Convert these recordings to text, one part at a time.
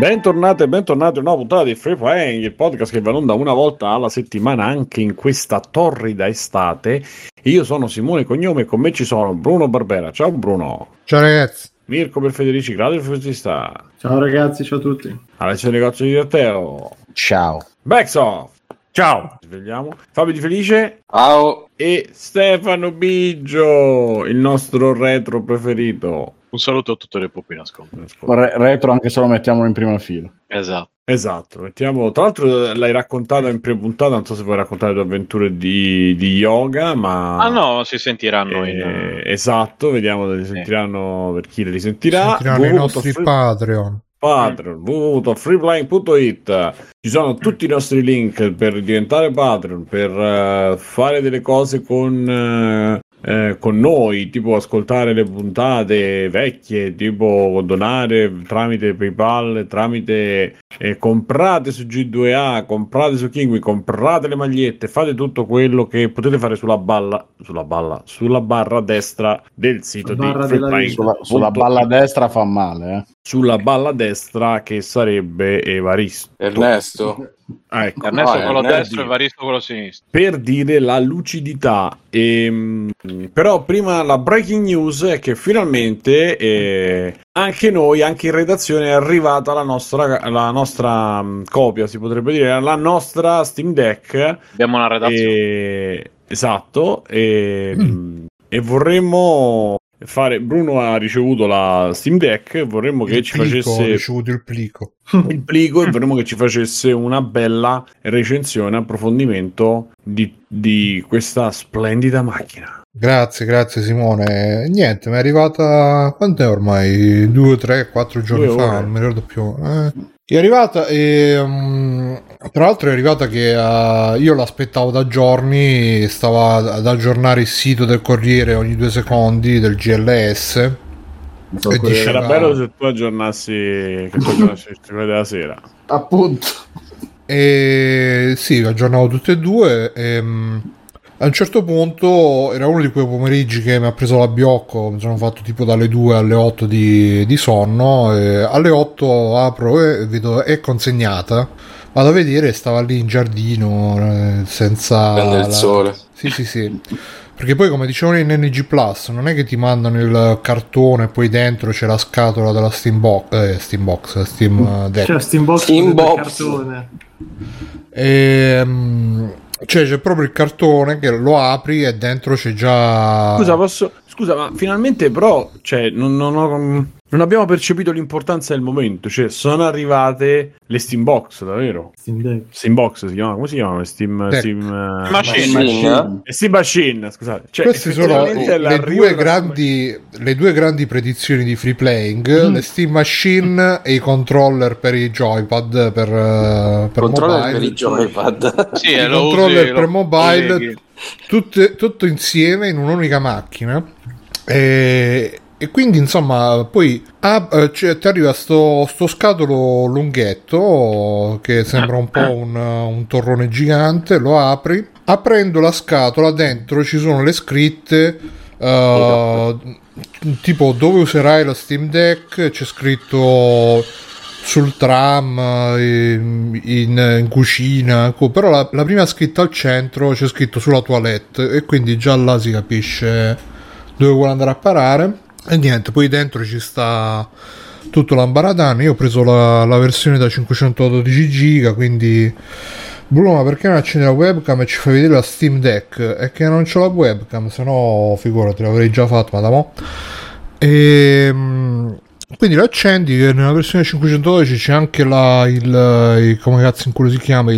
Bentornati e bentornati a una nuova puntata di Free Playing, il podcast che va in onda una volta alla settimana anche in questa torrida estate. Io sono Simone Cognome e con me ci sono Bruno Barbera. Ciao Bruno. Ciao ragazzi. Mirko per Federici, Claudio il Fugista. Ciao ragazzi, ciao a tutti. Alessio Negozio di Matteo. Ciao. Backsoft. Ciao. Svegliamo. Fabio Di Felice. Ciao. E Stefano Biggio, il nostro retro preferito. Un saluto a tutte le pupi nascoste. Retro anche se lo mettiamo in prima fila. Esatto. Mettiamo. Tra l'altro l'hai raccontata in pre-puntata, non so se vuoi raccontare le tue avventure di yoga, ma... Ah no, si sentiranno Esatto, vediamo se li sentiranno per chi le risentirà. Sentiranno i nostri Patreon. www.freeplaying.it. Ci sono tutti i nostri link per diventare Patreon, per fare delle cose con noi, tipo ascoltare le puntate vecchie, tipo donare tramite PayPal, tramite comprate su G2A, comprate su Kingwin, comprate le magliette, fate tutto quello che potete fare sulla barra destra del sito di Freeplaying. Sulla balla destra fa male, Sulla balla destra, che sarebbe Evaristo. Ernesto con lo destro e Evaristo con lo sinistro. Per dire la lucidità. Però prima la breaking news è che finalmente anche noi, anche in redazione, è arrivata la nostra copia, si potrebbe dire, la nostra Steam Deck. Abbiamo una redazione. Esatto. E vorremmo fare. Bruno ha ricevuto la Steam Deck, vorremmo che ci facesse il plico e vorremmo che ci facesse una bella recensione, approfondimento di questa splendida macchina. Grazie Simone. Niente, mi è arrivata, quant'è ormai? 2, 3, 4 giorni fa, non mi ricordo più. È arrivata e tra l'altro è arrivata che io l'aspettavo da giorni, stava ad aggiornare il sito del Corriere ogni 2 secondi del GLS e diceva... Era bello se tu aggiornassi quello della sera, appunto. E sì, aggiornavo tutte e due e a un certo punto era uno di quei pomeriggi che mi ha preso l'abbiocco, mi sono fatto tipo dalle 2 alle 8 di sonno, e alle 8 apro e vedo è consegnata, vado a vedere, stava lì in giardino senza... Prende il sole. Sì, perché poi come dicevano in NG Plus non è che ti mandano il cartone e poi dentro c'è la scatola della Steam Deck. Cioè Steambox del cartone. Cioè c'è proprio il cartone che lo apri e dentro c'è già... Scusa, ma finalmente però, cioè, non abbiamo percepito l'importanza del momento, cioè sono arrivate le Steam Box, davvero? Steam Box si chiama, come si chiamano? Steam Machine, scusate. Cioè, queste sono le due grandi predizioni di Free Playing, le Steam Machine e i controller per i joypad per mobile. Per i joypad. Sì, i controller per mobile, tutto insieme in un'unica macchina. E quindi insomma poi ti arriva sto scatolo lunghetto che sembra un po' un torrone gigante, lo apri, aprendo la scatola dentro ci sono le scritte tipo dove userai la Steam Deck, c'è scritto sul tram, in cucina, però la prima scritta al centro c'è scritto sulla toilette e quindi già là si capisce dove vuole andare a parare. E niente, poi dentro ci sta tutto l'ambaradano. Io ho preso la versione da 512 giga, quindi Bruno, ma perché non accendi la webcam e ci fai vedere la Steam Deck? È che non c'ho la webcam, se no figurati, l'avrei già fatto, ma da mo'. E quindi lo accendi, che nella versione 512 c'è anche come cazzo in culo si chiama,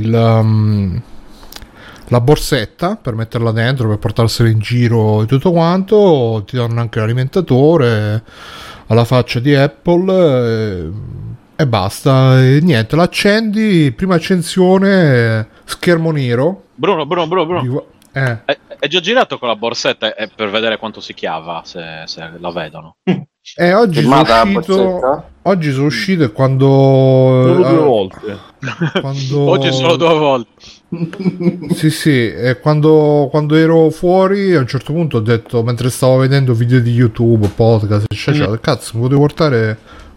la borsetta per metterla dentro, per portarsela in giro e tutto quanto. Ti danno anche l'alimentatore alla faccia di Apple e basta. E niente, l'accendi, prima accensione, schermo nero. Bruno. È già girato con la borsetta per vedere quanto si chiava, se la vedono. Oggi sono uscito e quando... Solo 2 volte. Oggi solo 2 volte. Sì, e quando ero fuori a un certo punto ho detto, mentre stavo vedendo video di YouTube, podcast eccetera, cazzo, mi potevo portare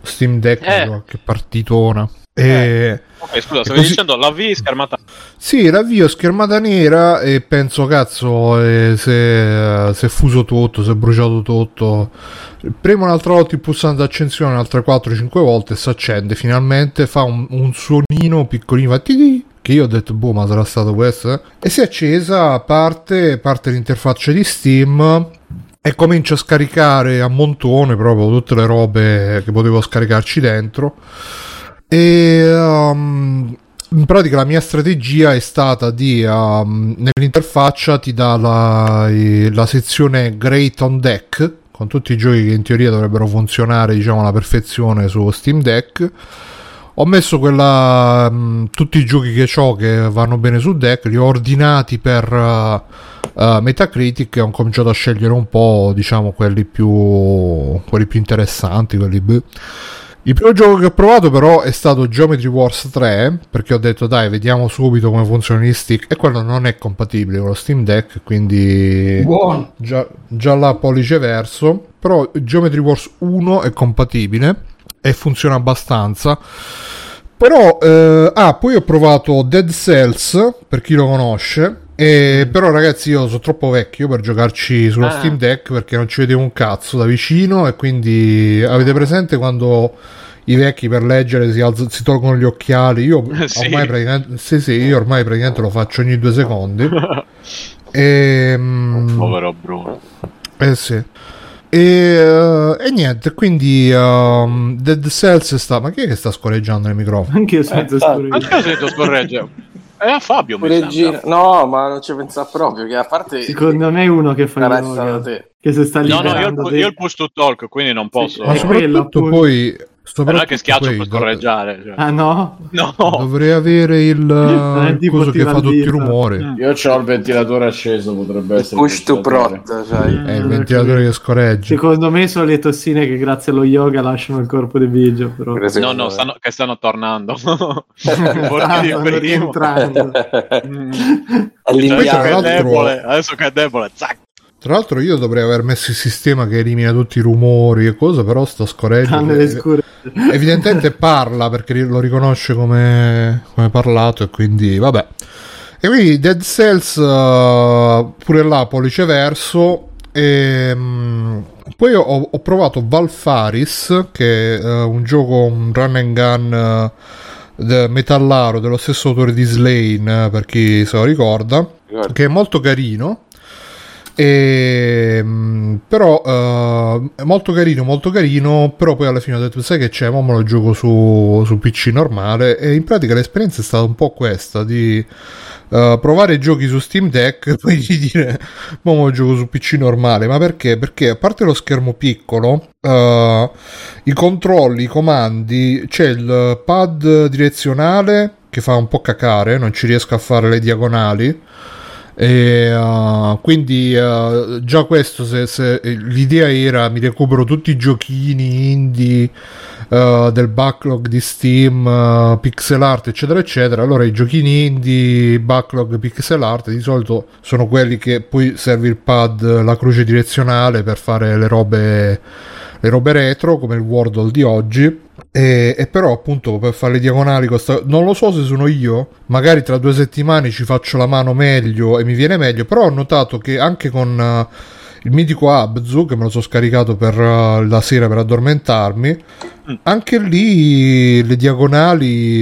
Steam Deck, che partitona. Ok, scusa, stavi dicendo l'avvio schermata. Sì, l'avvio schermata nera e penso cazzo si è fuso tutto, si è bruciato tutto. Premo un'altra volta il pulsante d'accensione altre 4-5 volte e si accende finalmente, fa un suonino piccolino, fa che io ho detto boh, ma sarà stato questo, e si è accesa, parte l'interfaccia di Steam e comincia a scaricare a montone proprio tutte le robe che potevo scaricarci dentro. E in pratica la mia strategia è stata di nell'interfaccia ti dà la sezione Great on Deck con tutti i giochi che in teoria dovrebbero funzionare, diciamo, alla perfezione su Steam Deck. Ho messo quella tutti i giochi che ho che vanno bene su Deck, li ho ordinati per Metacritic e ho cominciato a scegliere un po', diciamo, quelli più interessanti, quelli Il primo gioco che ho provato però è stato Geometry Wars 3, perché ho detto dai, vediamo subito come funzionano gli stick, e quello non è compatibile con lo Steam Deck, quindi già là pollice verso. Però Geometry Wars 1 è compatibile e funziona abbastanza. Però poi ho provato Dead Cells, per chi lo conosce. Però ragazzi, io sono troppo vecchio per giocarci sullo Steam Deck, perché non ci vedevo un cazzo da vicino, e quindi avete presente quando i vecchi per leggere si tolgono gli occhiali? Io ormai praticamente lo faccio ogni 2 secondi. Povero Bruno. Sì. E niente, quindi Dead Cells ma chi è che sta scorreggiando nel microfono? Anche io sento scorreggere. A Fabio no, ma non ci pensa proprio, che a parte secondo me è uno che fa yoga, che se sta io il push to talk, quindi non posso. Ma soprattutto poi non è che schiaccio per scorreggiare, cioè. Ah no? Dovrei avere il coso che fa tutti i rumori. Io c'ho il ventilatore acceso, potrebbe essere push to prot, sai. È il ventilatore che scorreggia. Secondo me sono le tossine che grazie allo yoga lasciano il corpo di Biggio, però. No, stanno tornando. Stanno rientrando. Adesso che è debole, zac. Tra l'altro io dovrei aver messo il sistema che elimina tutti i rumori e cose, però sto scorreggendo. Evidentemente parla, perché lo riconosce come parlato, e quindi vabbè. E quindi Dead Cells pure là pollice verso. E poi ho provato Valfaris, che è un gioco, un run and gun metallaro dello stesso autore di Slain, per chi se lo ricorda, che è molto carino. Però è molto carino, però poi alla fine ho detto sai che c'è, mo me lo gioco su PC normale, e in pratica l'esperienza è stata un po' questa di provare giochi su Steam Deck e poi di dire mo me lo gioco su PC normale. Ma perché? Perché a parte lo schermo piccolo, i controlli, i comandi, c'è il pad direzionale che fa un po' cacare, non ci riesco a fare le diagonali. E quindi già questo, se l'idea era mi recupero tutti i giochini indie del backlog di Steam, pixel art eccetera eccetera, allora i giochini indie backlog pixel art di solito sono quelli che poi serve il pad, la croce direzionale per fare le robe retro, come il Wordle di oggi. E però appunto per fare le diagonali non lo so se sono io, magari tra 2 settimane ci faccio la mano meglio e mi viene meglio, però ho notato che anche con il mitico Abzu, che me lo sono scaricato per la sera per addormentarmi, anche lì le diagonali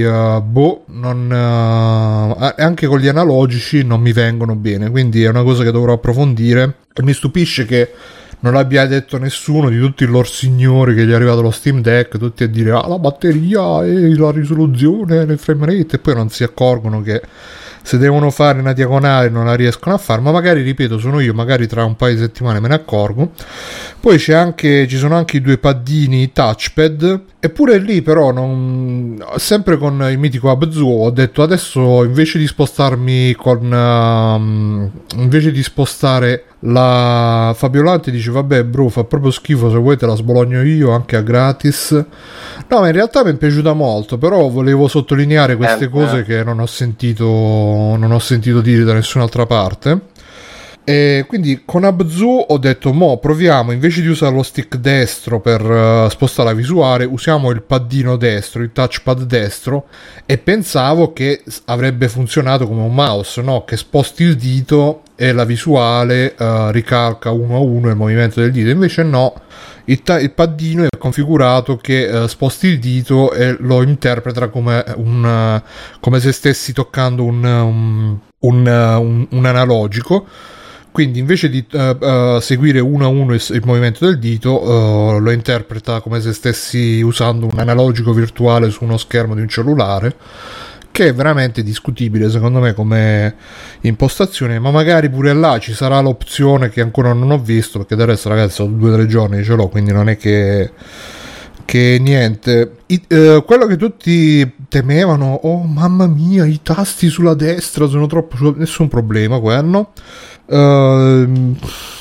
anche con gli analogici non mi vengono bene, quindi è una cosa che dovrò approfondire. E mi stupisce che non l'abbia detto nessuno di tutti i loro signori che gli è arrivato lo Steam Deck, tutti a dire la batteria e la risoluzione, le frame rate, e poi non si accorgono che se devono fare una diagonale non la riescono a fare. Ma magari, ripeto, sono io, magari tra un paio di settimane me ne accorgo. Poi ci sono anche i 2 paddini touchpad, eppure lì però sempre con il mitico Abzu ho detto adesso invece di spostarmi invece di spostare la Fabiolante, dice vabbè bro, fa proprio schifo, se vuoi te la sbologno io anche a gratis. No, ma in realtà mi è piaciuta molto, però volevo sottolineare queste cose che non ho sentito dire da nessun'altra parte. E quindi con Abzu ho detto proviamo, invece di usare lo stick destro per spostare la visuale, usiamo il paddino destro, il touchpad destro, e pensavo che avrebbe funzionato come un mouse, no? Che sposti il dito e la visuale ricalca uno a uno il movimento del dito. Invece no, il paddino è configurato che sposti il dito e lo interpreta come come se stessi toccando un analogico. Quindi invece di seguire uno a uno il movimento del dito, lo interpreta come se stessi usando un analogico virtuale su uno schermo di un cellulare, che è veramente discutibile secondo me come impostazione, ma magari pure là ci sarà l'opzione che ancora non ho visto, perché del resto ragazzi ho 2 o 3 giorni ce l'ho, quindi non è che niente. Quello che tutti temevano, oh mamma mia, i tasti sulla destra sono troppo, nessun problema quello. Come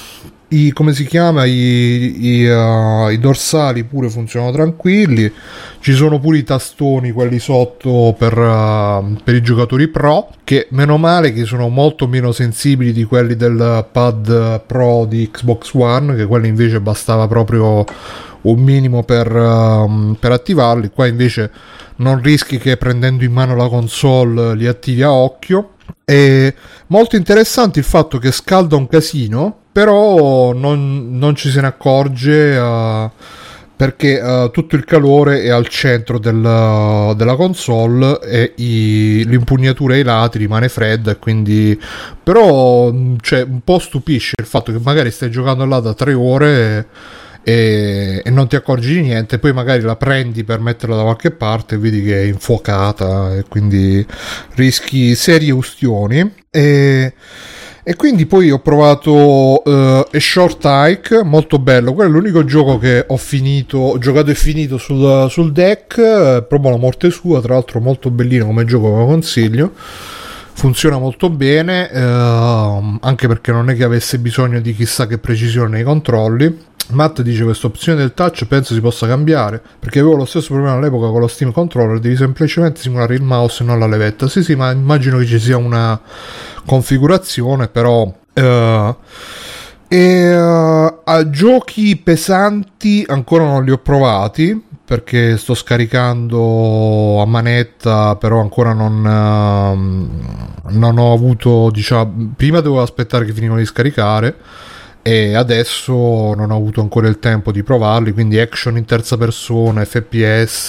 si chiama, i dorsali pure funzionano tranquilli, ci sono pure i tastoni, quelli sotto per i giocatori pro, che meno male che sono molto meno sensibili di quelli del pad pro di Xbox One, che quelli invece bastava proprio un minimo per attivarli. Qua invece non rischi che prendendo in mano la console li attivi a occhio. È molto interessante il fatto che scalda un casino, però non ci se ne accorge perché tutto il calore è al centro della console e l'impugnatura ai lati rimane fredda, e quindi però un po' stupisce il fatto che magari stai giocando là da 3 ore e non ti accorgi di niente, poi magari la prendi per metterla da qualche parte e vedi che è infuocata, e quindi rischi serie ustioni. E quindi poi ho provato A Short Hike, molto bello. Quello è l'unico gioco che ho giocato e finito sul deck, proprio la morte sua. Tra l'altro molto bellino come gioco, ve lo consiglio, funziona molto bene, anche perché non è che avesse bisogno di chissà che precisione nei controlli. Matt dice: questa opzione del touch penso si possa cambiare, perché avevo lo stesso problema all'epoca con lo Steam Controller, devi semplicemente simulare il mouse e non la levetta. Sì, ma immagino che ci sia una configurazione, però a giochi pesanti ancora non li ho provati, perché sto scaricando a manetta, però ancora non ho avuto, diciamo, prima dovevo aspettare che finivano di scaricare e adesso non ho avuto ancora il tempo di provarli, quindi action in terza persona, FPS,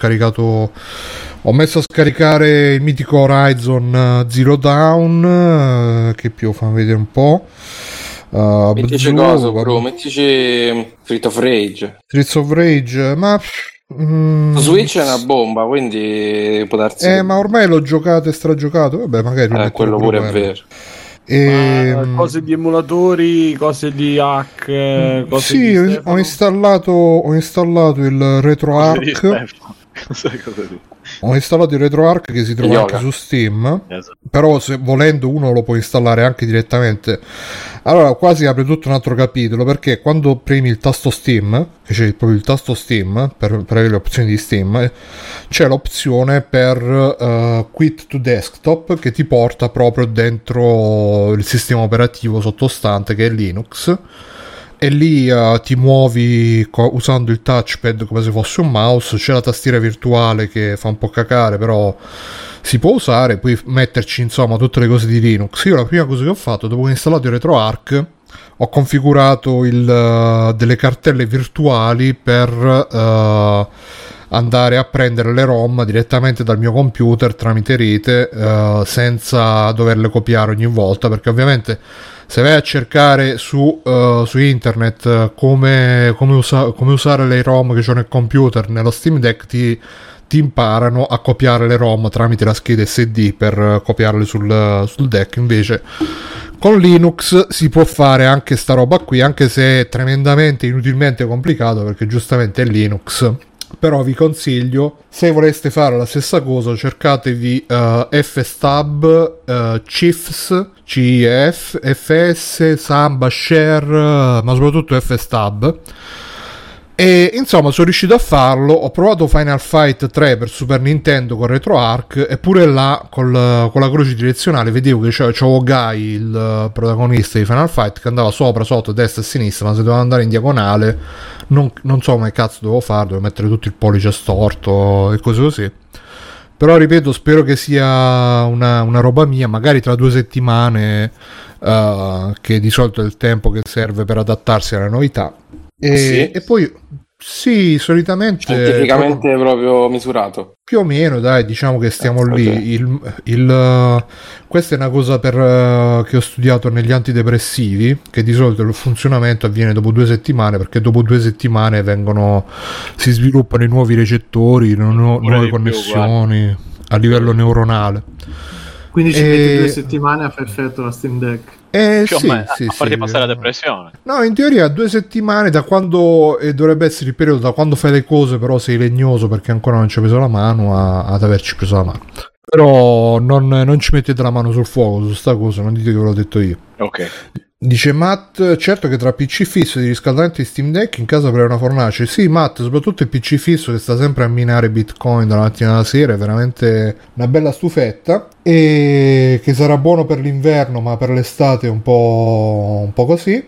ho messo a scaricare il mitico Horizon Zero Dawn, che più fammi vedere un po'. Mettici cosa, bro, mettici Streets of Rage, ma Switch è una bomba, quindi può darsi ma ormai l'ho giocato e stragiocato, vabbè, magari quello pure è vero. Cose di emulatori, cose di hack, cose sì, di ho installato il RetroArch. Ho installato il RetroArch, che si trova anche su Steam, esatto. Però se volendo uno lo può installare anche direttamente. Allora qua si apre tutto un altro capitolo, perché quando premi il tasto Steam, che c'è proprio il tasto Steam per avere le opzioni di Steam, c'è l'opzione per Quit to Desktop, che ti porta proprio dentro il sistema operativo sottostante, che è Linux, e lì ti muovi usando il touchpad come se fosse un mouse. C'è la tastiera virtuale che fa un po' cacare, però si può usare, puoi metterci insomma tutte le cose di Linux. Io la prima cosa che ho fatto dopo che ho installato il RetroArch, ho configurato delle cartelle virtuali per andare a prendere le ROM direttamente dal mio computer tramite rete, senza doverle copiare ogni volta, perché ovviamente se vai a cercare su internet come usare le ROM che c'ho nel computer nello Steam Deck, ti imparano a copiare le ROM tramite la scheda SD per copiarle sul deck. Invece con Linux si può fare anche sta roba qui, anche se è tremendamente inutilmente complicato, perché giustamente è Linux. Però vi consiglio, se voleste fare la stessa cosa, cercatevi FSTab, Chiefs, CIF, FS, Samba, Share, ma soprattutto FSTab, E insomma sono riuscito a farlo. Ho provato Final Fight 3 per Super Nintendo con RetroArch, eppure là con la croce direzionale vedevo che c'avevo Guy, il protagonista di Final Fight, che andava sopra, sotto, destra e sinistra, ma se dovevo andare in diagonale non so come cazzo dovevo fare, dovevo mettere tutto il pollice storto e cose così. Però ripeto, spero che sia una roba mia, magari tra 2 settimane, che di solito è il tempo che serve per adattarsi alle novità. E poi sì, solitamente scientificamente proprio misurato. Più o meno, dai, diciamo che stiamo lì. Questa è una cosa che ho studiato negli antidepressivi, che di solito il funzionamento avviene dopo 2 settimane, perché dopo 2 settimane si sviluppano i nuovi recettori, nuove connessioni a livello neuronale. Quindi ci metti 2 settimane a fare effetto la Steam Deck. Sì, a farti passare la depressione. No, in teoria 2 settimane da quando dovrebbe essere il periodo da quando fai le cose, però sei legnoso perché ancora non ci hai preso la mano ad averci preso la mano. Però non ci mettete la mano sul fuoco su sta cosa, non dite che ve l'ho detto io. Ok. Dice Matt, certo che tra PC fisso e di riscaldamento di Steam Deck in casa avrei una fornace. Sì, Matt, soprattutto il PC fisso che sta sempre a minare Bitcoin dalla mattina alla sera, è veramente una bella stufetta, e che sarà buono per l'inverno, ma per l'estate un po' così.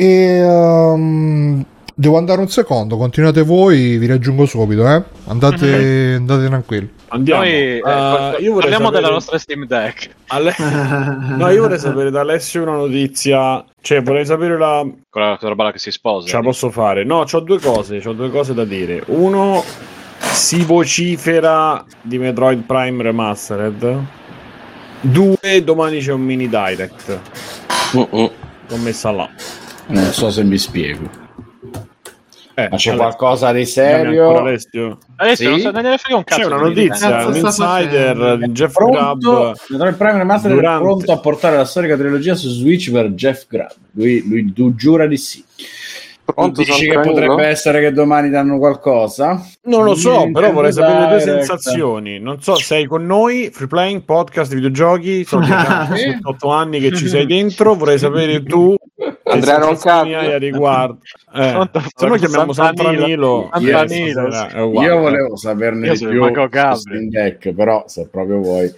E devo andare un secondo, continuate voi, vi raggiungo subito, andate tranquilli. Andiamo. Parliamo della nostra Steam Deck. No, io vorrei sapere da Alessio una notizia. Cioè, vorrei sapere quella roba che si sposa. Ce la posso fare? No, c'ho due cose da dire. Uno, si vocifera di Metroid Prime Remastered. 2, domani c'è un mini direct. L'ho messa là. Non so se mi spiego. Ma c'è Alessio, qualcosa di serio? Alessio, sì? Non ne frega un cazzo. C'è una notizia, l'insider di Jeff Grubb. Metroid Prime Remastered è pronto a portare la storica trilogia su Switch per Jeff Grubb. Lui giura di sì. Tu dici che potrebbe essere che domani danno qualcosa? Non lo so, però vorrei sapere le tue sensazioni. Non so, sei con noi, Free Playing, podcast, videogiochi, sono 8 anni che ci sei dentro, vorrei sapere tu Andrea non hai a riguardo. Se noi chiamiamo Sant'Anilo. Io volevo saperne di più su Steam Deck, però se proprio vuoi.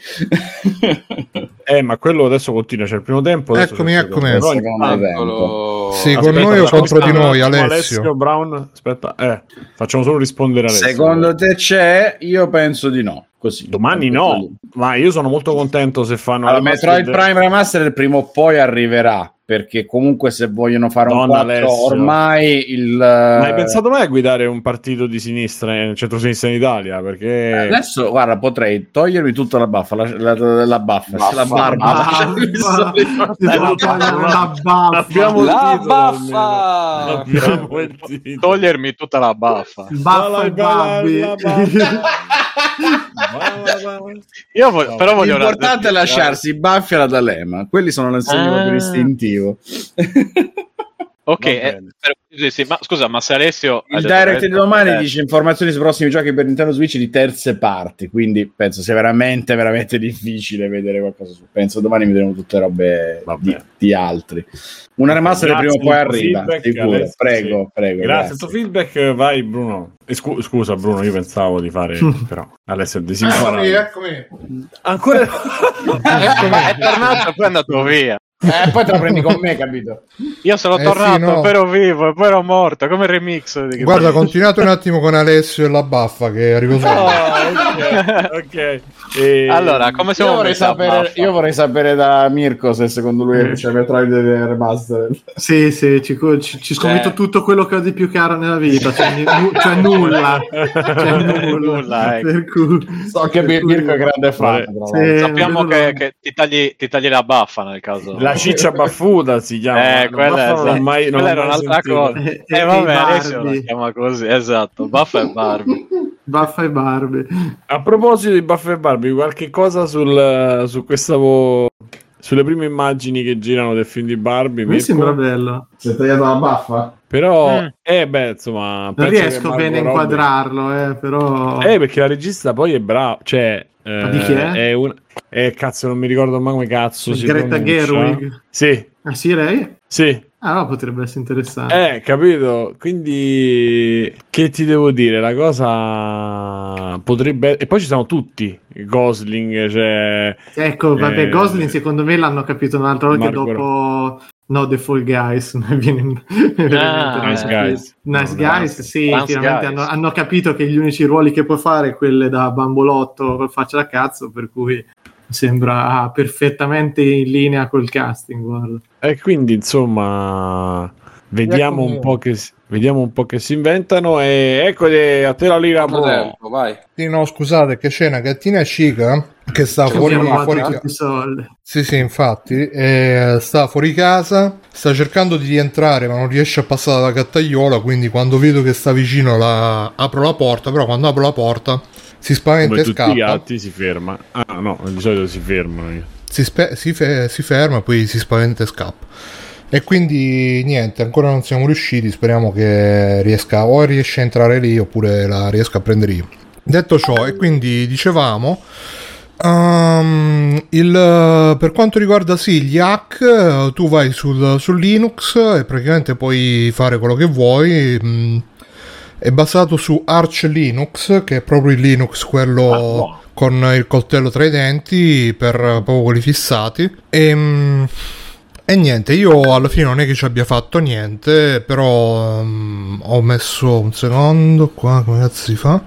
Ma quello adesso continua, c'è il primo tempo. Eccomi. Sì, con noi o contro di noi, Alessio Brown, aspetta, facciamo solo rispondere a Alessio. Secondo te c'è? Io penso di no. Così. Domani no, ma io sono molto contento se fanno. Allora, Metroid Prime Remastered prima o poi arriverà, perché comunque se vogliono fare un 4 Alessio, ormai Ma hai pensato mai a guidare un partito di sinistra, centro-sinistra in Italia? Perché adesso, guarda, potrei togliermi tutta la baffa, la barba. Togliermi tutta la baffa. Però voglio l'importante è lasciarsi i baffi alla D'Alema, quelli sono l'insegno per istintivo. Ok, sì, ma scusa, ma se Alessio il direct di domani dice informazioni sui prossimi giochi per Nintendo Switch di terze parti, quindi penso sia veramente veramente difficile vedere qualcosa su. Penso domani vedremo tutte robe di altri. Una remaster prima o poi arriva, sicuro. Alessio, prego. Grazie al tuo feedback, vai Bruno. Scusa Bruno, io pensavo di fare però Alessio è disimparato. Eccomi. Ancora è tornato e poi è andato via. Poi te la prendi con me, capito? Io sono tornato, però vivo e poi ero morto, come il remix. Guarda, continuate un attimo con Alessio e la baffa che arrivo solo. Ok. Allora, come siamo io vorrei sapere da Mirko se secondo lui c'è Metroid Remastered. Sì, ci scommetto tutto quello che ho di più caro nella vita, cioè nulla. Per cui, so che Mirko è grande fan. Sappiamo che ti tagli la baffa nel caso. La ciccia baffuta si chiama. Quella era un'altra cosa. Vabbè, adesso la chiama così, esatto. Baffa e Barbie. Baffa e Barbie. A proposito di Baffa e Barbie, qualche cosa su questa sulle prime immagini che girano del film di Barbie? Mi sembra bello. Si è tagliata la baffa? Però insomma, non riesco bene a inquadrarlo, però perché la regista poi è brava, cioè di chi è? Cazzo, non mi ricordo mai come cazzo si Greta pronuncia. Gerwig. Sì. Ah sì, lei? Sì. no, potrebbe essere interessante. Capito? Quindi che ti devo dire? La cosa potrebbe... E poi ci sono tutti, Gosling, cioè... Ecco, vabbè, Gosling secondo me l'hanno capito un'altra volta dopo... No, The Fall Guys. Nice Guys, sì, finalmente hanno capito che gli unici ruoli che può fare quelle da bambolotto col faccia da cazzo, per cui sembra perfettamente in linea col casting, guarda. E quindi insomma vediamo un po' che si inventano. E eccoli, a te la lira, tempo, vai. Sì, no, scusate, che c'è una gattina cica che sta fuori sì, infatti, sta fuori casa, sta cercando di rientrare ma non riesce a passare la gattaiola, quindi quando vedo che sta vicino apro la porta, però quando apro la porta si spaventa e scappa. Tutti i gatti si ferma. Ah no, di solito si fermano. Si ferma, poi si spaventa e scappa. E quindi niente, ancora non siamo riusciti, speriamo che riesce a entrare lì oppure la riesca a prendere io. Detto ciò, e quindi dicevamo, per quanto riguarda gli hack, tu vai sul Linux e praticamente puoi fare quello che vuoi. È basato su Arch Linux, che è proprio il Linux quello con il coltello tra i denti, per proprio quelli fissati. E niente, io alla fine non è che ci abbia fatto niente, però ho messo un secondo qua, come cazzo si fa?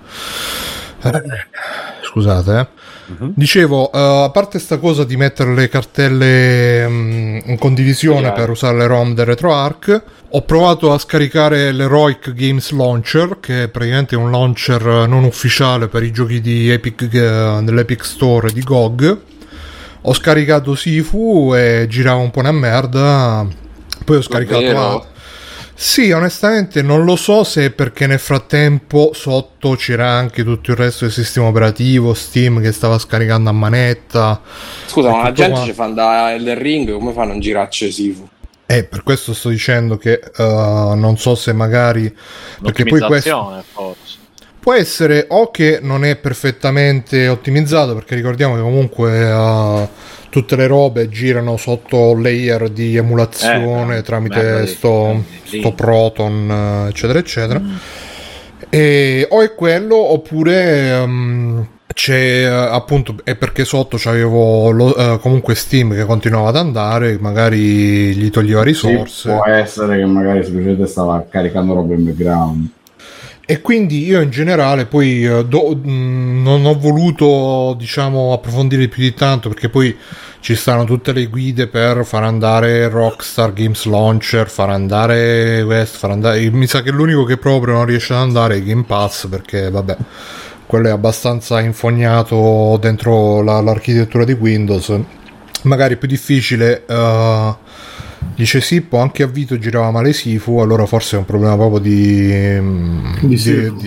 Scusate, Dicevo, a parte sta cosa di mettere le cartelle in condivisione per usare le ROM del RetroArch, ho provato a scaricare l'Heroic Games Launcher, che è praticamente un launcher non ufficiale per i giochi di dell'Epic Store di GOG. Ho scaricato Sifu e girava un po' una merda. Poi ho scaricato Sì, onestamente non lo so se è perché nel frattempo sotto c'era anche tutto il resto del sistema operativo, Steam che stava scaricando a manetta. Scusa, ma la gente ci fa andare Elden Ring, come fanno a non girarci Sifu? Per questo sto dicendo che non so se magari perché poi questo forse può essere o che non è perfettamente ottimizzato, perché ricordiamo che comunque tutte le robe girano sotto layer di emulazione tramite sto Proton, eccetera eccetera. O è quello, oppure c'è appunto, è perché sotto c'avevo comunque Steam che continuava ad andare, magari gli toglieva risorse. Sì, può essere che magari semplicemente stava caricando roba in background. E quindi io in generale poi non ho voluto, diciamo, approfondire più di tanto, perché poi ci stanno tutte le guide per far andare Rockstar Games Launcher, far andare questo, far andare... Mi sa che l'unico che proprio non riesce ad andare è Game Pass, perché vabbè, quello è abbastanza infognato dentro l'architettura di Windows. Magari è più difficile... Dice Sippo, anche a Vito girava male Sifu, allora forse è un problema proprio di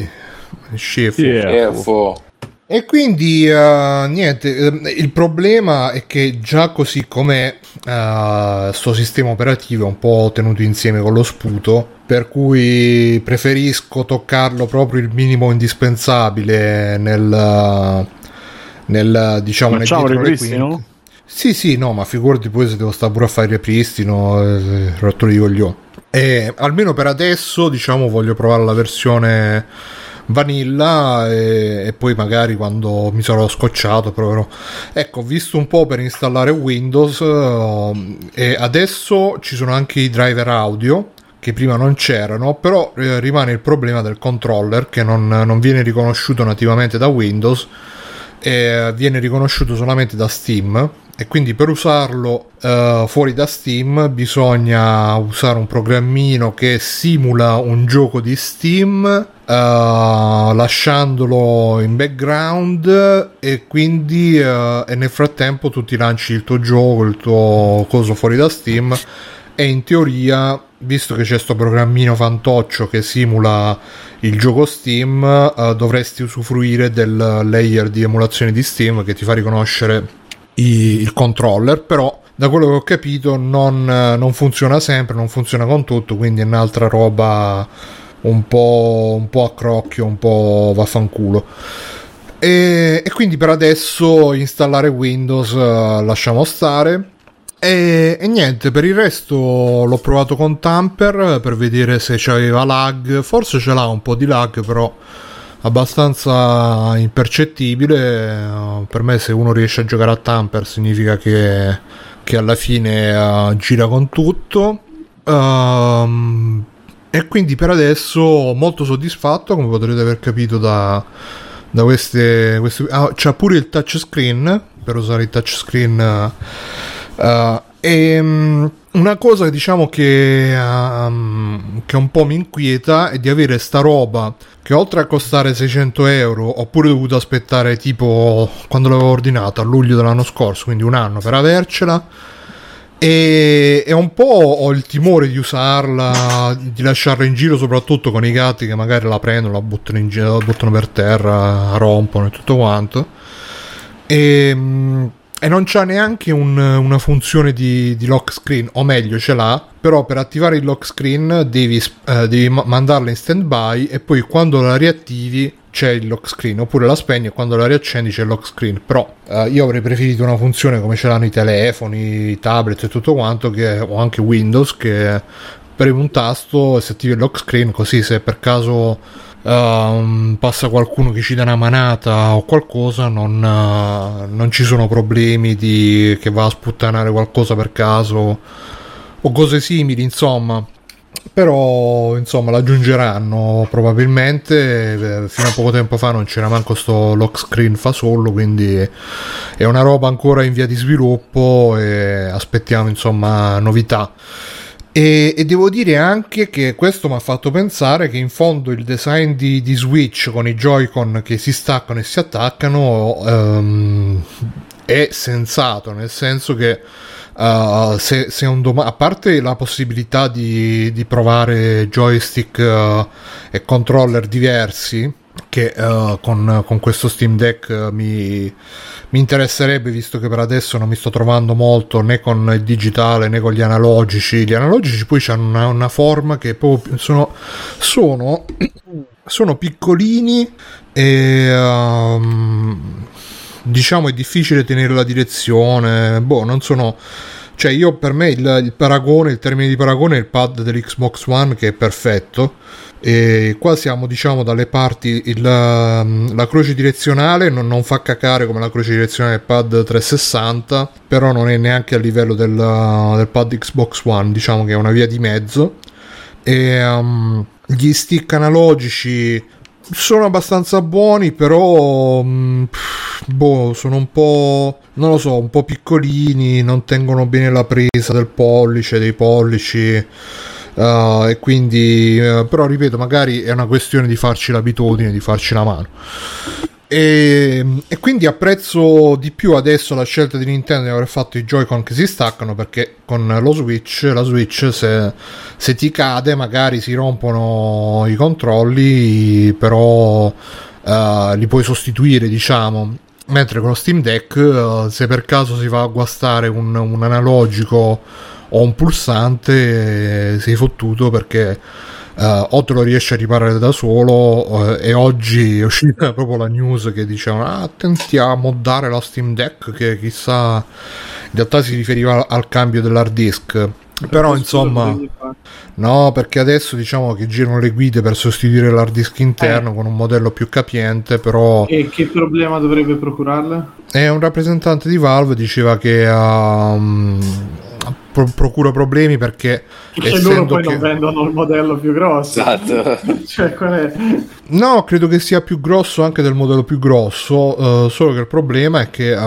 Sifu. E quindi niente, il problema è che già così com'è sto sistema operativo è un po' tenuto insieme con lo sputo, per cui preferisco toccarlo proprio il minimo indispensabile nel diciamo nel dietro le quinte. Sì, no, ma figurati poi se devo stare pure a fare il ripristino, rotto di coglioni. E almeno per adesso, diciamo, voglio provare la versione vanilla e poi magari quando mi sarò scocciato proverò. Ecco, ho visto un po' per installare Windows e adesso ci sono anche i driver audio che prima non c'erano, però rimane il problema del controller che non viene riconosciuto nativamente da Windows e viene riconosciuto solamente da Steam. E quindi per usarlo fuori da Steam bisogna usare un programmino che simula un gioco di Steam lasciandolo in background, e quindi e nel frattempo tu ti lanci il tuo gioco, il tuo coso fuori da Steam, e in teoria, visto che c'è sto programmino fantoccio che simula il gioco Steam, dovresti usufruire del layer di emulazione di Steam che ti fa riconoscere il controller. Però da quello che ho capito non funziona sempre, non funziona con tutto, quindi è un'altra roba un po' a crocchio, un po' vaffanculo. E quindi per adesso installare Windows lasciamo stare. E niente, per il resto l'ho provato con Tamper per vedere se c'aveva lag. Forse ce l'ha un po' di lag, però abbastanza impercettibile. Per me, se uno riesce a giocare a Tamper, significa che alla fine gira con tutto. E quindi per adesso molto soddisfatto, come potrete aver capito da queste c'ha pure il touchscreen, per usare il touchscreen. E una cosa, diciamo, che un po' mi inquieta è di avere sta roba che, oltre a costare 600 euro, ho pure dovuto aspettare tipo quando l'avevo ordinata, a luglio dell'anno scorso, quindi un anno per avercela. E un po' ho il timore di usarla, di lasciarla in giro, soprattutto con i gatti che magari la prendono, la buttano in giro, la buttano per terra, rompono e tutto quanto. E non c'ha neanche una funzione di lock screen, o meglio ce l'ha, però per attivare il lock screen devi mandarla in standby e poi quando la riattivi c'è il lock screen, oppure la spegni e quando la riaccendi c'è il lock screen. Però io avrei preferito una funzione come ce l'hanno i telefoni, i tablet e tutto quanto, o anche Windows, che premi un tasto e si attiva il lock screen, così se per caso passa qualcuno che ci dà una manata o qualcosa, non ci sono problemi che va a sputtanare qualcosa per caso o cose simili, insomma. Però insomma l'aggiungeranno probabilmente. Fino a poco tempo fa non c'era manco sto lock screen fa solo, quindi è una roba ancora in via di sviluppo e aspettiamo insomma novità. E devo dire anche che questo mi ha fatto pensare che in fondo il design di Switch con i Joy-Con che si staccano e si attaccano è sensato, nel senso che se un a parte la possibilità di provare joystick e controller diversi, che con questo Steam Deck mi interesserebbe, visto che per adesso non mi sto trovando molto né con il digitale né con gli analogici poi hanno una forma che proprio sono piccolini e diciamo è difficile tenere la direzione, non sono, cioè io, per me il termine di paragone è il pad dell'Xbox One, che è perfetto. E qua siamo, diciamo, dalle parti la croce direzionale non fa cacare come la croce direzionale del pad 360, però non è neanche a livello del pad Xbox One, diciamo che è una via di mezzo. E gli stick analogici sono abbastanza buoni, però sono un po', non lo so, un po' piccolini, non tengono bene la presa dei pollici. E quindi però ripeto, magari è una questione di farci l'abitudine, di farci la mano, e quindi apprezzo di più adesso la scelta di Nintendo di aver fatto i Joy-Con che si staccano, perché con la Switch se ti cade magari si rompono i controlli, però li puoi sostituire, diciamo. Mentre con lo Steam Deck se per caso si va a guastare un analogico o un pulsante, sei fottuto, perché o te lo riesci a riparare da solo, e oggi è uscita proprio la news che dicevano tentiamo dare la Steam Deck, che chissà, in realtà si riferiva al cambio dell'hard disk. Però insomma no, perché adesso diciamo che girano le guide per sostituire l'hard disk interno con un modello più capiente, però. E che problema dovrebbe procurarle? Un rappresentante di Valve diceva che procura problemi perché loro poi non vendono il modello più grosso. Esatto. Cioè, qual è? No, credo che sia più grosso anche del modello più grosso, solo che il problema è che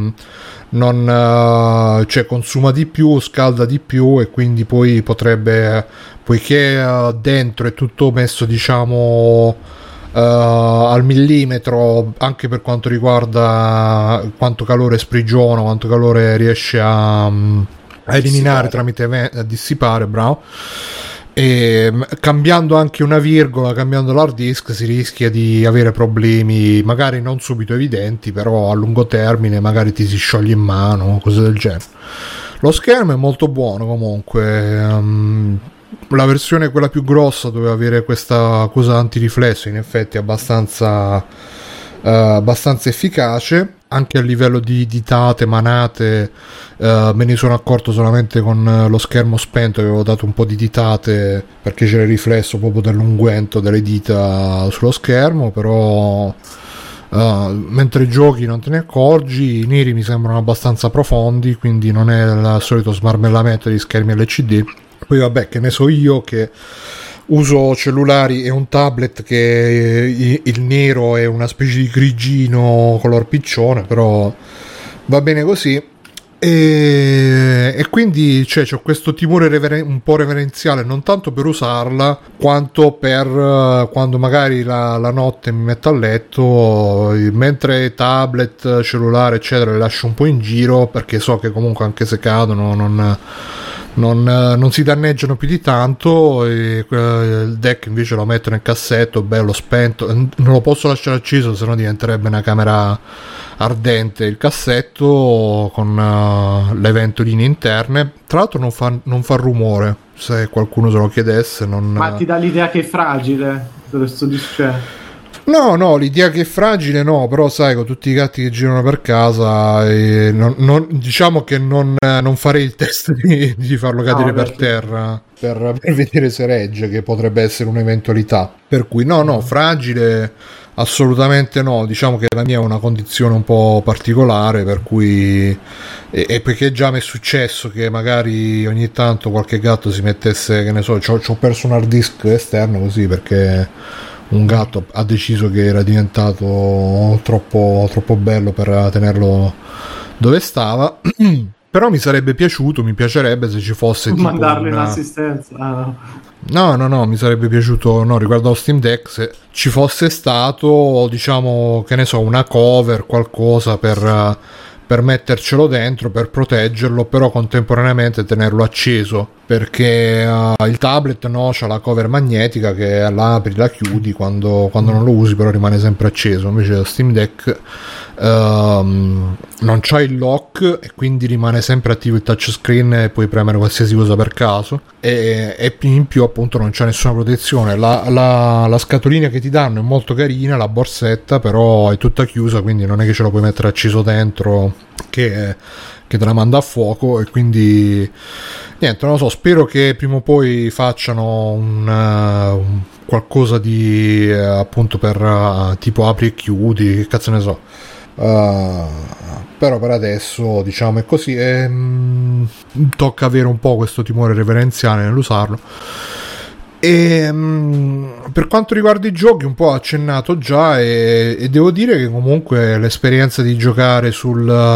cioè consuma di più, scalda di più, e quindi poi potrebbe, poiché dentro è tutto messo, diciamo, al millimetro, anche per quanto riguarda quanto calore sprigiona, quanto calore riesce a eliminare a dissipare, bravo. E cambiando anche una virgola, cambiando l'hard disk, si rischia di avere problemi magari non subito evidenti, però a lungo termine magari ti si scioglie in mano, cose del genere. Lo schermo è molto buono comunque. La versione, quella più grossa, doveva avere questa cosa antiriflesso, in effetti è abbastanza efficace. anche a livello di ditate, manate, me ne sono accorto solamente con lo schermo spento, che avevo dato un po' di ditate perché c'era il riflesso proprio dell'unguento delle dita sullo schermo, però mentre giochi non te ne accorgi. I neri mi sembrano abbastanza profondi, quindi non è il solito smarmellamento di schermi LCD. Poi vabbè, che ne so io, che uso cellulari e un tablet che il nero è una specie di grigino color piccione, però va bene così. E quindi c'ho questo timore un po' reverenziale, non tanto per usarla quanto per quando magari la notte mi metto a letto, mentre tablet, cellulare eccetera le lascio un po' in giro, perché so che comunque anche se cadono non si danneggiano più di tanto. E il deck invece lo metto nel cassetto bello spento, non lo posso lasciare acceso, sennò diventerebbe una camera ardente il cassetto, con le ventoline interne. Tra l'altro non fa rumore, se qualcuno se lo chiedesse. Ma ti dà l'idea che è fragile? No, l'idea che è fragile no, però sai, con tutti i gatti che girano per casa, diciamo che non farei il test di farlo cadere per terra per vedere se regge, che potrebbe essere un'eventualità. Per cui no, fragile assolutamente no. Diciamo che la mia è una condizione un po' particolare, per cui e perché già mi è successo che magari ogni tanto qualche gatto si mettesse, che ne so, c'ho perso un hard disk esterno così perché un gatto ha deciso che era diventato troppo bello per tenerlo dove stava. Però mi piacerebbe se ci fosse tipo mandarle un'assistenza. No, mi sarebbe piaciuto, riguardo allo Steam Deck, se ci fosse stato, diciamo, che ne so, una cover, qualcosa per mettercelo dentro, per proteggerlo, però contemporaneamente tenerlo acceso, perché il tablet c'ha la cover magnetica che la apri, la chiudi quando non lo usi, però rimane sempre acceso. Invece lo Steam Deck non c'ha il lock e quindi rimane sempre attivo il touchscreen e puoi premere qualsiasi cosa per caso, e in più appunto non c'è nessuna protezione. La scatolina che ti danno è molto carina, la borsetta, però è tutta chiusa, quindi non è che ce lo puoi mettere acceso dentro che te la manda a fuoco. E quindi niente, non lo so, spero che prima o poi facciano un qualcosa di appunto per tipo apri e chiudi, che cazzo ne so. Però per adesso diciamo è così, e tocca avere un po' questo timore reverenziale nell'usarlo. E per quanto riguarda i giochi, un po' accennato già, e devo dire che comunque l'esperienza di giocare su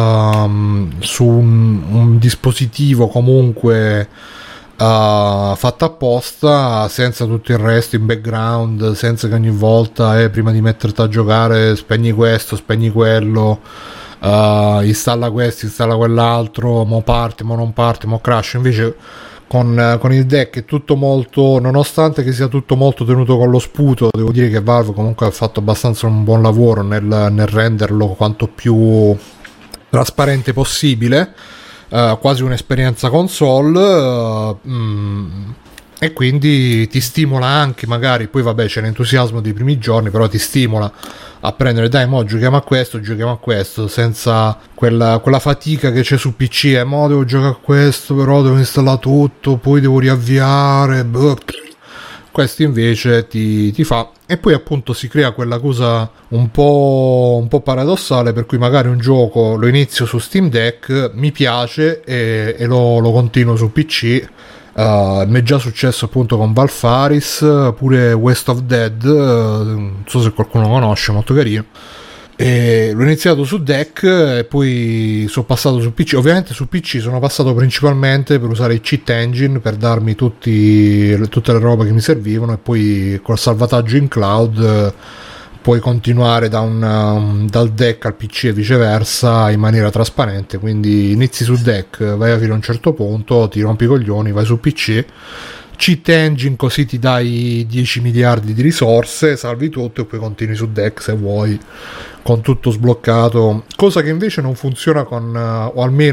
un dispositivo comunque fatta apposta, senza tutto il resto in background, senza che ogni volta prima di metterti a giocare spegni questo, spegni quello, installa questo, installa quell'altro, mo parte, mo non parte, mo crash. Invece con il deck è tutto molto, nonostante che sia tutto molto tenuto con lo sputo, devo dire che Valve comunque ha fatto abbastanza un buon lavoro nel renderlo quanto più trasparente possibile, quasi un'esperienza console, e quindi ti stimola anche, magari poi vabbè c'è l'entusiasmo dei primi giorni, però ti stimola a prendere, dai mo giochiamo a questo, senza quella fatica che c'è su PC, mo devo giocare a questo, però devo installare tutto, poi devo riavviare, questo invece ti fa. E poi appunto si crea quella cosa un po' paradossale, per cui magari un gioco lo inizio su Steam Deck, mi piace e lo continuo su PC. Mi è già successo appunto con Valfaris, pure West of Dead, non so se qualcuno lo conosce, molto carino, e l'ho iniziato su Deck e poi sono passato su PC. Ovviamente su PC sono passato principalmente per usare il cheat engine per darmi tutte le robe che mi servivano, e poi col salvataggio in cloud puoi continuare dal Deck al PC e viceversa in maniera trasparente. Quindi inizi su Deck, vai fino a un certo punto, ti rompi i coglioni, vai su PC, cheat engine, così ti dai 10 miliardi di risorse, salvi tutto e poi continui su Deck se vuoi, con tutto sbloccato, cosa che invece non funziona o almeno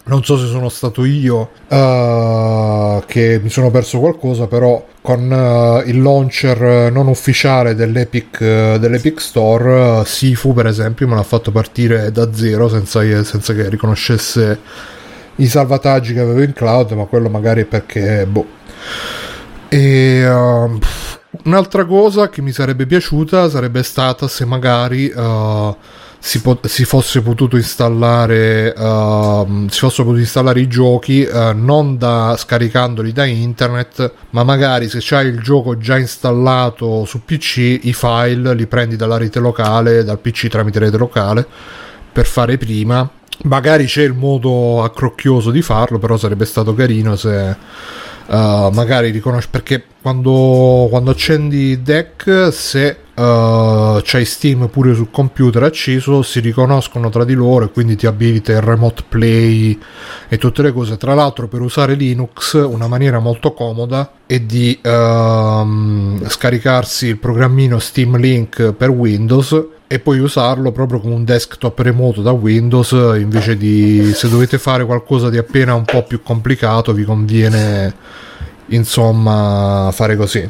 non so se sono stato io che mi sono perso qualcosa, però con il launcher non ufficiale dell'Epic Store, Sifu per esempio me l'ha fatto partire da zero senza che riconoscesse i salvataggi che avevo in cloud, ma quello magari è perché un'altra cosa che mi sarebbe piaciuta sarebbe stata se magari si fosse potuto installare i giochi non scaricandoli da internet, ma magari se c'hai il gioco già installato su PC, i file li prendi dalla rete locale, dal PC tramite rete locale, per fare prima. Magari c'è il modo accrocchioso di farlo, però sarebbe stato carino se magari riconosci, perché quando accendi Deck, se c'hai Steam pure sul computer acceso, si riconoscono tra di loro e quindi ti abilita il remote play e tutte le cose. Tra l'altro, per usare Linux una maniera molto comoda è di scaricarsi il programmino Steam Link per Windows e poi usarlo proprio come un desktop remoto da Windows, invece di, se dovete fare qualcosa di appena un po' più complicato, vi conviene insomma fare così.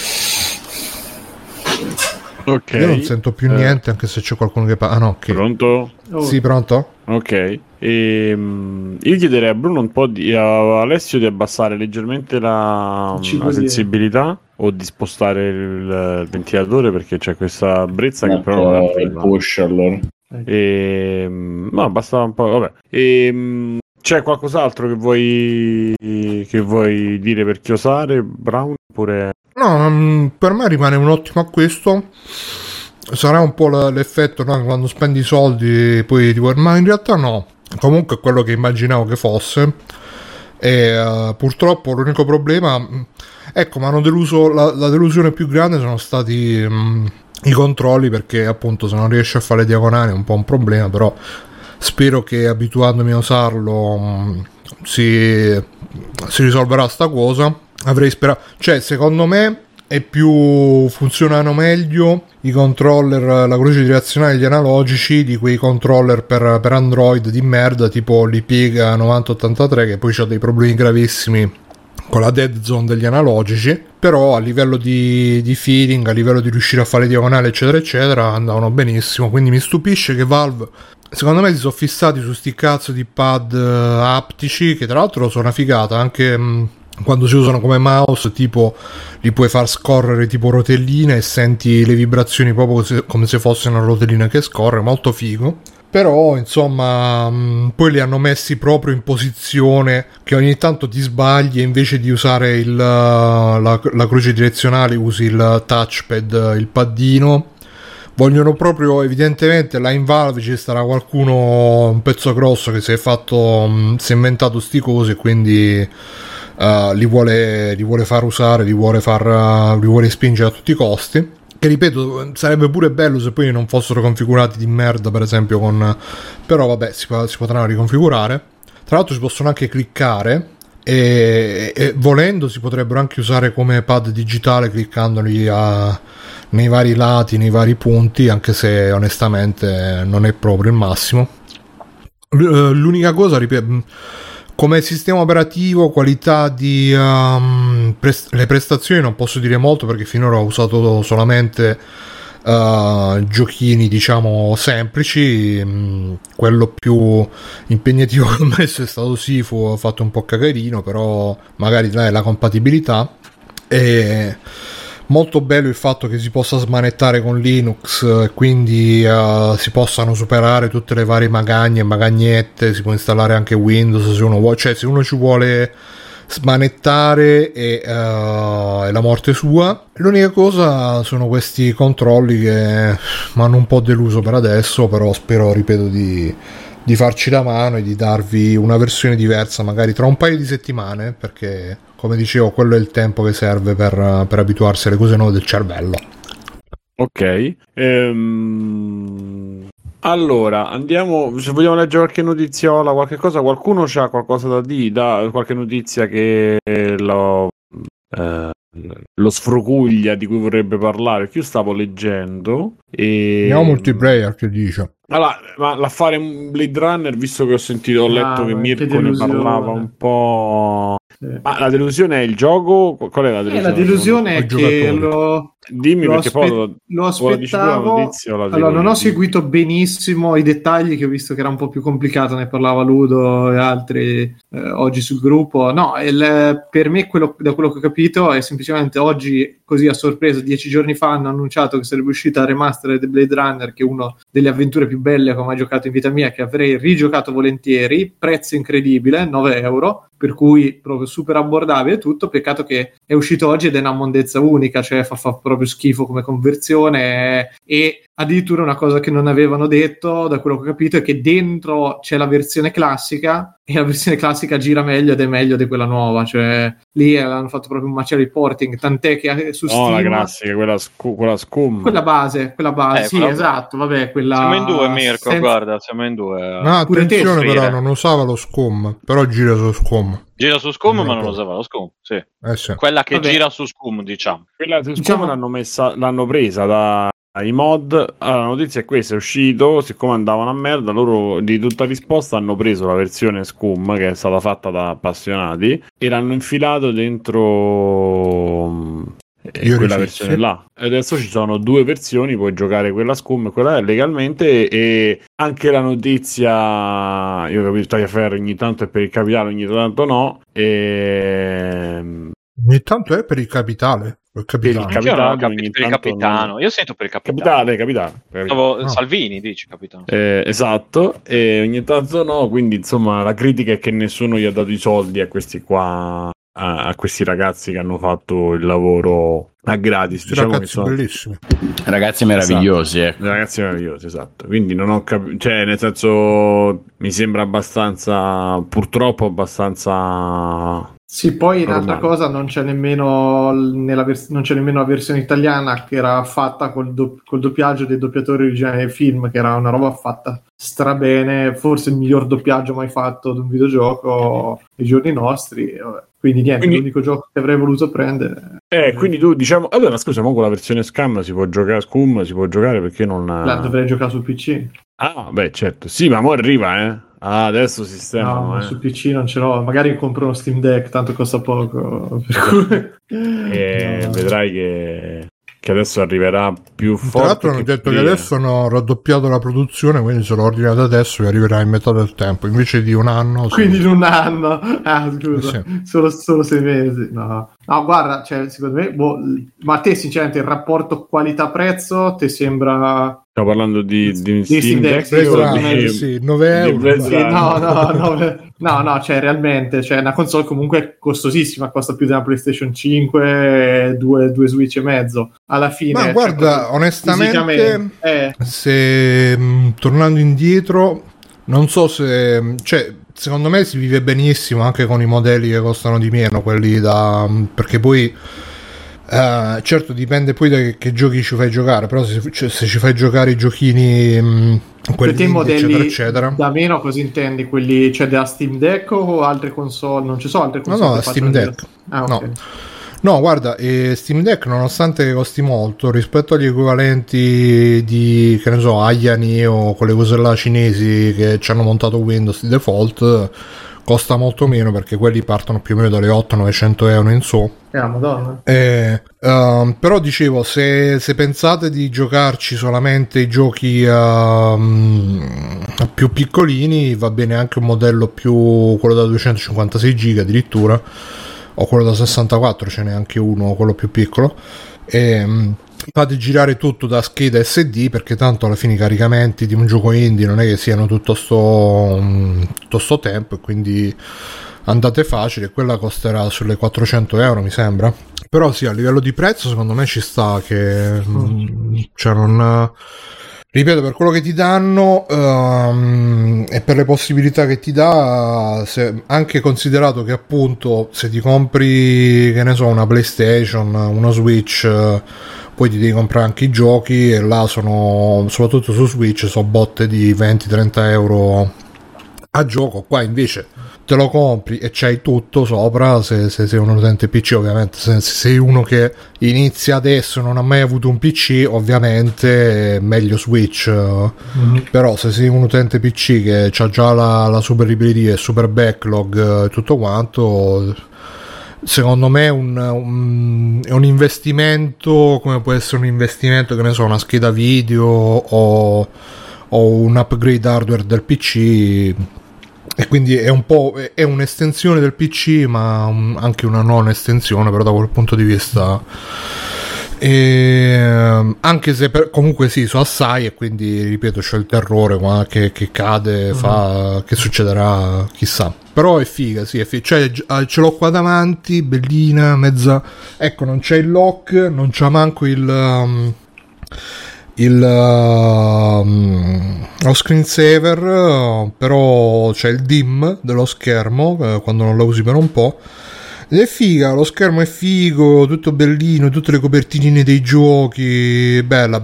Ok. Io non sento più niente, anche se c'è qualcuno che parla. Ah no, ok. Pronto? Sì, pronto? Ok. Io chiederei a Bruno a Alessio di abbassare leggermente la sensibilità o di spostare il ventilatore, perché c'è questa brezza che però non arriva. Push allora. No, basta un po', vabbè. C'è qualcos'altro che vuoi dire per chiosare, Brown? Oppure... No, per me rimane un ottimo acquisto. Sarà un po' l'effetto, no? Quando spendi i soldi poi ma in realtà no. Comunque è quello che immaginavo che fosse. E purtroppo l'unico problema, ecco, mi hanno deluso. La delusione più grande sono stati i controlli, perché appunto se non riesci a fare le diagonali è un po' un problema, però spero che abituandomi a usarlo si risolverà sta cosa. Avrei sperato, cioè secondo me funzionano meglio i controller, la croce direzionale degli analogici, di quei controller per Android di merda tipo l'Ipiga 9083, che poi c'ha dei problemi gravissimi con la dead zone degli analogici, però a livello di feeling, a livello di riuscire a fare diagonale eccetera eccetera andavano benissimo. Quindi mi stupisce che Valve, secondo me, si sono fissati su sti cazzo di pad aptici, che tra l'altro sono una figata anche quando si usano come mouse, tipo li puoi far scorrere tipo rotelline e senti le vibrazioni proprio come se fosse una rotellina che scorre, molto figo. Però insomma poi li hanno messi proprio in posizione che ogni tanto ti sbagli e invece di usare la croce direzionale usi il touchpad, il paddino. Vogliono proprio, evidentemente là in Valve ci sarà qualcuno, un pezzo grosso, che si è inventato sti cosi e quindi li vuole far usare, li vuole spingere a tutti i costi. Che ripeto, sarebbe pure bello se poi non fossero configurati di merda, per esempio però vabbè, si potranno riconfigurare. Tra l'altro si possono anche cliccare e volendo si potrebbero anche usare come pad digitale, cliccandoli nei vari lati, nei vari punti, anche se onestamente non è proprio il massimo. L'unica cosa, ripeto, come sistema operativo, qualità di le prestazioni non posso dire molto, perché finora ho usato solamente giochini diciamo semplici. Quello più impegnativo che ho messo è stato Sifu, ho fatto un po' cacarino, però magari la compatibilità. E molto bello il fatto che si possa smanettare con Linux e quindi si possano superare tutte le varie magagne e magagnette. Si può installare anche Windows se uno vuole, cioè se uno ci vuole smanettare e la morte sua. L'unica cosa sono questi controlli che mi hanno un po' deluso per adesso, però spero, ripeto, di farci la mano e di darvi una versione diversa magari tra un paio di settimane, perché come dicevo quello è il tempo che serve per abituarsi alle cose nuove del cervello. Ok, allora andiamo, se vogliamo leggere qualche notiziola, qualche cosa, qualcuno c'ha qualcosa da dire, qualche notizia che lo sfrocuglia, di cui vorrebbe parlare, che io stavo leggendo e... Andiamo multiplayer, che dice? Allora, ma l'affare Blade Runner, visto che ho letto che Mirko ne parlava un po'. Ma la delusione è il gioco? Qual è la delusione? La delusione è che dimmi, perché poi lo aspettavo. Allora, non ho seguito benissimo i dettagli, che ho visto che era un po' più complicato, ne parlava Ludo e altri oggi sul gruppo. No, per me da quello che ho capito è semplicemente oggi, così a sorpresa, 10 giorni fa hanno annunciato che sarebbe uscita Remastered The Blade Runner, che è una delle avventure più belle che ho mai giocato in vita mia, che avrei rigiocato volentieri, prezzo incredibile, 9 euro, per cui proprio super abbordabile e tutto. Peccato che è uscito oggi ed è una mondezza unica, cioè fa proprio schifo come conversione, e addirittura una cosa che non avevano detto, da quello che ho capito, è che dentro c'è la versione classica e la versione classica gira meglio ed è meglio di quella nuova, cioè lì hanno fatto proprio un macello di porting, tant'è che su Steam, la classica, quella scum, quella base sì, quella... esatto, vabbè, quella siamo in due, Mirko, guarda, siamo in due. No, attenzione, però non usava lo scum, però gira su scum. Gira su Scum, ma non usava lo Scum, sì. Sì. Quella che gira su Scum, diciamo. Quella su Scum l'hanno presa dai mod. Allora, la notizia è questa: è uscito, siccome andavano a merda, loro di tutta risposta hanno preso la versione Scum, che è stata fatta da appassionati, e l'hanno infilato dentro quella versione là. E adesso ci sono due versioni, puoi giocare quella Scum e quella legalmente. E anche la notizia, io ho capito, Tagliaferro ogni tanto è per il capitale, ogni tanto no, ogni tanto è per il capitale. Per il capitano. Io sento per il capitale. Capitale. Salvini dice capitano. Esatto, e ogni tanto no, quindi insomma la critica è che nessuno gli ha dato i soldi a questi qua, a questi ragazzi che hanno fatto il lavoro a gratis, diciamo, ragazzi, che sono bellissimi, ragazzi meravigliosi, esatto. Ragazzi meravigliosi, esatto. Quindi non ho capito, cioè nel senso mi sembra purtroppo abbastanza. Sì, poi un'altra cosa, non c'è nemmeno la versione italiana, che era fatta col doppiaggio dei doppiatori originali del film, che era una roba fatta strabene, forse il miglior doppiaggio mai fatto di un videogioco ai giorni nostri. Quindi niente, l'unico gioco che avrei voluto prendere. Quindi tu, diciamo, allora scusa, ma con la versione Scum si può giocare, perché non la dovrei giocare sul PC. Ah, beh, certo. Sì, ma mo arriva, adesso sistemano. No, sul PC non ce l'ho. Magari compro uno Steam Deck, tanto costa poco. Per cui... Vedrai che adesso arriverà più forte. Tra l'altro hanno detto che adesso hanno raddoppiato la produzione, quindi se lo ordinate adesso vi arriverà in metà del tempo, invece di un anno. Quindi in un anno? Ah, scusa, sì. Solo 6 mesi. No, guarda, cioè, secondo me, ma a te sinceramente il rapporto qualità-prezzo ti sembra... Stiamo parlando di Steam Deck, sì, 9 euro. Sì, no, cioè realmente, cioè una console comunque costosissima, costa più di una PlayStation 5, due Switch e mezzo. Alla fine, ma guarda, onestamente, se tornando indietro, non so se, cioè, secondo me si vive benissimo anche con i modelli che costano di meno, quelli perché poi certo dipende poi da che giochi ci fai giocare, però se ci fai giocare i giochini quelli modelli eccetera, da meno, cosa intendi? Quelli, cioè da Steam Deck o altre console? Non ci sono altre console? No, Steam Deck. Okay. No, guarda, Steam Deck, nonostante costi molto rispetto agli equivalenti di, che ne so, Ayani o quelle cose là cinesi che ci hanno montato Windows di default, costa molto meno, perché quelli partono più o meno dalle 800-900 euro in su. Madonna. Però dicevo, se pensate di giocarci solamente i giochi più piccolini, va bene anche un modello più, quello da 256 giga addirittura, o quello da 64, ce n'è anche uno, quello più piccolo, fate girare tutto da scheda SD, perché tanto alla fine i caricamenti di un gioco indie non è che siano tutto sto tempo, e quindi andate facile. Quella costerà sulle 400 euro mi sembra, però sì, a livello di prezzo secondo me ci sta, che cioè non, ripeto, per quello che ti danno e per le possibilità che ti dà, anche considerato che appunto se ti compri, che ne so, una PlayStation, uno Switch, poi ti devi comprare anche i giochi, e là sono, soprattutto su Switch, botte di 20-30 euro a gioco. Qua invece te lo compri e c'hai tutto sopra. Se sei un utente PC, ovviamente, se sei uno che inizia adesso e non ha mai avuto un PC, ovviamente è meglio Switch. Però se sei un utente PC che ha già la super libreria e super backlog e tutto quanto, secondo me è un investimento, come può essere un investimento, che ne so, una scheda video o un upgrade hardware del PC. E quindi è un po' è un'estensione del PC, ma anche una non estensione, però da quel punto di vista, anche se comunque sì, so assai, e quindi ripeto, c'è il terrore qua che cade, che succederà, chissà. Però è figa, sì, cioè ce l'ho qua davanti, bellina, mezza, ecco, non c'è il lock, non c'ha manco lo screensaver, però c'è il dim dello schermo quando non lo usi per un po', ed è figa, lo schermo è figo, tutto bellino, tutte le copertine dei giochi, bella,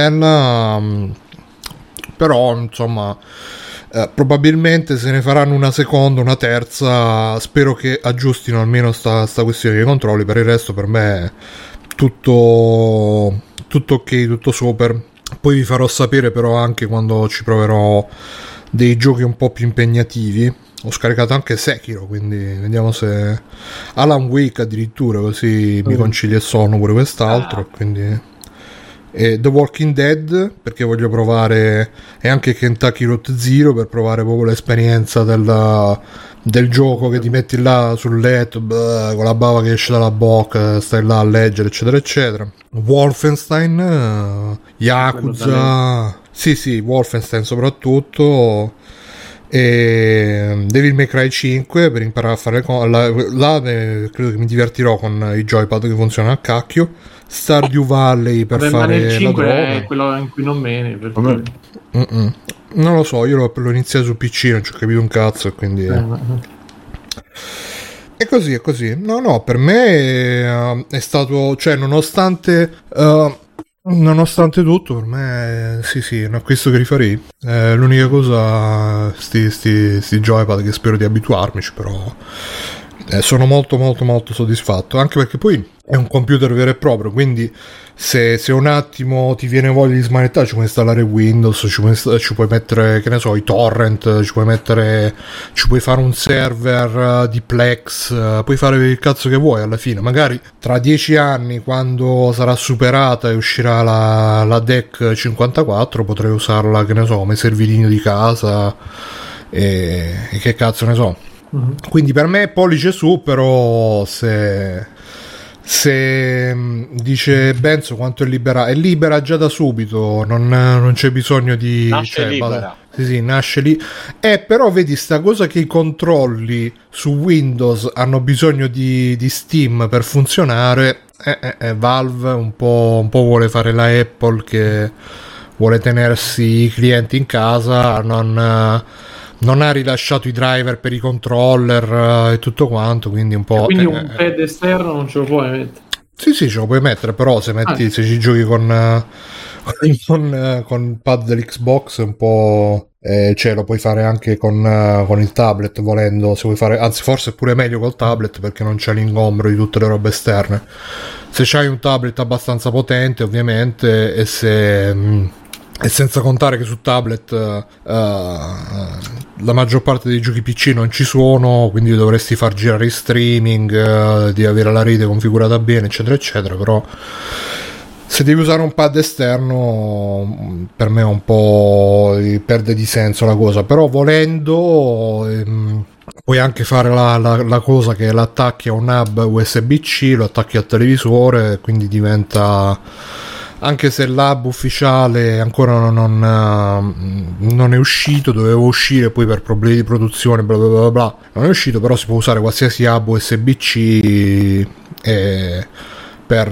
però insomma probabilmente se ne faranno una seconda, una terza, spero che aggiustino almeno sta questione dei controlli. Per il resto per me tutto ok, tutto super. Poi vi farò sapere però anche quando ci proverò dei giochi un po' più impegnativi. Ho scaricato anche Sekiro, quindi vediamo se Alan Wake addirittura, così mi concilia il sonno pure quest'altro. Quindi The Walking Dead, perché voglio provare, e anche Kentucky Route Zero per provare proprio l'esperienza del gioco, che ti metti là sul letto con la bava che esce dalla bocca, stai là a leggere, eccetera eccetera. Wolfenstein, Yakuza, sì, Wolfenstein soprattutto, e Devil May Cry 5 per imparare a fare là credo che mi divertirò con i joypad che funzionano a cacchio. Stardew Valley per fare il 5 la droga è quello in cui non meni, perché... non lo so, io l'ho iniziato su PC, non ci ho capito un cazzo, e quindi è così. No, per me è stato, cioè, nonostante tutto, per me sì, è un acquisto che rifarei. L'unica cosa, sti joypad, che spero di abituarmici, però sono molto soddisfatto, anche perché poi è un computer vero e proprio, quindi se un attimo ti viene voglia di smanettare, ci puoi installare Windows, ci puoi mettere, che ne so, i torrent, ci puoi fare un server di Plex, puoi fare il cazzo che vuoi alla fine. Magari tra 10 anni, quando sarà superata e uscirà la DEC 54, potrei usarla, che ne so, come servidino di casa, e che cazzo ne so. Quindi per me pollice su, però se dice Benzo quanto è libera già da subito, non c'è bisogno di... Nasce libera. Sì, nasce lì. Però vedi sta cosa, che i controlli su Windows hanno bisogno di Steam per funzionare. Valve un po' vuole fare la Apple, che vuole tenersi i clienti in casa, non ha rilasciato i driver per i controller e tutto quanto, quindi un po'... Quindi un pad esterno non ce lo puoi mettere? Sì, ce lo puoi mettere, però se ci giochi con pad dell'Xbox un po'... cioè lo puoi fare anche con il tablet, volendo, se vuoi fare, anzi forse è pure meglio col tablet, perché non c'è l'ingombro di tutte le robe esterne. Se c'hai un tablet abbastanza potente, ovviamente, e senza contare che su tablet la maggior parte dei giochi PC non ci sono, quindi dovresti far girare in streaming, di avere la rete configurata bene, eccetera eccetera. Però se devi usare un pad esterno, per me un po' perde di senso la cosa. Però volendo puoi anche fare la cosa che l'attacchi a un hub USB-C, lo attacchi al televisore, quindi diventa... Anche se l'hub ufficiale ancora non è uscito, doveva uscire poi per problemi di produzione, bla bla bla bla, non è uscito, però si può usare qualsiasi hub USB-C per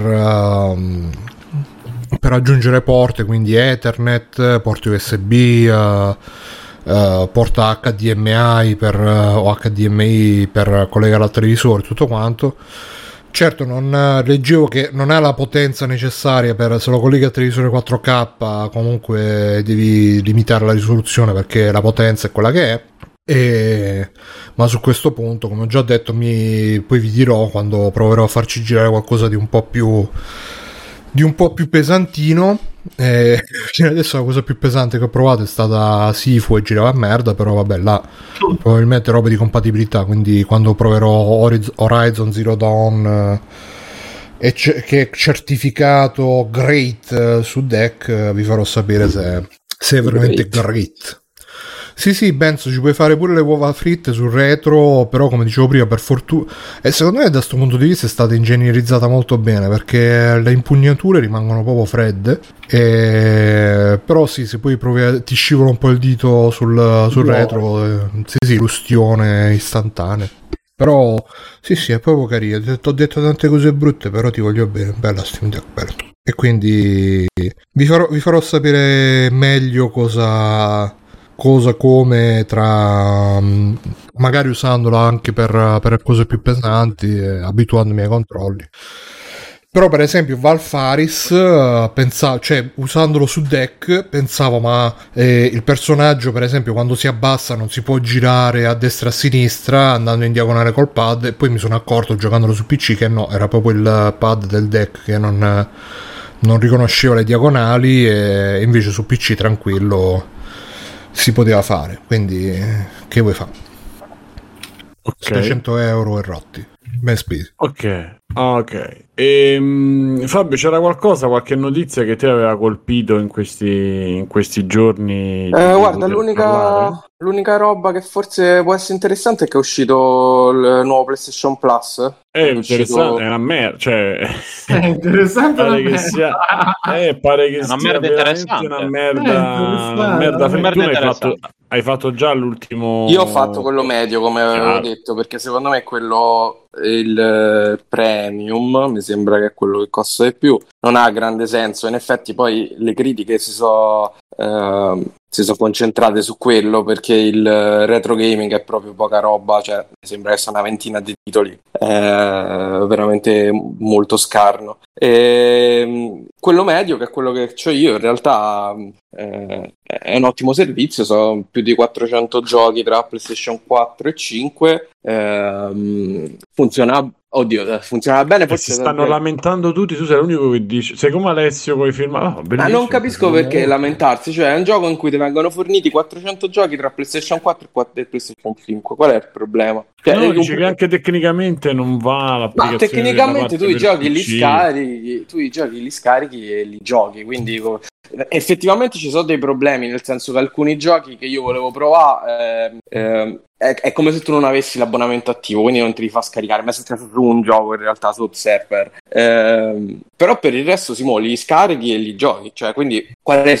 aggiungere porte, quindi Ethernet, porte USB, porta HDMI o HDMI per collegare al televisore, tutto quanto. Certo, leggevo che non ha la potenza necessaria se lo colleghi al televisore 4K, comunque devi limitare la risoluzione, perché la potenza è quella che è. Ma su questo punto, come ho già detto, poi vi dirò quando proverò a farci girare qualcosa di un po' più pesantino. Fino adesso la cosa più pesante che ho provato è stata Sifu e girava a merda, però vabbè, là probabilmente robe di compatibilità, quindi quando proverò Horizon Zero Dawn che è certificato great su deck, vi farò sapere se è veramente great. Sì, Benzo, ci puoi fare pure le uova fritte sul retro, però come dicevo prima, per fortuna, e secondo me da questo punto di vista è stata ingegnerizzata molto bene, perché le impugnature rimangono proprio fredde, però sì, se poi ti scivola un po' il dito sul retro, sì, l'ustione istantanea. Però sì, è proprio carino. Ti ho detto tante cose brutte, però ti voglio bene, bella Steam Deck, bella. E quindi vi farò sapere meglio cosa come magari usandola anche per cose più pesanti e abituandomi ai controlli. Però per esempio Valfaris pensavo, cioè usandolo su deck pensavo ma il personaggio per esempio quando si abbassa non si può girare a destra e a sinistra andando in diagonale col pad, e poi mi sono accorto giocandolo su PC che no, era proprio il pad del deck che non riconosceva le diagonali, e invece su PC tranquillo si poteva fare, quindi che vuoi fare? Okay. 600 euro e rotti, ben spesi. Ok. Fabio, c'era qualche notizia che ti aveva colpito in questi giorni? Guarda, l'unica roba che forse può essere interessante è che è uscito il nuovo PlayStation Plus. È interessante, è una merda, cioè è interessante, pare che sia una merda interessante, una merda. Tu hai fatto già l'ultimo. Io ho fatto quello medio, come avevo detto, perché secondo me il premium mi sembra che è quello che costa di più, non ha grande senso. In effetti poi le critiche si sono concentrate su quello, perché il retro gaming è proprio poca roba, cioè mi sembra che sia una ventina di titoli, veramente molto scarno. Quello medio, che è quello che c'ho io, in realtà è un ottimo servizio, sono più di 400 giochi tra PlayStation 4 e 5, funziona bene. Si stanno lamentando tutti, tu sei l'unico che dice, sei come Alessio con i film. Ma non capisco perché lamentarsi, cioè è un gioco in cui ti vengono forniti 400 giochi tra PlayStation 4 e PlayStation 5, qual è il problema? Cioè, no, dice che anche tecnicamente non va l'applicazione. Ma tecnicamente tu i giochi li scarichi e li giochi, quindi effettivamente ci sono dei problemi, nel senso che alcuni giochi che io volevo provare è come se tu non avessi l'abbonamento attivo, quindi non te li fa scaricare. Ma è successo su un gioco in realtà su Observer, però per il resto li scarichi e li giochi, cioè quindi come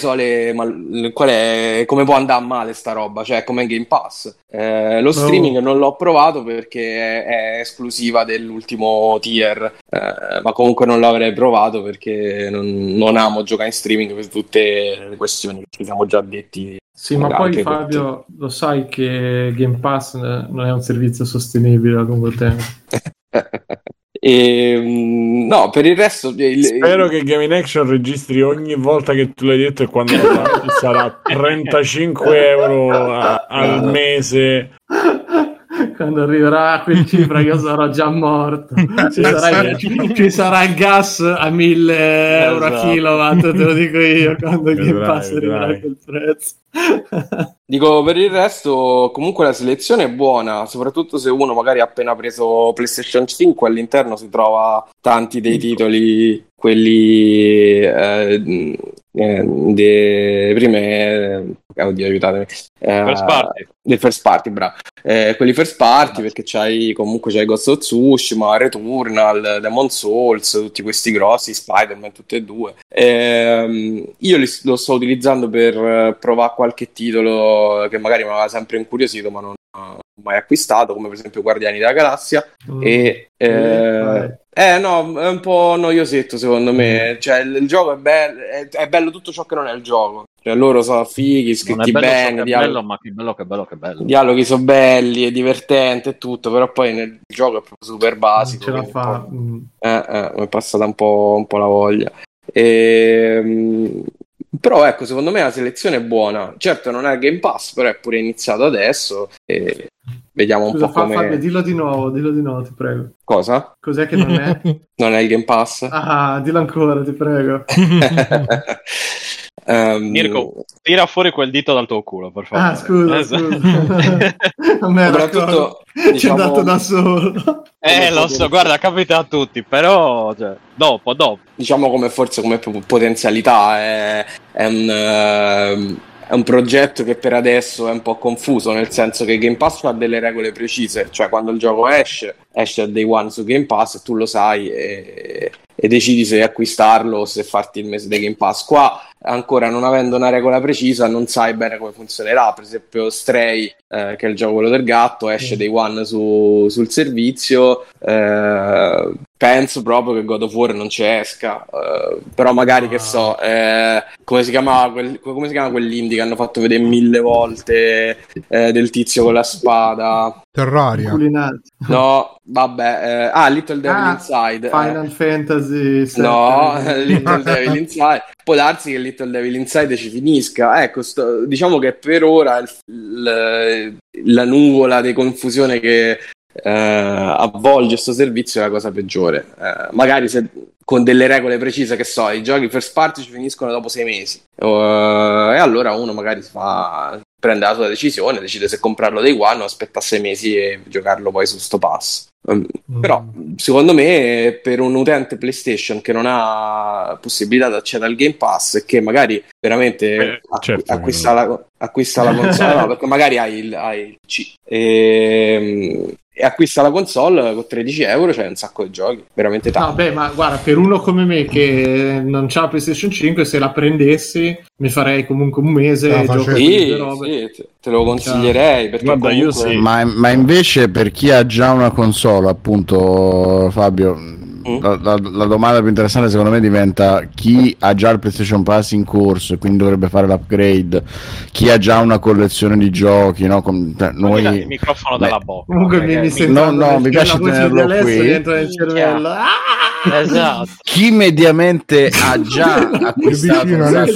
può andare male sta roba, cioè come Game Pass. Lo streaming non l'ho provato perché è esclusiva dell'ultimo tier, ma comunque non l'avrei provato perché non amo giocare in streaming per tutte le questioni che ci siamo già detti. Sì, ma poi Fabio, lo sai che Game Pass non è un servizio sostenibile a lungo termine. No, per il resto spero che Game in Action registri ogni volta che tu l'hai detto, e quando sarà 35 euro al mese. Quando arriverà a quel cifra io sarò già morto. Ci sarà il gas a 1.000 euro a kilowatt, te lo dico io, quando il Game Pass arriverà a quel prezzo. Dico, per il resto comunque la selezione è buona, soprattutto se uno magari ha appena preso PlayStation 5, all'interno si trova tanti dei titoli, quelli dei prime aiutatemi, del first party, bravo, quelli first party, perché c'hai Ghost of Tsushima, Returnal, Demon Souls, tutti questi grossi, Spider-Man, tutti e due. Io lo sto utilizzando per provare qualche titolo che magari mi aveva sempre incuriosito ma non ho mai acquistato, come per esempio Guardiani della Galassia. No, è un po' noiosetto secondo me, cioè il gioco è bello tutto ciò che non è il gioco, cioè loro sono fighi, scritti bene, dialoghi sono belli, è divertente e tutto, però poi nel gioco è proprio super basico, non ce la fa. Mi è passata un po' la voglia. Però ecco, secondo me la selezione è buona. Certo non è il Game Pass, però è pure iniziato adesso e vediamo un po' come... Fabio, dillo di nuovo, ti prego. Cosa? Cos'è che non è? Non è il Game Pass? Ah, dillo ancora, ti prego. Mirko, tira fuori quel dito dal tuo culo, per favore. Scusa. Non me soprattutto ci è andato da solo. Come lo so, guarda, capita a tutti, però dopo. Diciamo forse come potenzialità è un progetto che per adesso è un po' confuso, nel senso che Game Pass ha delle regole precise, cioè quando il gioco esce a day one su Game Pass e tu lo sai e decidi se acquistarlo o se farti il mese di Game Pass. Qua, ancora non avendo una regola precisa, non sai bene come funzionerà. Per esempio Stray, che è il gioco quello del gatto, esce day one sul servizio, penso proprio che God of War non ci esca, però magari che so, come si chiama quell'indie che hanno fatto vedere 1000 volte, del tizio con la spada? Terraria. No, vabbè, Little Devil Inside. Final Fantasy 7. No, Little Devil Inside. Può darsi che Little Devil Inside ci finisca. Ecco, diciamo che per ora la nuvola di confusione che avvolge questo servizio è la cosa peggiore. Magari se con delle regole precise, che so, i giochi first party ci finiscono dopo 6 mesi, e allora uno magari prende la sua decisione, decide se comprarlo day one o aspetta 6 mesi e giocarlo poi su sto pass. Però secondo me per un utente PlayStation che non ha possibilità di accedere al Game Pass e che magari veramente acquista la console, no, perché magari hai il C e acquista la console con 13 euro, c'è un sacco di giochi, veramente tanto. Vabbè, ma guarda, per uno come me che non c'ha la PlayStation 5, se la prendessi mi farei comunque un mese sì, te lo consiglierei, perché guarda, comunque... io sì. Ma invece per chi ha già una console, appunto, Fabio, la domanda più interessante secondo me diventa: chi ha già il PlayStation Plus in corso e quindi dovrebbe fare l'upgrade, chi ha già una collezione di giochi, no? Noi il microfono dalla bocca. Comunque mi sento mi piace tenerlo qui dentro nel cervello. Esatto. Chi mediamente ha già acquistato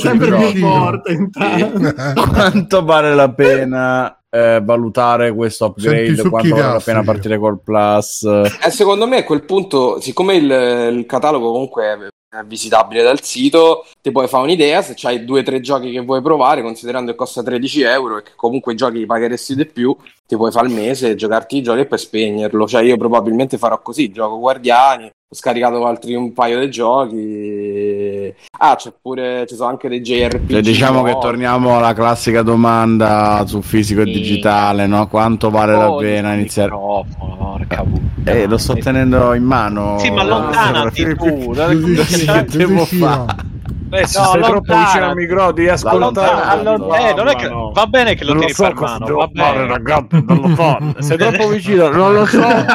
quanto vale la pena valutare questo upgrade, quanto vale la pena partire col Plus? Secondo me a quel punto, siccome il catalogo comunque è visitabile dal sito, ti puoi fare un'idea se c'hai 2 o 3 giochi che vuoi provare, considerando che costa 13 euro e che comunque i giochi li pagheresti di più, ti puoi fare il mese, giocarti i giochi e poi spegnerlo. Cioè io probabilmente farò così, gioco Guardiani, ho scaricato altri un paio di giochi, ci sono anche dei JRPG. Diciamo che torniamo alla classica domanda su fisico e digitale, no? Quanto vale la pena iniziare? Lo sto tenendo in mano. Sì, ma allontanati tu. Devo fare? Sei troppo vicino al microfono, devi ascoltare. Non è che va bene che lo tiri per mano, va bene, ragazzi, non lo so. Sei troppo vicino, non lo so.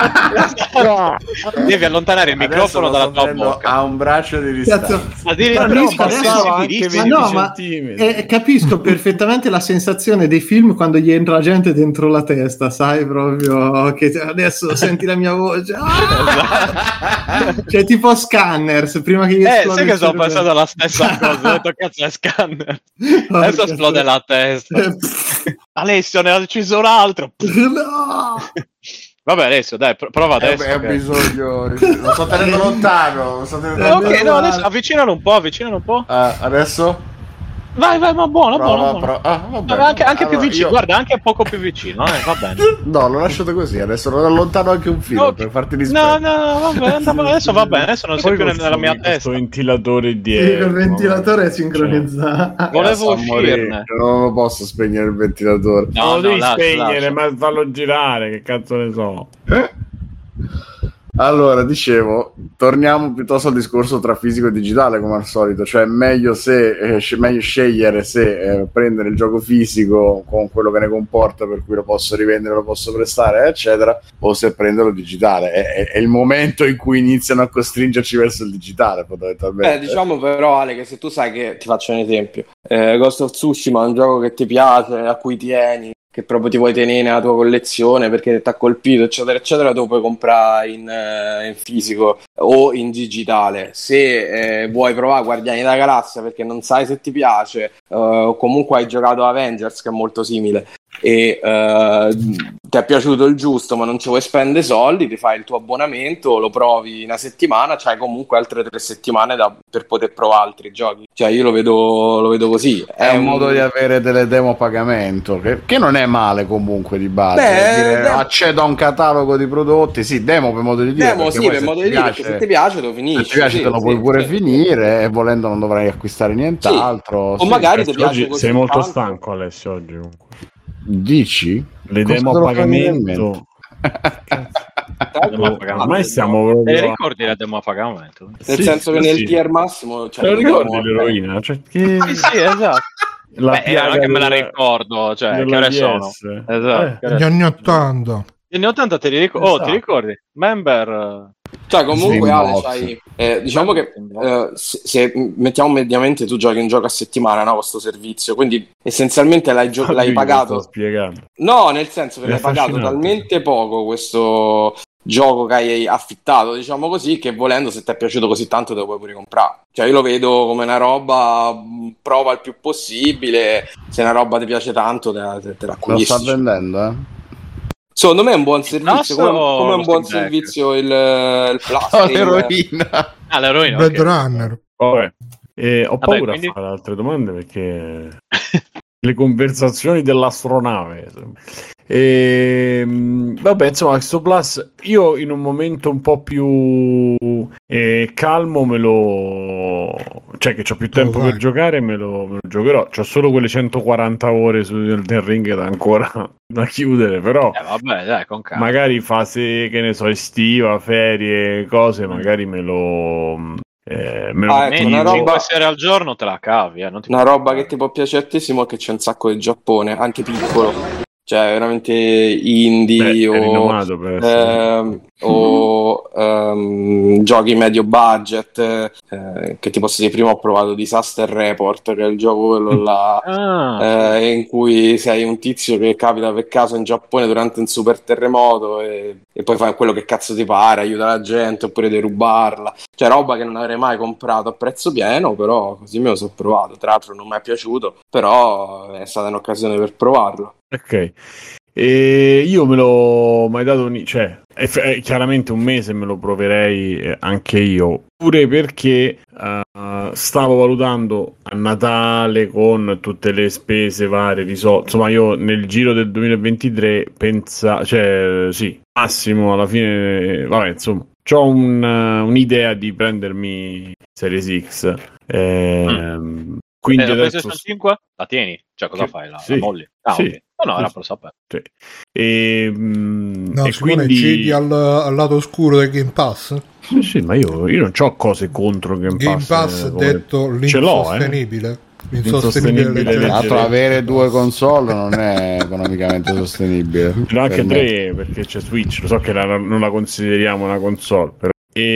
Devi allontanare il microfono dalla tua bocca. Ha un braccio di distanza. Capisco perfettamente la sensazione dei film quando gli entra la gente dentro la testa, sai, proprio che adesso senti la mia voce. Cioè tipo Scanners, prima che gli esplode. Sai che sto pensando alla stessa cosa, ho detto cazzo è Scanner, adesso esplode la testa. Alessio ne ha deciso un altro. No! Vabbè Alessio, dai, prova adesso. È bisogno, lo sto tenendo lontano. Ok, no, adesso avvicinalo un po'. Adesso? Vai, ma buono. Anche allora, più vicino, guarda, anche poco più vicino, va bene. No, l'ho lasciato così, adesso lo allontano anche un filo per farti rispetto. No, vabbè, adesso va bene, adesso non sei più nella mia testa. Questo ventilatore dietro. Il ventilatore è sincronizzato. Volevo uscirne. Non lo posso spegnere il ventilatore. No, lo devi spegnere, ma fallo girare, che cazzo ne so. Allora, dicevo, torniamo piuttosto al discorso tra fisico e digitale, come al solito, cioè meglio scegliere se prendere il gioco fisico con quello che ne comporta, per cui lo posso rivendere, lo posso prestare, eccetera, o se prenderlo digitale. È il momento in cui iniziano a costringerci verso il digitale, fondamentalmente. Diciamo però, Ale, che se tu sai che, ti faccio un esempio, Ghost of Tsushima è un gioco che ti piace, a cui tieni, che proprio ti vuoi tenere nella tua collezione perché ti ha colpito, eccetera, eccetera, lo puoi comprare in fisico o in digitale. Se vuoi provare Guardiani della Galassia perché non sai se ti piace, o comunque hai giocato Avengers, che è molto simile, e ti è piaciuto il giusto ma non ci vuoi spendere soldi, ti fai il tuo abbonamento, lo provi una settimana, c'hai comunque altre 3 settimane per poter provare altri giochi. Cioè io lo vedo così. È un modo di avere delle demo a pagamento che non è male comunque di base. Accedo a un catalogo di prodotti, sì, demo per modo di dire, perché se ti piace lo finisci, se ti piace te lo puoi pure finire, e volendo non dovrai acquistare nient'altro, o magari ti piace così sei molto tanto. stanco Alessio oggi comunque. Dici? Le demo a pagamento. Ormai stiamo te ricordi la demo a pagamento? Nel senso che nel tier massimo ricordi l'eroina, cioè che... sì, esatto. Non è che me la ricordo, cioè che ore sono? Esatto. Gli anni 80. Gli anni 80 te li ricordi? Esatto. Ti ricordi? Member. Cioè comunque Ale, diciamo che se mettiamo mediamente tu giochi un gioco a settimana, no, questo servizio, quindi essenzialmente l'hai pagato. No, nel senso che l'hai pagato talmente poco questo gioco che hai affittato, diciamo così, che volendo, se ti è piaciuto così tanto, te lo puoi pure comprare. Cioè io lo vedo come una roba, prova il più possibile, se una roba ti piace tanto te l'acquisti. Lo sta vendendo, Secondo me è un buon servizio, come un buon servizio il Plus. L'eroina. L'eroina. Blade Runner. Ho paura a fare altre domande perché le conversazioni dell'astronave. Vabbè, insomma, questo Plus io in un momento un po' più calmo cioè che ho più tempo per giocare, me lo giocherò. C'ho solo quelle 140 ore su Elden Ring da ancora da chiudere, però vabbè, dai, con calma. Magari fase, che ne so, estiva, ferie, cose, magari me lo una roba 5 sere al giorno te la cavi, una roba che ti può piacere a te, Simo, è che c'è un sacco di Giappone, anche piccolo, cioè veramente indie o giochi medio budget, che ti posso dire, prima ho provato Disaster Report, che è il gioco quello là in cui sei un tizio che capita per caso in Giappone durante un super terremoto e poi fai quello che cazzo ti pare, aiuta la gente oppure derubarla, cioè roba che non avrei mai comprato a prezzo pieno, però così me lo sono provato. Tra l'altro non mi è piaciuto, però è stata un'occasione per provarlo. Ok, e io me l'ho mai dato chiaramente un mese me lo proverei anche io, pure perché stavo valutando a Natale con tutte le spese varie risolte, insomma io nel giro del 2023 massimo alla fine, vabbè, insomma c'ho un'idea di prendermi Series X, quindi la adesso... PlayStation 5 la tieni? Cioè cosa fai? La molli? Sì. No, era per sapere. Sì. No, e quindi cedi al lato oscuro del Game Pass? Sì, ma io non c'ho cose contro Game Pass detto l'insostenibile. Insostenibile. Tra l'altro avere 2 console non è economicamente sostenibile. No, anche 3 perché c'è Switch, lo so che non la consideriamo una console, però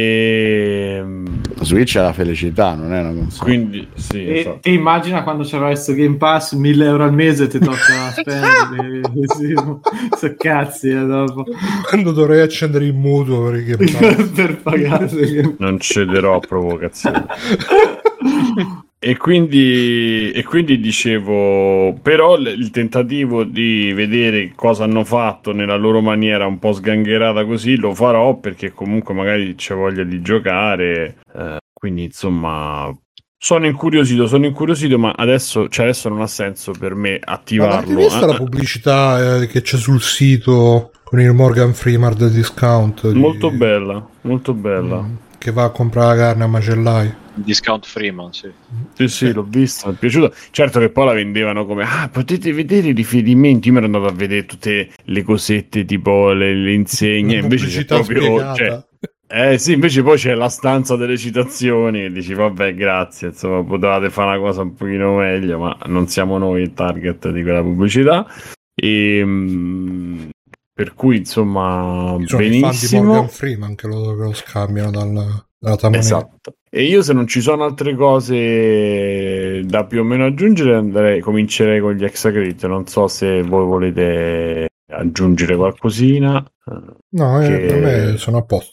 Switch è la felicità, non è una console. Quindi sì, ti immagina quando c'era questo Game Pass, 1.000 euro al mese ti tocca spendere so cazzi dopo. Quando dovrei accendere il mutuo per il Game Pass per pagare. Non cederò a provocazioni. E quindi dicevo, però il tentativo di vedere cosa hanno fatto nella loro maniera un po' sgangherata così lo farò, perché comunque magari c'è voglia di giocare, quindi insomma sono incuriosito, ma adesso non ha senso per me attivarlo. Ma vista la pubblicità che c'è sul sito con il Morgan Freeman discount? Molto bella. Che va a comprare la carne a macellai. Discount Freeman, sì. Sì, l'ho vista, mi è piaciuta. Certo che poi la vendevano come potete vedere i riferimenti. Io mi ero andato a vedere tutte le cosette, tipo le insegne, invece c'è proprio sì, invece poi c'è la stanza delle citazioni e dici vabbè, grazie, insomma, potevate fare una cosa un pochino meglio, ma non siamo noi il target di quella pubblicità. Per cui insomma sono benissimo. i fan di Morgan Freeman che lo scambiano Esatto. E io, se non ci sono altre cose da più o meno aggiungere, comincerei con gli Hexacrit. Non so se voi volete aggiungere qualcosina. No, per me sono a posto.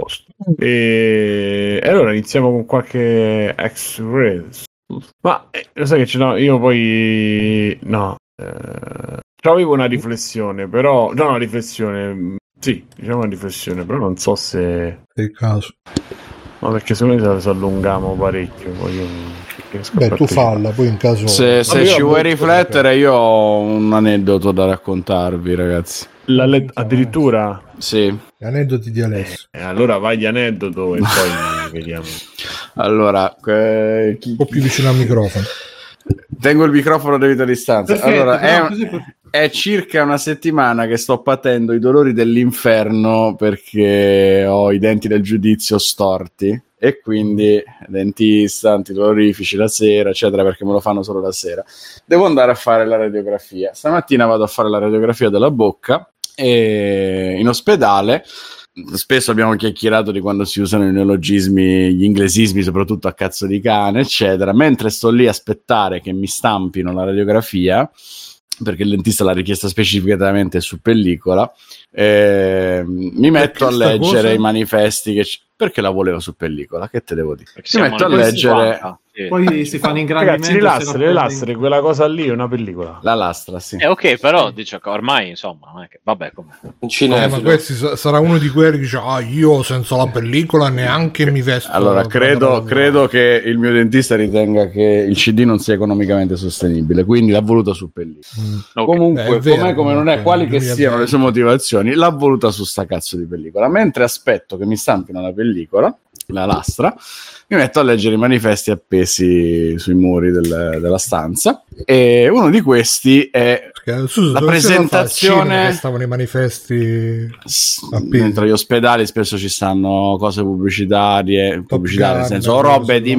E allora iniziamo con qualche X-Ray. Ma lo sai che ce l'ho io poi? No, avevo una riflessione, però no, una riflessione, sì, diciamo una riflessione, però non so se è il caso. No, perché secondo me se allungiamo parecchio. Beh, tu falla, poi in caso se ci vuoi riflettere, io ho un aneddoto da raccontarvi, ragazzi. Addirittura? Sì. Gli aneddoti di Alessio. Allora vai di aneddoto e poi vediamo. Allora, un po' più vicino al microfono. Tengo il microfono a debita distanza. Perfetto, allora, è circa una settimana che sto patendo i dolori dell'inferno perché ho i denti del giudizio storti e quindi dentista, antidolorifici la sera, eccetera, perché me lo fanno solo la sera. Devo andare a fare la radiografia. Stamattina vado a fare la radiografia della bocca e in ospedale. Spesso abbiamo chiacchierato di quando si usano i neologismi, gli inglesismi, soprattutto a cazzo di cane, eccetera. Mentre sto lì a aspettare che mi stampino la radiografia, perché il dentista l'ha richiesta specificatamente su pellicola, mi metto a leggere i manifesti perché la volevo su pellicola, che te devo dire? Mi metto a leggere. Poi si fanno ingrandimenti. Ragazzi, le lastre, quella cosa lì è una pellicola. La lastra, sì. Ok, però dice che ormai, insomma, non è che... vabbè, com'è. Ma questi sarà uno di quelli che dice io senza la pellicola neanche mi vesto. Allora, credo che il mio dentista ritenga che il CD non sia economicamente sostenibile, quindi l'ha voluta su pellicola. Okay. Comunque, come non è, quali che siano le sue motivazioni, l'ha voluta su sta cazzo di pellicola. Mentre aspetto che mi stampino la pellicola, la lastra, mi metto a leggere i manifesti appesi sui muri della stanza e uno di questi è la presentazione. Stavano i manifesti appesi. Dentro gli ospedali spesso ci stanno cose pubblicitarie nel senso o robe di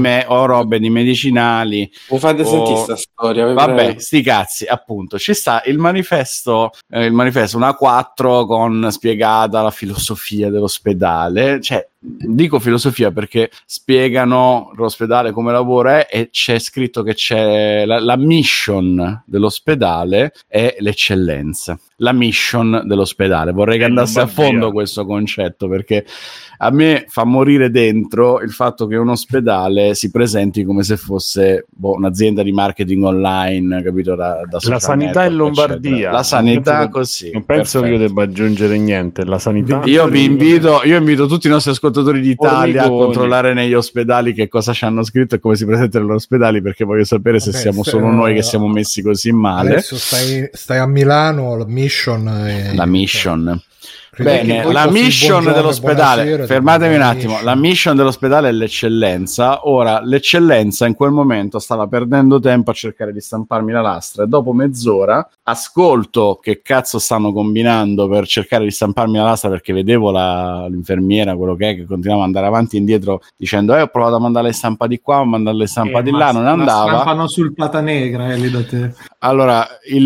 medicinali. Mi fate sentire sta storia. Vabbè, sti cazzi, appunto. Ci sta il manifesto una A4 con spiegata la filosofia dell'ospedale, cioè dico filosofia perché spiegano l'ospedale come lavora e c'è scritto che c'è la mission dell'ospedale è l'eccellenza. La mission dell'ospedale, vorrei che andasse a fondo questo concetto, perché a me fa morire dentro il fatto che un ospedale si presenti come se fosse un'azienda di marketing online, capito? Da la sanità in Lombardia, eccetera. La sanità così. Non penso che io debba aggiungere niente. La sanità. Io invito tutti i nostri ascoltatori d'Italia a controllare negli ospedali che cosa ci hanno scritto e come si presentano negli ospedali, perché voglio sapere se siamo solo noi che siamo messi così male. Adesso stai a Milano, la mission. Bene, la mission dell'ospedale, fermatemi un attimo, la mission dell'ospedale è l'eccellenza. Ora, l'eccellenza in quel momento stava perdendo tempo a cercare di stamparmi la lastra e dopo mezz'ora ascolto che cazzo stanno combinando per cercare di stamparmi la lastra, perché vedevo l'infermiera, quello che continuava ad andare avanti e indietro dicendo ho provato a mandare le stampa di qua, ho mandato le stampa di là, non andava. Stampano sul plata negra lì da te. Allora,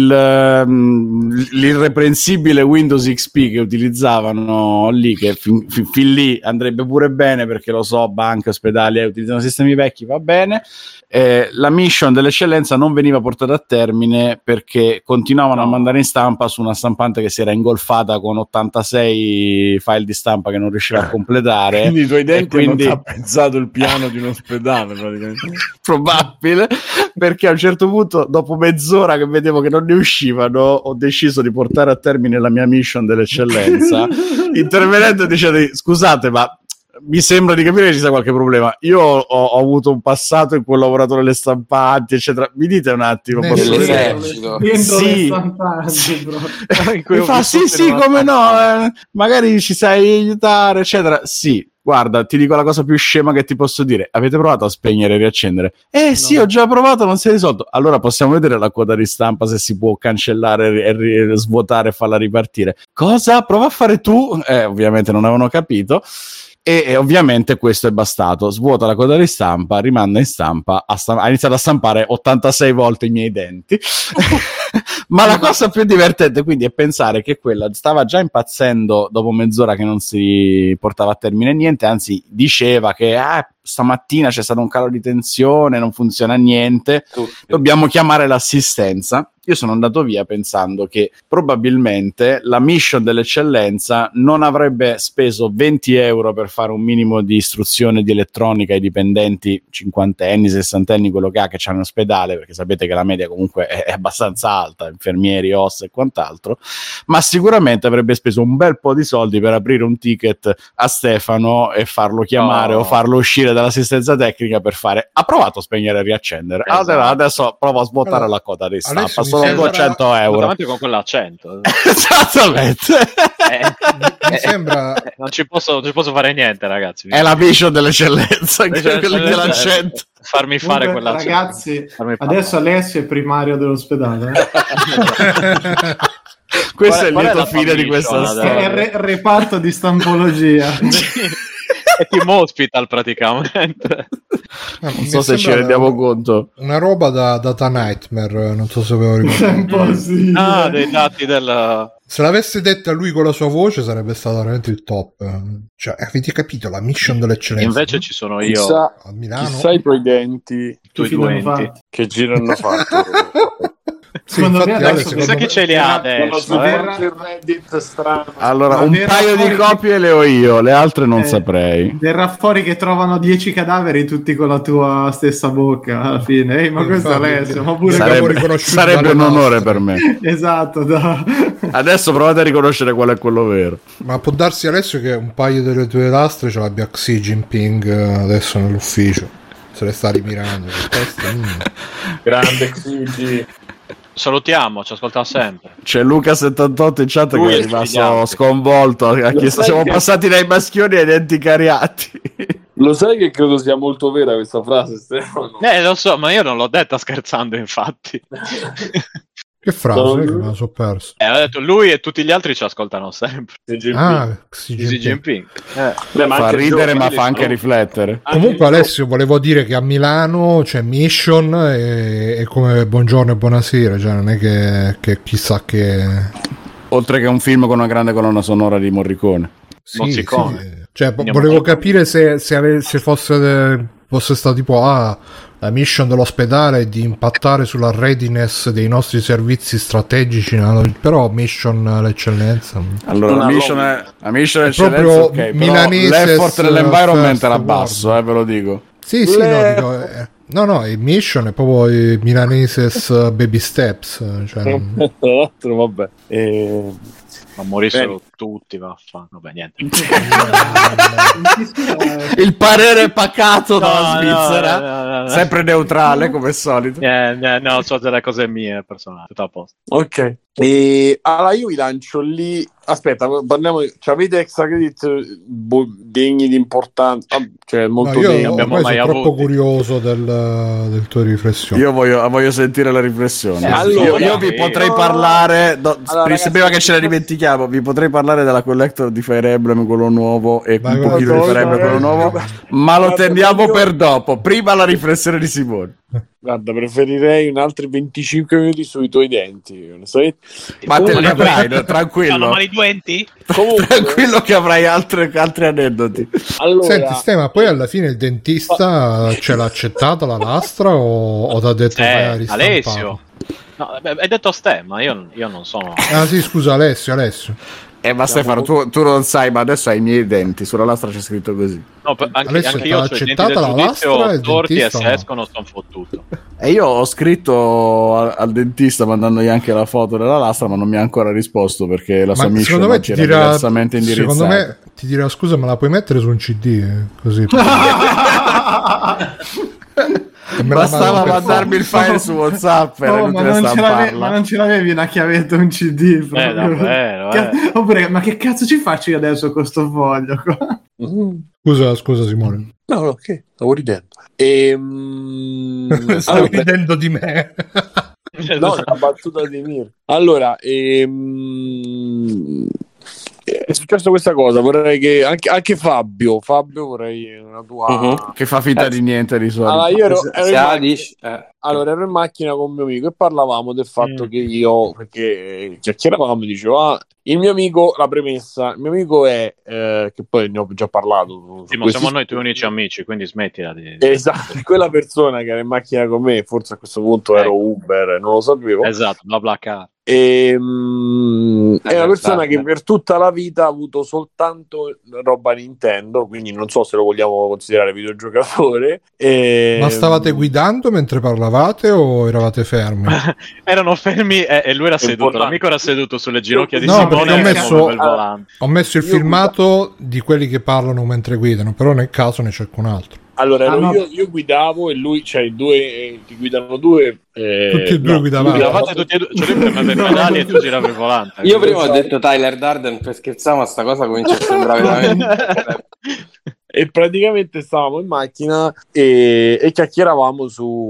l'irreprensibile Windows XP che utilizzavano lì, che fin lì andrebbe pure bene, perché lo so, banche, ospedali utilizzano sistemi vecchi, va bene. La mission dell'eccellenza non veniva portata a termine perché continuavano a mandare in stampa su una stampante che si era ingolfata con 86 file di stampa che non riusciva a completare. Quindi i tuoi denti hanno tappezato il piano di un ospedale praticamente. Probabile, perché a un certo punto, dopo mezz'ora che vedevo che non ne uscivano, ho deciso di portare a termine la mia mission dell'eccellenza intervenendo e dicendo scusate, ma mi sembra di capire che ci sia qualche problema. Io ho avuto un passato in cui ho lavorato nelle stampanti, eccetera. Mi dite un attimo? Sì, come no? Magari ci sai aiutare, eccetera. Sì, guarda, ti dico la cosa più scema che ti posso dire. Avete provato a spegnere e riaccendere? Sì, ho già provato, non si è risolto. Allora possiamo vedere la quota di stampa se si può cancellare e svuotare e farla ripartire. Cosa? Prova a fare tu? Ovviamente non avevano capito. e ovviamente questo è bastato. Svuota la coda di stampa, rimanda in stampa, ha iniziato a stampare 86 volte i miei denti. Ma la cosa più divertente quindi è pensare che quella stava già impazzendo dopo mezz'ora che non si portava a termine niente, anzi diceva che stamattina c'è stato un calo di tensione, non funziona niente, dobbiamo chiamare l'assistenza. Io sono andato via pensando che probabilmente la mission dell'eccellenza non avrebbe speso 20 euro per fare un minimo di istruzione di elettronica ai dipendenti cinquantenni, sessantenni, quello che c'è in ospedale, perché sapete che la media comunque è abbastanza alta, infermieri, OS e quant'altro, ma sicuramente avrebbe speso un bel po' di soldi per aprire un ticket a Stefano e farlo chiamare o farlo uscire dall'assistenza tecnica per fare ha provato a spegnere e riaccendere, adesso provo a svuotare la coda di stampa, sono 200 euro con quell'accento. Esattamente. Mi sembra non ci posso fare niente, ragazzi. È la mission dell'eccellenza, l'accento. Farmi fare quell'accento. Ragazzi, adesso Alessio è primario dell'ospedale. Questo è il lieto fine di questa storia. È il reparto di stampologia. È Team Hospital praticamente. Non so se ci rendiamo conto. Una roba da Data Nightmare, non so se avevo ricordato. Dei dati del... Se l'avesse detta lui con la sua voce sarebbe stato veramente il top. Cioè, avete capito la mission dell'eccellenza? Invece ci sono io a Milano. Chissà i tuoi denti che girano fatto. Secondo me adesso chissà chi ce li ha adesso. Allora, un paio di copie le ho io, le altre non saprei. Verrà fuori che trovano 10 cadaveri tutti con la tua stessa bocca alla fine. Ehi, ma questo è Alessio, ma pure sarebbe un onore per me. Esatto, adesso provate a riconoscere qual è quello vero. Ma può darsi Alessio che un paio delle tue lastre ce l'abbia Xi Jinping adesso nell'ufficio, se le sta rimirando. Grande Xi. Salutiamo, ci ascoltiamo sempre. C'è Luca78 in chat che è rimasto sconvolto, ha chiesto siamo passati dai maschioni ai denti cariati. Lo sai che credo sia molto vera questa frase, Stefano? Lo so, ma io non l'ho detta scherzando, infatti. Che frase? Che me la so perso. Ho detto lui e tutti gli altri ci ascoltano sempre. Xi Jinping. Fa ridere ma fa anche riflettere. Comunque Alessio, volevo dire che a Milano c'è Mission e come buongiorno e buonasera, cioè non è che chissà che... Oltre che un film con una grande colonna sonora di Morricone. Sì. Cioè volevo capire se fosse stato tipo la mission dell'ospedale è di impattare sulla readiness dei nostri servizi strategici, però mission l'eccellenza. Allora la mission è eccellenza, okay, milanese, l'effort dell'environment era basso, ve lo dico. Sì, no, il mission è proprio i milaneses baby steps, cioè vabbè. Ma morissero tutti, vaffanculo. Vabbè, niente. Il parere pacato dalla Svizzera, sempre neutrale come al solito. No, so delle cose mie personali, tutto a posto. Ok. E allora io vi lancio lì. Aspetta, parliamo. Avete extra credit degni di importanza? Cioè, molto degni. Io sono troppo curioso del tuo riflessione. Io voglio sentire la riflessione. Allora, io vi potrei parlare. Prima che ce la dimentichiamo, vi potrei parlare della collector di Fire Emblem, quello nuovo, e un pochino di Fire Emblem, quello nuovo. Ma lo teniamo per dopo. Prima la riflessione di Simone. Guarda, preferirei un altri 25 minuti sui tuoi denti. Ma te li avrai, tranquillo. Sono mali denti? Tranquillo che avrai altri aneddoti. Allora, senti, Stema, poi alla fine il dentista ce l'ha accettata la lastra o ti ha detto vai a ristampare? Alessio. No, hai detto Stema, io non sono... Ah sì, scusa, Alessio. Ma Stefano, tu non sai, ma adesso hai i miei denti, sulla lastra c'è scritto così. No, anche io ho i denti del giudizio torti e se escono sono fottuto. E io ho scritto al dentista mandandogli anche la foto della lastra, ma non mi ha ancora risposto perché la sua mission oggi era diversamente indirizzata. Secondo me ti dirà scusa, ma la puoi mettere su un CD? Così. Bastava mandarmi il file su WhatsApp ma non ce l'avevi una chiavetta, un CD oppure, ma che cazzo ci faccio io adesso con sto foglio qua? Scusa Simone. No, che stavo ridendo stavo ridendo di me. No, la battuta di Mir. Allora è successa questa cosa, vorrei che anche Fabio vorrei una tua che fa finta di niente di solito. Allora ero in macchina con un mio amico e parlavamo del fatto che io, perché chiacchieravamo, dicevo il mio amico, la premessa, il mio amico è che poi ne ho già parlato, sì, ma siamo noi tuoi unici amici, quindi smettila di... Esatto, quella persona che era in macchina con me, forse a questo punto ero Uber, non lo sapevo. Esatto, bla bla car. È una persona che per tutta la vita ha avuto soltanto roba Nintendo, quindi non so se lo vogliamo considerare videogiocatore. Ma stavate guidando mentre parlavate o eravate fermi? Erano fermi e lui era seduto, l'amico era seduto sulle ginocchia di Simone ho messo il filmato di quelli che parlano mentre guidano, però nel caso ne cerco un altro. Allora io guidavo e lui, cioè i due ti guidano due, tutti e due guidavate. Guidavate tutti e due, cioè lui premeva i pedali e tu giravi il volante. Io prima ho detto Tyler Durden per scherzare, ma sta cosa comincia a sembrare veramente. E praticamente stavamo in macchina e chiacchieravamo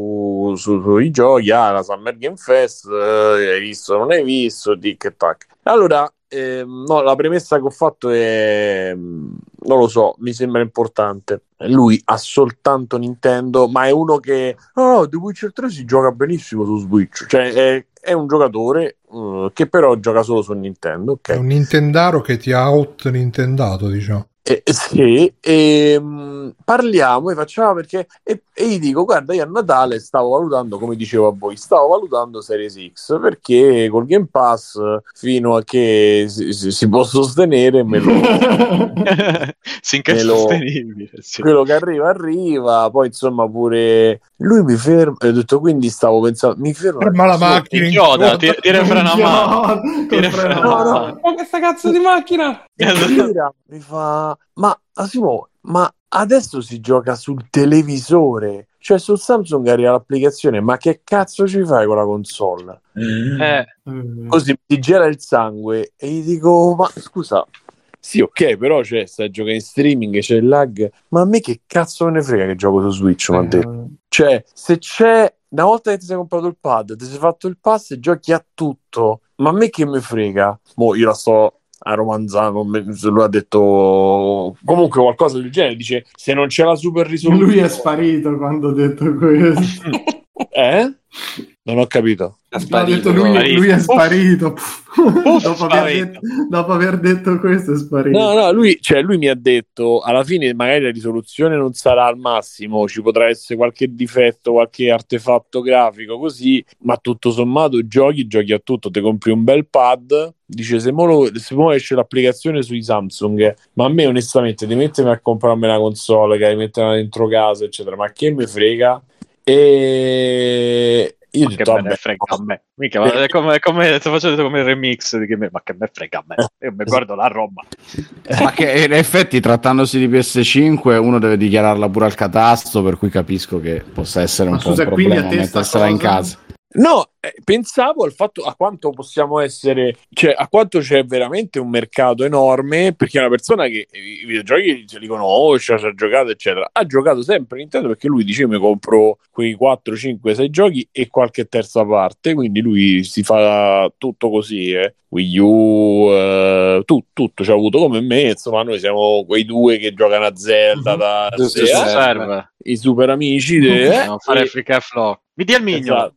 sui giochi, la Summer Game Fest, hai visto, non hai visto, tic e tac. Allora, no, la premessa che ho fatto è, non lo so, mi sembra importante. Lui ha soltanto Nintendo, ma è uno che The Witcher 3 si gioca benissimo su Switch, cioè è un giocatore che però gioca solo su Nintendo, okay? È un Nintendaro che ti ha out-nintendato, diciamo. Sì, parliamo e facciamo perché e gli dico guarda, io a Natale stavo valutando, come dicevo a voi, stavo valutando Series X perché col Game Pass fino a che si può sostenere finché è sostenibile, sì. Quello che arriva, poi insomma pure lui mi ferma, ho detto, quindi stavo pensando, mi ferma la macchina, tira freno a mano, no, questa cazzo di macchina mi fa, ma Simo, ma adesso si gioca sul televisore, cioè sul Samsung arriva l'applicazione, ma che cazzo ci fai con la console? Così ti gela il sangue e gli dico, ma scusa, sì, ok, però stai giocando in streaming, c'è il lag, ma a me che cazzo me ne frega che gioco su Switch, cioè, se c'è, una volta che ti sei comprato il pad, ti sei fatto il pass e giochi a tutto, ma a me che me frega? Io la sto a romanzano, lui ha detto comunque qualcosa del genere, dice se non c'è la super risoluzione. Lui è sparito quando ho detto questo. Non ho capito. Ha detto lui è sparito. Dopo aver detto questo è sparito. No, lui mi ha detto alla fine magari la risoluzione non sarà al massimo, ci potrà essere qualche difetto, qualche artefatto grafico così, ma tutto sommato giochi a tutto, ti compri un bel pad, dice se mo esce l'applicazione sui Samsung, ma a me onestamente di mettermi a comprarmi una console che metterla dentro casa eccetera, ma che me frega? E io che me ne frega a me, mica, è come sto facendo come il remix di ma che me frega a me, io mi guardo la roba. Ma che in effetti trattandosi di PS5 uno deve dichiararla pure al catasto, per cui capisco che possa essere un po' un problema mettersela in casa. No, pensavo al fatto a quanto possiamo essere, cioè a quanto c'è veramente un mercato enorme, perché è una persona che i videogiochi li conosce, ci ha giocato eccetera, ha giocato sempre Nintendo perché lui dice mi compro quei 4, 5, 6 giochi e qualche terza parte, quindi lui si fa tutto così, Wii U, tutto ci ha avuto come me, insomma noi siamo quei due che giocano a Zelda i super amici fare Freak Flow. Mi dia il migno.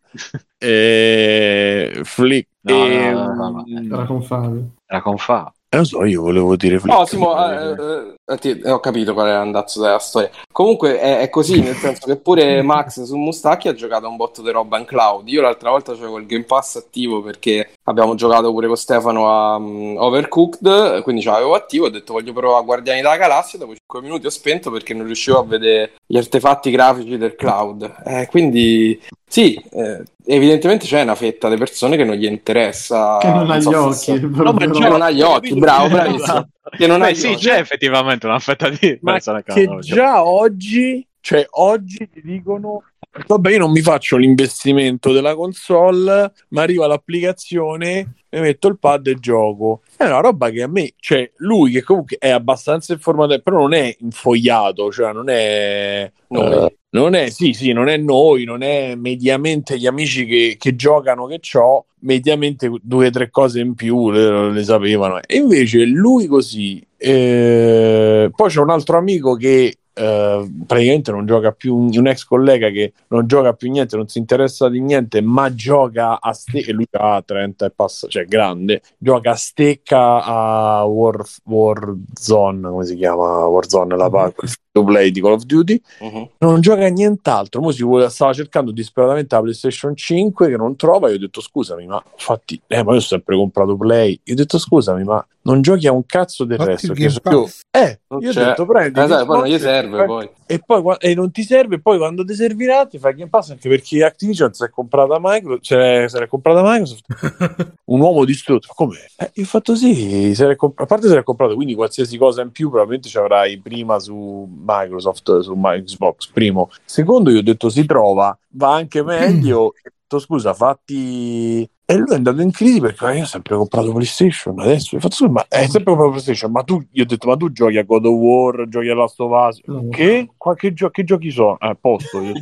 Flick. No. Era con Fabio. Non so, io volevo dire Flick. No, Simo, ho capito qual è l'andazzo della storia. Comunque è così, nel senso che pure Max su Mustacchi ha giocato un botto di roba in cloud. Io l'altra volta avevo il Game Pass attivo perché abbiamo giocato pure con Stefano a Overcooked, quindi ce l'avevo attivo, ho detto voglio provare a Guardiani della Galassia, dopo 5 minuti ho spento perché non riuscivo a vedere gli artefatti grafici del cloud. Quindi sì, evidentemente c'è una fetta di persone che non gli interessa, che non ha gli occhi, non ha gli occhi, bravissimo. Che non sì, c'è effettivamente una fetta di persone che già oggi ti dicono vabbè, io non mi faccio l'investimento della console, ma arriva l'applicazione, mi metto il pad e gioco. È una roba che a me, cioè lui che comunque è abbastanza informato, però non è infogliato, cioè non è non è non è noi, non è mediamente gli amici che giocano che c'ho, mediamente 2 o 3 cose in più le sapevano, e invece lui così. Poi c'è un altro amico che praticamente non gioca più, un ex collega che non gioca più niente, non si interessa di niente, ma gioca a stecca, e lui ha 30 e passa, cioè grande, gioca a stecca a Warzone, come si chiama? Warzone, la free to play di Call of Duty. Non gioca a nient'altro. Mo stava cercando disperatamente la PlayStation 5 che non trova. Io ho detto scusami, ma infatti ma io ho sempre comprato Play. Io ho detto scusami, ma non giochi a un cazzo del resto, che io ho detto prendi, poi non gli serve poi. E poi non ti serve, poi quando ti servirà ti fai Game Pass, anche perché Activision si è comprata Microsoft, un uomo distrutto. Ma come? Io ho fatto sì, a parte se l'è comprato, quindi qualsiasi cosa in più probabilmente ci avrai prima su Microsoft, su Xbox, primo. Secondo, io ho detto si trova, va anche meglio. Ho detto scusa, fatti. E lui è andato in crisi perché io ho sempre comprato PlayStation, adesso ho fatto scusa, ma è sempre comprato PlayStation, ma tu, io ho detto, ma tu giochi a God of War, giochi a Last of Us, che giochi sono? Posto, io ho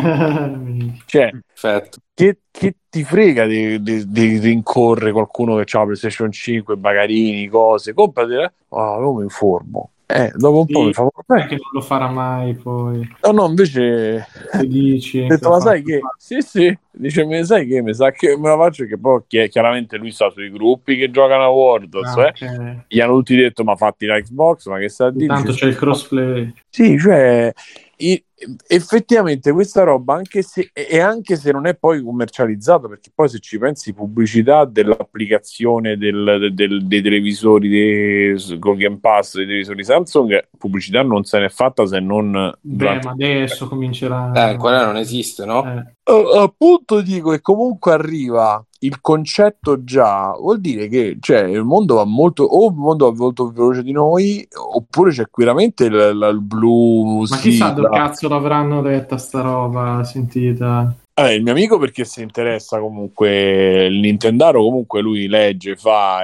detto, cioè, che ti frega di rincorrere qualcuno che ha la PlayStation 5, bagarini, cose, comprati, io mi informo. Dopo un po' mi fa che non lo farà mai poi. No, invece dici, ho detto, ma sai che dice, me sai che mi sa che me la faccio, che poi chiaramente lui sta sui gruppi che giocano a World, gli hanno tutti detto ma fatti la Xbox, ma che sta a dire? Tanto c'è il crossplay. Sì, cioè effettivamente questa roba, anche se non è poi commercializzata, perché poi se ci pensi, pubblicità dell'applicazione dei televisori con Game Pass, dei televisori Samsung, pubblicità non se n'è fatta, se non ma adesso comincerà, quella non esiste, no? Appunto dico che comunque arriva il concetto, già vuol dire che il mondo va molto più veloce di noi, oppure c'è veramente il blu. Ma chissà dove cazzo l'avranno detta sta roba sentita. Il mio amico, perché si interessa comunque il Nintendaro, comunque lui legge, fa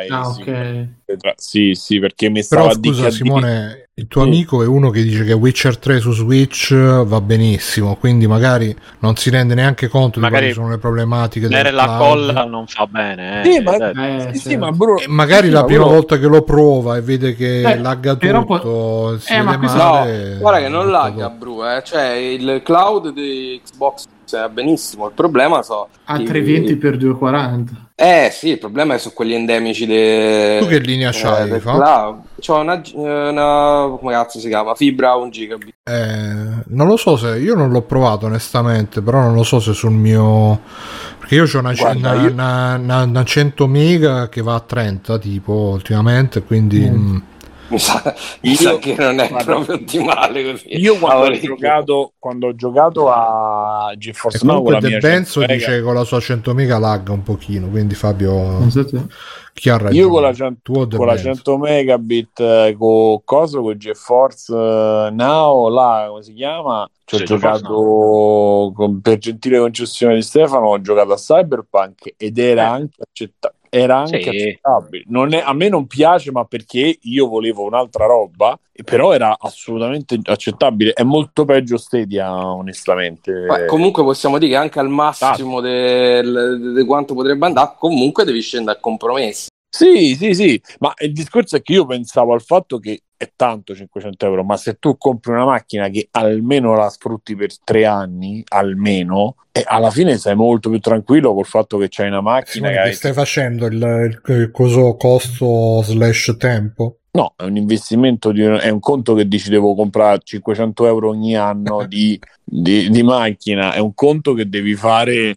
sì, perché mi stava a dire. Però scusa Simone, il tuo amico è uno che dice che Witcher 3 su Switch va benissimo, quindi magari non si rende neanche conto di quali sono le problematiche del la colla non fa bene, ma bro, magari la prima volta che lo prova e vede che lagga tutto, si vede male. No, guarda che non lagga, bro, cioè il cloud di Xbox benissimo, il problema a 320 per 240. Sì, il problema è su quelli endemici tu che linea c'hai? C'ho una come cazzo si chiama? Fibra 1 gigabit. Non lo so, se io non l'ho provato onestamente, però non lo so se sul mio, perché io c'ho una 100 mega che va a 30 tipo ultimamente, quindi mi sa che non è proprio ottimale così. Io quando ho giocato a GeForce Now con la mia Benzo dice che con la sua 100 mega lagga un pochino, quindi Fabio chi ha ragione? Io con la 100 megabit con GeForce Now, là come si chiama, ci ho giocato per gentile concessione di Stefano, ho giocato a Cyberpunk ed era anche accettabile. Accettabile. A me non piace, ma perché io volevo un'altra roba, però era assolutamente accettabile. È molto peggio Stadia, onestamente. Comunque possiamo dire che anche al massimo di quanto potrebbe andare, comunque devi scendere a compromessi. Sì, ma il discorso è che io pensavo al fatto che è tanto 500 euro, ma se tu compri una macchina che almeno la sfrutti per 3 anni, almeno, e alla fine sei molto più tranquillo col fatto che c'hai una macchina che stai facendo il costo / tempo. No, è un investimento, è un conto che dici devo comprare 500 euro ogni anno di macchina, è un conto che devi fare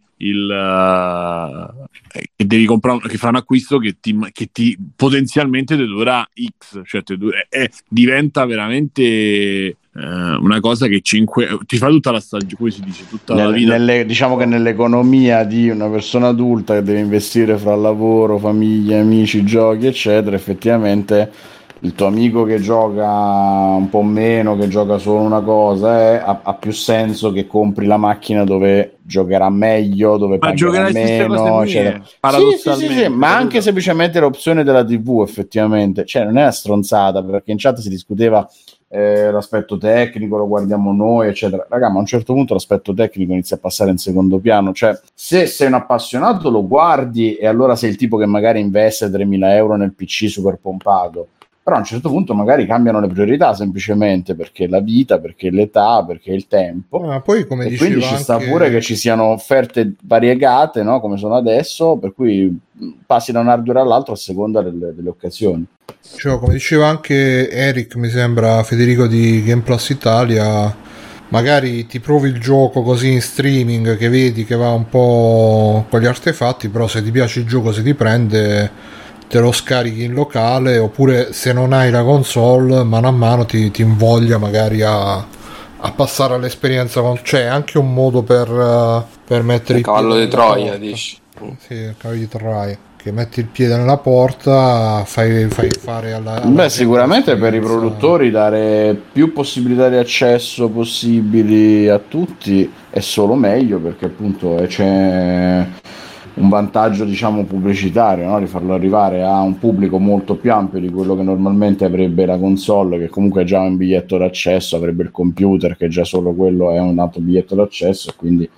che devi comprare, che fa un acquisto che ti potenzialmente ti durerà X, cioè diventa veramente una cosa che ti fa tutta la stagione, come si dice, tutta la vita. Diciamo che nell'economia di una persona adulta che deve investire fra lavoro, famiglia, amici, giochi, eccetera, effettivamente il tuo amico che gioca un po' meno, che gioca solo una cosa, ha più senso che compri la macchina dove giocherà meglio, dove pagherà meno, eccetera. Sì, ma anche semplicemente l'opzione della TV, effettivamente, cioè non è una stronzata, perché in chat si discuteva l'aspetto tecnico lo guardiamo noi, eccetera. Raga, ma a un certo punto l'aspetto tecnico inizia a passare in secondo piano. Cioè, se sei un appassionato lo guardi, e allora sei il tipo che magari investe 3.000 euro nel PC super pompato. Però a un certo punto magari cambiano le priorità, semplicemente perché la vita, perché l'età, perché il tempo. Ma poi, come e quindi ci sta pure che ci siano offerte variegate, no? Come sono adesso, per cui passi da un hardware all'altro a seconda delle occasioni. Cioè, come diceva anche Eric, mi sembra, Federico di Game Plus Italia, magari ti provi il gioco così in streaming, che vedi che va un po' con gli artefatti, però se ti piace il gioco, se ti prende, te lo scarichi in locale, oppure se non hai la console, mano a mano ti invoglia magari a passare all'esperienza cioè è anche un modo per mettere il cavallo di Troia, dici? Sì, il cavallo di Troia, che metti il piede nella porta, fai fare alla sicuramente per i produttori dare più possibilità di accesso possibili a tutti è solo meglio, perché appunto c'è un vantaggio, diciamo, pubblicitario, no? Di farlo arrivare a un pubblico molto più ampio di quello che normalmente avrebbe la console, che comunque è già un biglietto d'accesso, avrebbe il computer, che già solo quello è un altro biglietto d'accesso, e quindi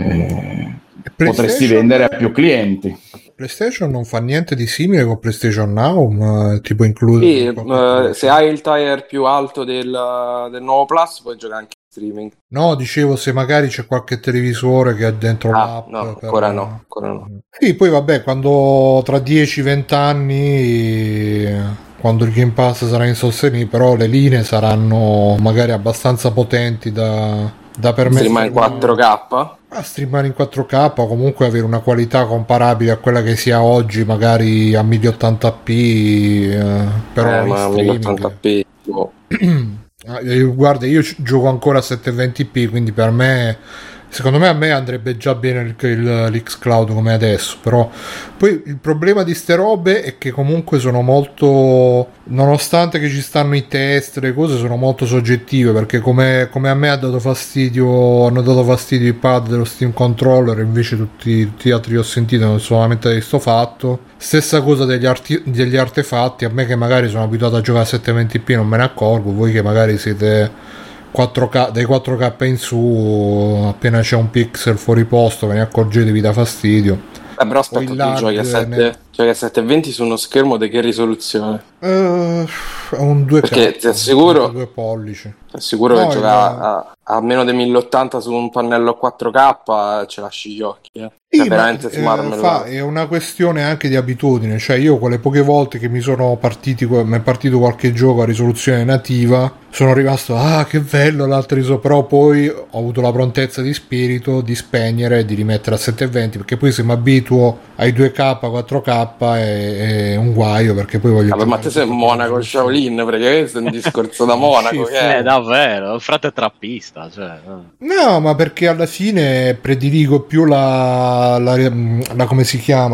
potresti vendere a più clienti. PlayStation non fa niente di simile con PlayStation Now, tipo include se hai il tier più alto del nuovo Plus puoi giocare anche in streaming. No, dicevo, se magari c'è qualche televisore che ha dentro l'app. No, ancora no. Sì, poi vabbè, quando tra 10-20 anni, quando il Game Pass sarà insostenibile, però le linee saranno magari abbastanza potenti da permettere streamare in 4K? A streamare in 4K, o comunque avere una qualità comparabile a quella che sia oggi, magari a 1080p, però ma 1080p guarda, io gioco ancora a 720p, quindi per me, secondo me, a me andrebbe già bene l'xCloud come adesso. Però poi il problema di ste robe è che comunque sono molto, nonostante che ci stanno i test, le cose sono molto soggettive, perché come a me hanno dato fastidio i pad dello Steam Controller, invece tutti gli altri che ho sentito non solamente di sto fatto. Stessa cosa degli artefatti, a me che magari sono abituato a giocare a 720p non me ne accorgo, voi che magari siete 4K, dai 4K in su, appena c'è un pixel fuori posto ve ne accorgete, vi dà fastidio. Però aspetta, tu giochi a 720 su uno schermo di che risoluzione? Un 2K, perché ti assicuro 2 pollici. Ti assicuro che giocare a meno di 1080 su un pannello 4K ce lasci gli occhi, Sì, veramente è una questione anche di abitudine. Cioè, io quelle poche volte che mi è partito qualche gioco a risoluzione nativa, sono rimasto che bello l'altro però poi ho avuto la prontezza di spirito di spegnere e di rimettere a 720, perché poi se mi abituo ai 2K 4K è un guaio, perché poi voglio ma te sei Monaco Shaolin, perché questo è un discorso da Monaco. Davvero, il frate è trappista, cioè. No, ma perché alla fine prediligo più la come si chiama,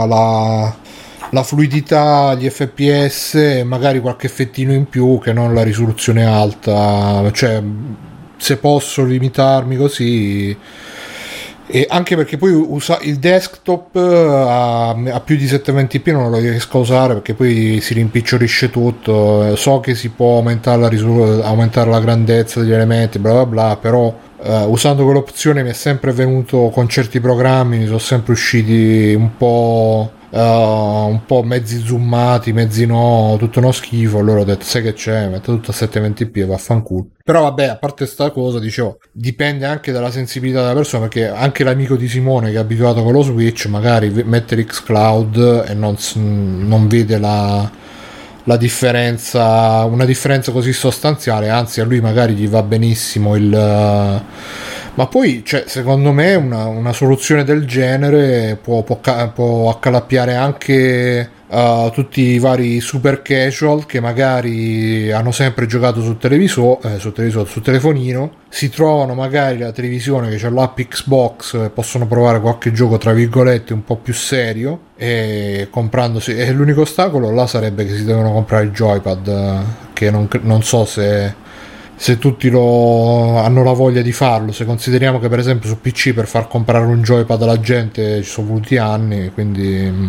la fluidità, gli FPS e magari qualche effettino in più, che non la risoluzione alta. Cioè, se posso limitarmi così. E anche perché poi il desktop a più di 720p non lo riesco a usare, perché poi si rimpicciolisce tutto. So che si può aumentare la grandezza degli elementi, bla bla bla, però usando quell'opzione mi è sempre venuto, con certi programmi mi sono sempre usciti un po' mezzi zoomati, mezzi no, tutto uno schifo. Allora ho detto, sai che c'è, metto tutto a 720p e vaffanculo. Però vabbè, a parte sta cosa, dicevo, dipende anche dalla sensibilità della persona, perché anche l'amico di Simone che è abituato con lo Switch magari mette l'xCloud e non vede la differenza, una differenza così sostanziale, anzi a lui magari gli va benissimo ma poi, cioè, secondo me una soluzione del genere può accalappiare anche tutti i vari super casual che magari hanno sempre giocato sul telefonino, si trovano magari la televisione che c'è l'app Xbox, possono provare qualche gioco tra virgolette un po' più serio, e comprandosi, e l'unico ostacolo là sarebbe che si devono comprare il joypad, che non so se tutti hanno la voglia di farlo, se consideriamo che per esempio su PC per far comprare un joypad alla gente ci sono voluti anni, quindi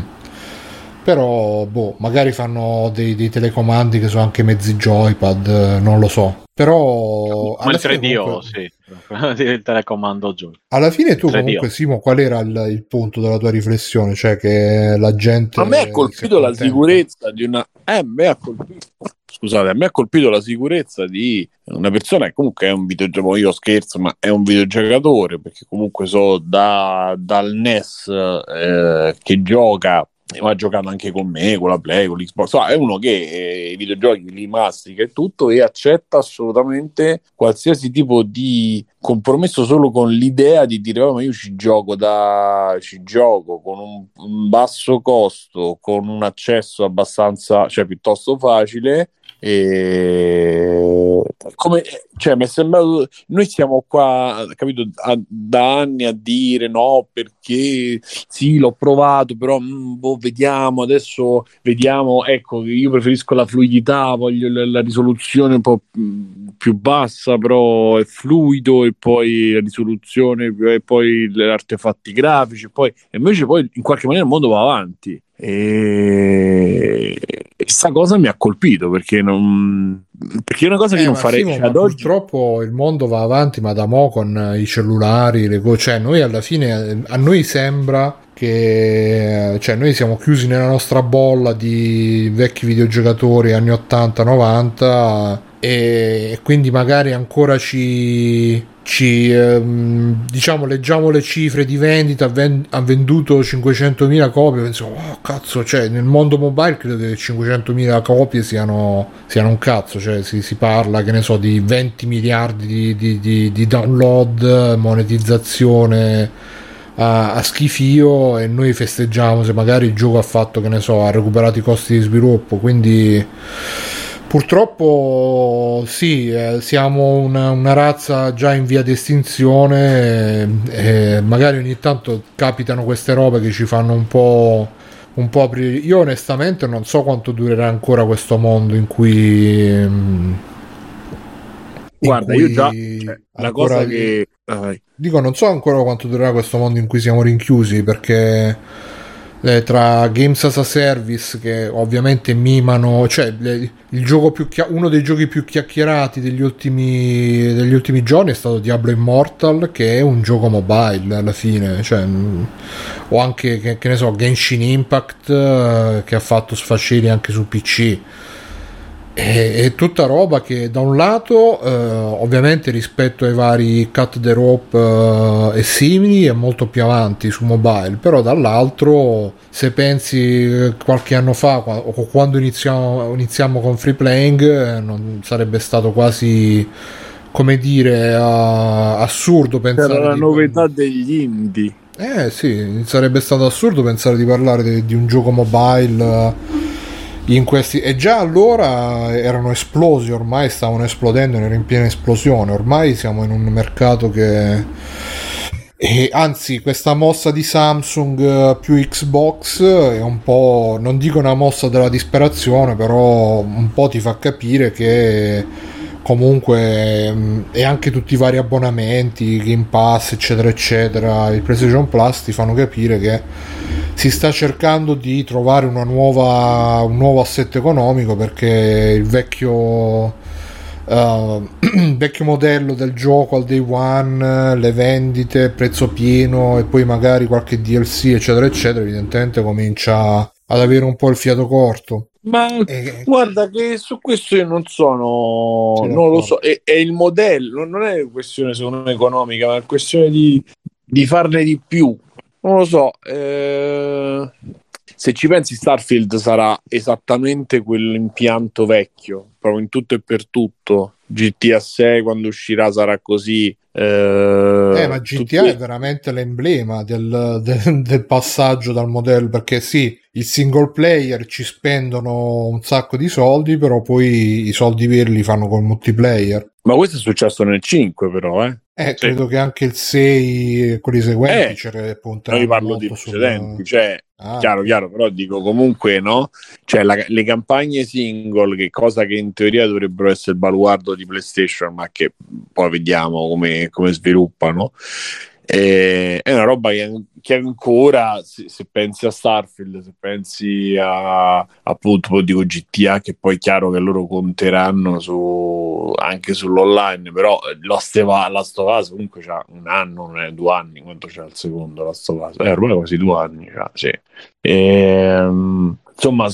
però magari fanno dei telecomandi che sono anche mezzi joypad, non lo so. Però come il 3DO, comunque... sì, il telecomando giù. Alla fine tu comunque, Simo, qual era il punto della tua riflessione? Cioè che la gente... A me ha colpito la sicurezza di una... a me ha colpito la sicurezza di una persona che comunque è un videogioco, io scherzo, ma è un videogiocatore, perché comunque so dal NES che gioca, ma ha giocato anche con me, con la Play, con l'Xbox, è uno che i videogiochi li mastica e tutto, e accetta assolutamente qualsiasi tipo di compromesso solo con l'idea di dire ma io ci gioco con un basso costo, con un accesso abbastanza, cioè piuttosto facile. E come, cioè, mi è sembrato, noi siamo qua, capito, da anni a dire no, perché sì, l'ho provato, però vediamo, adesso vediamo, ecco, io preferisco la fluidità, voglio la risoluzione un po' più bassa, però è fluido, e poi la risoluzione, e poi gli artefatti grafici, e invece poi in qualche maniera il mondo va avanti. E questa cosa mi ha colpito perché è una cosa che non farei. Simo, ma purtroppo il mondo va avanti, ma da mo' con i cellulari, cioè noi alla fine, a noi sembra che, cioè, noi siamo chiusi nella nostra bolla di vecchi videogiocatori anni 80-90 e quindi magari ancora diciamo, leggiamo le cifre di vendita, ha venduto 500.000 copie, pensiamo, oh cazzo, cioè nel mondo mobile credo che 500.000 copie siano un cazzo, cioè si parla, che ne so, di 20 miliardi di download, monetizzazione a schifio, e noi festeggiamo se magari il gioco ha fatto, che ne so, ha recuperato i costi di sviluppo. Quindi purtroppo sì, siamo una razza già in via di estinzione, e magari ogni tanto capitano queste robe che ci fanno un po' aprire. Io onestamente non so quanto durerà ancora questo mondo in cui guarda, io già la cosa che dico, non so ancora quanto durerà questo mondo in cui siamo rinchiusi, perché tra Games as a Service, che ovviamente mimano, cioè il gioco uno dei giochi più chiacchierati degli ultimi giorni è stato Diablo Immortal, che è un gioco mobile alla fine, cioè, o anche che ne so, Genshin Impact, che ha fatto sfascelli anche su PC. È tutta roba che da un lato ovviamente rispetto ai vari Cut the Rope e simili è molto più avanti su mobile, però dall'altro, se pensi qualche anno fa o quando iniziamo con free playing, non sarebbe stato quasi, come dire, assurdo pensare la novità degli indie. Sì, sarebbe stato assurdo pensare di parlare di un gioco mobile in questi, e già allora erano esplosi, ormai stavano esplodendo, erano in piena esplosione. Ormai siamo in un mercato anzi, questa mossa di Samsung più Xbox è un po', non dico una mossa della disperazione, però un po' ti fa capire che comunque, e anche tutti i vari abbonamenti, Game Pass eccetera eccetera, il PlayStation Plus, ti fanno capire che si sta cercando di trovare un nuovo assetto economico, perché il vecchio modello del gioco al day one, le vendite, prezzo pieno e poi magari qualche DLC eccetera eccetera, evidentemente comincia ad avere un po' il fiato corto. Ma guarda che su questo io non lo so, è il modello, non è questione secondo me economica, ma è questione di farne di più. Non lo so, se ci pensi, Starfield sarà esattamente quell'impianto vecchio, proprio in tutto e per tutto. GTA 6 quando uscirà sarà così. Ma GTA è veramente l'emblema del passaggio dal modello, perché sì, il single player ci spendono un sacco di soldi, però poi i soldi veri li fanno col multiplayer. Ma questo è successo nel 5 però, credo che anche il 6 con i seguenti c'era punto. Noi parlo di precedenti, cioè chiaro, però dico comunque, no? Cioè le campagne single, che cosa che in teoria dovrebbero essere il baluardo di PlayStation, ma che poi vediamo come sviluppano. è una roba che ancora, se pensi a Starfield, se pensi a appunto dico GTA, che poi è chiaro che loro conteranno anche sull'online, però Last of Us comunque c'ha un anno, non è 2 anni, quanto c'ha il secondo Last of Us? Ormai quasi 2 anni, sì. Insomma,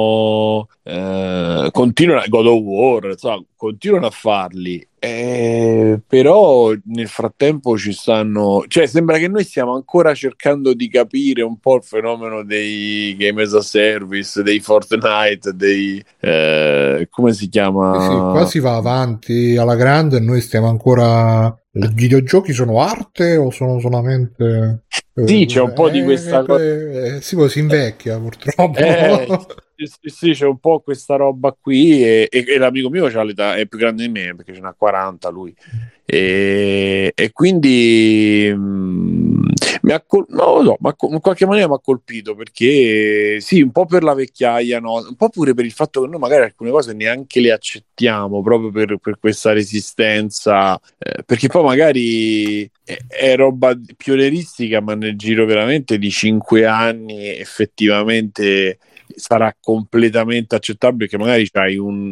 continuano God of War, insomma, continuano a farli, però nel frattempo ci stanno, cioè sembra che noi stiamo ancora cercando di capire un po' il fenomeno dei game as a service, dei Fortnite, dei come si chiama? Sì, qua si va avanti alla grande e noi stiamo ancora. I videogiochi sono arte o sono solamente... Sì, c'è un po' di questa cosa. Sì, poi si invecchia purtroppo. Sì, c'è un po' questa roba qui e l'amico mio c'ha l'età, è più grande di me perché ce n'ha 40 lui e quindi non lo so, ma in qualche maniera mi ha colpito perché sì, un po' per la vecchiaia, no? Un po' pure per il fatto che noi magari alcune cose neanche le accettiamo proprio per questa resistenza, perché poi magari è roba pionieristica, ma nel giro veramente di 5 anni effettivamente sarà completamente accettabile, che magari c'hai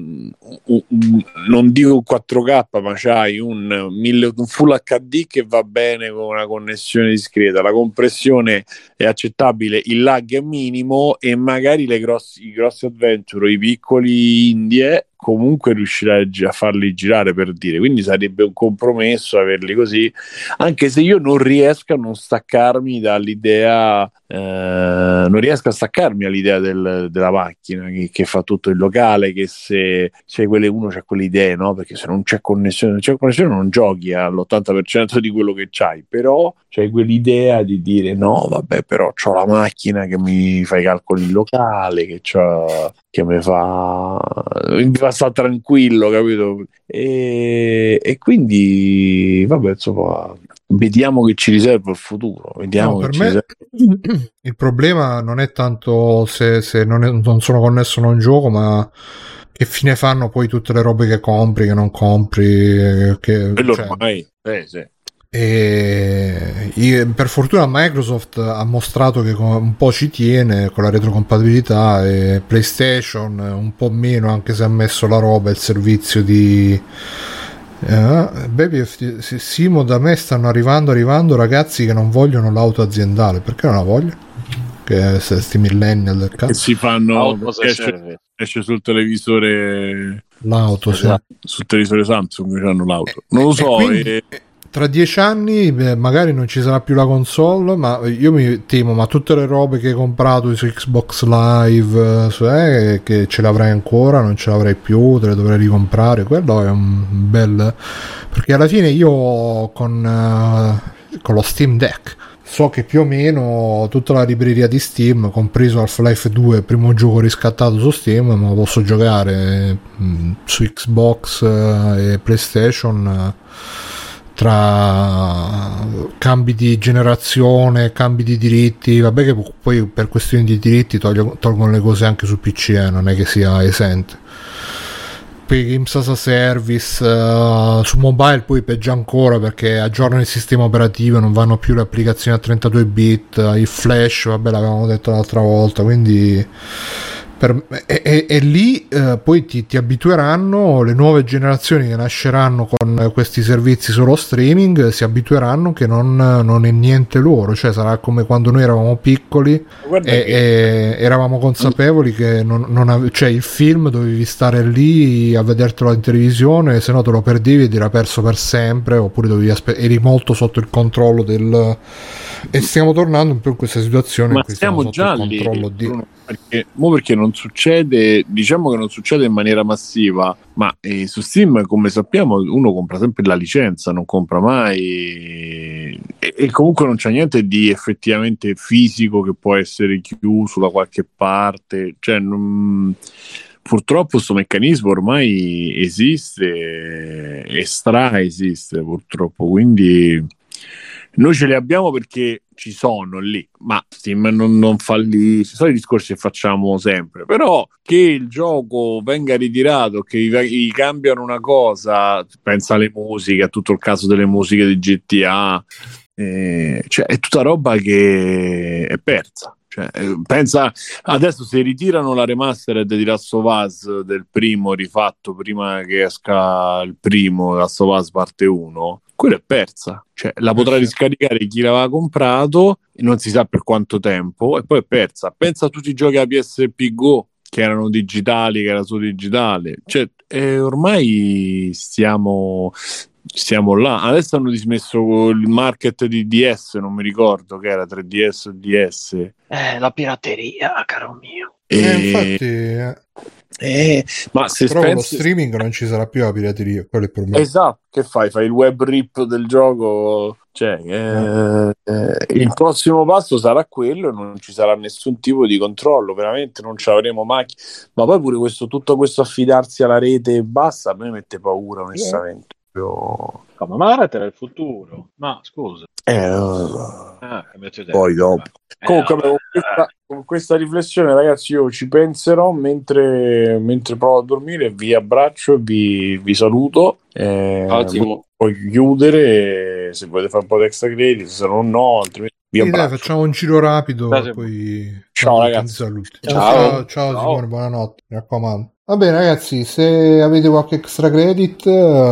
non dico un 4K, ma c'hai un Full HD che va bene con una connessione discreta, la compressione è accettabile, il lag è minimo e magari i grossi adventure, i piccoli indie comunque riuscirai a farli girare, per dire, quindi sarebbe un compromesso averli così, anche se io non riesco a non staccarmi dall'idea, non riesco a staccarmi all'idea della macchina che fa tutto il locale, che se c'è uno c'ha quelle idee, no? Perché se non c'è connessione non giochi all'80% di quello che c'hai, però c'hai quell'idea di dire no vabbè, però c'ho la macchina che mi fa i calcoli in locale, che mi fa stare tranquillo, capito? E quindi vabbè, insomma, vediamo che ci riserva il futuro. Vediamo per me il problema non è tanto se non sono connesso a un gioco, ma che fine fanno poi tutte le robe che compri, che non compri, ormai sì. E per fortuna Microsoft ha mostrato che un po' ci tiene con la retrocompatibilità, e PlayStation un po' meno, anche se ha messo la roba, il servizio di Baby Simo, da me stanno arrivando ragazzi che non vogliono l'auto aziendale. Perché non la vogliono? Che sti millennial del cazzo che si fanno, esce sul televisore l'auto, esatto, sì. Sul televisore Samsung hanno l'auto, non lo so, quindi, tra 10 anni magari non ci sarà più la console, ma io mi temo, ma tutte le robe che hai comprato su Xbox Live, che ce l'avrai ancora, non ce l'avrai più, te le dovrai ricomprare. Quello è un bel, perché alla fine io con lo Steam Deck so che più o meno tutta la libreria di Steam, compreso Half-Life 2, primo gioco riscattato su Steam, ma lo posso giocare su Xbox e PlayStation, tra cambi di generazione, cambi di diritti. Vabbè che poi per questioni di diritti tolgono le cose anche su PC, non è che sia esente. Poi Games as a Service su mobile poi peggio ancora, perché aggiornano il sistema operativo, non vanno più le applicazioni a 32 bit, il flash, vabbè l'avevamo detto l'altra volta, quindi e lì poi ti abitueranno, le nuove generazioni che nasceranno con questi servizi solo streaming si abitueranno che non è niente loro, cioè sarà come quando noi eravamo piccoli e eravamo consapevoli che cioè il film dovevi stare lì a vedertelo in televisione, se no te lo perdevi ed era perso per sempre, oppure dovevi eri molto sotto il controllo e stiamo tornando un po' in questa situazione, ma in cui stiamo sotto già il controllo lì, Bruno, perché non succede, diciamo che non succede in maniera massiva, ma su Steam, come sappiamo, uno compra sempre la licenza, non compra mai, e comunque non c'è niente di effettivamente fisico che può essere chiuso da qualche parte, cioè purtroppo questo meccanismo ormai esiste e esiste purtroppo, quindi noi ce li abbiamo perché ci sono lì, ma Steam non fa lì, ci sono i discorsi che facciamo sempre, però che il gioco venga ritirato, che gli cambiano una cosa, pensa alle musiche, a tutto il caso delle musiche di GTA, cioè, è tutta roba che è persa. Cioè, pensa, adesso se ritirano la remastered di Last of Us del primo rifatto prima che esca il primo Last of Us parte 1, quella è persa. Cioè, la potrà riscaricare chi l'aveva comprato e non si sa per quanto tempo, e poi è persa. Pensa a tutti i giochi a PSP Go che erano digitali, che era solo digitale. Cioè, ormai stiamo là. Adesso hanno dismesso il market di DS, non mi ricordo che era 3DS o DS. La pirateria, caro mio. Infatti ma se però pensi... lo streaming non ci sarà più la pirateria, quello è il problema. Esatto, che fai? Fai il web rip del gioco, cioè il prossimo passo sarà quello e non ci sarà nessun tipo di controllo, veramente non ci avremo macchine, ma poi pure tutto questo affidarsi alla rete e basta, a me mette paura onestamente. Come, ma la rete era il futuro, ma scusa. Poi dopo. Comunque con questa riflessione, ragazzi, io ci penserò mentre provo a dormire, vi abbraccio e vi saluto. Ottimo. Puoi chiudere se volete fare un po' di extra credit, se no altrimenti dai, facciamo un giro rapido. Poi... Ciao ragazzi. Ciao Simone, buonanotte, mi raccomando. Va bene ragazzi, se avete qualche extra credit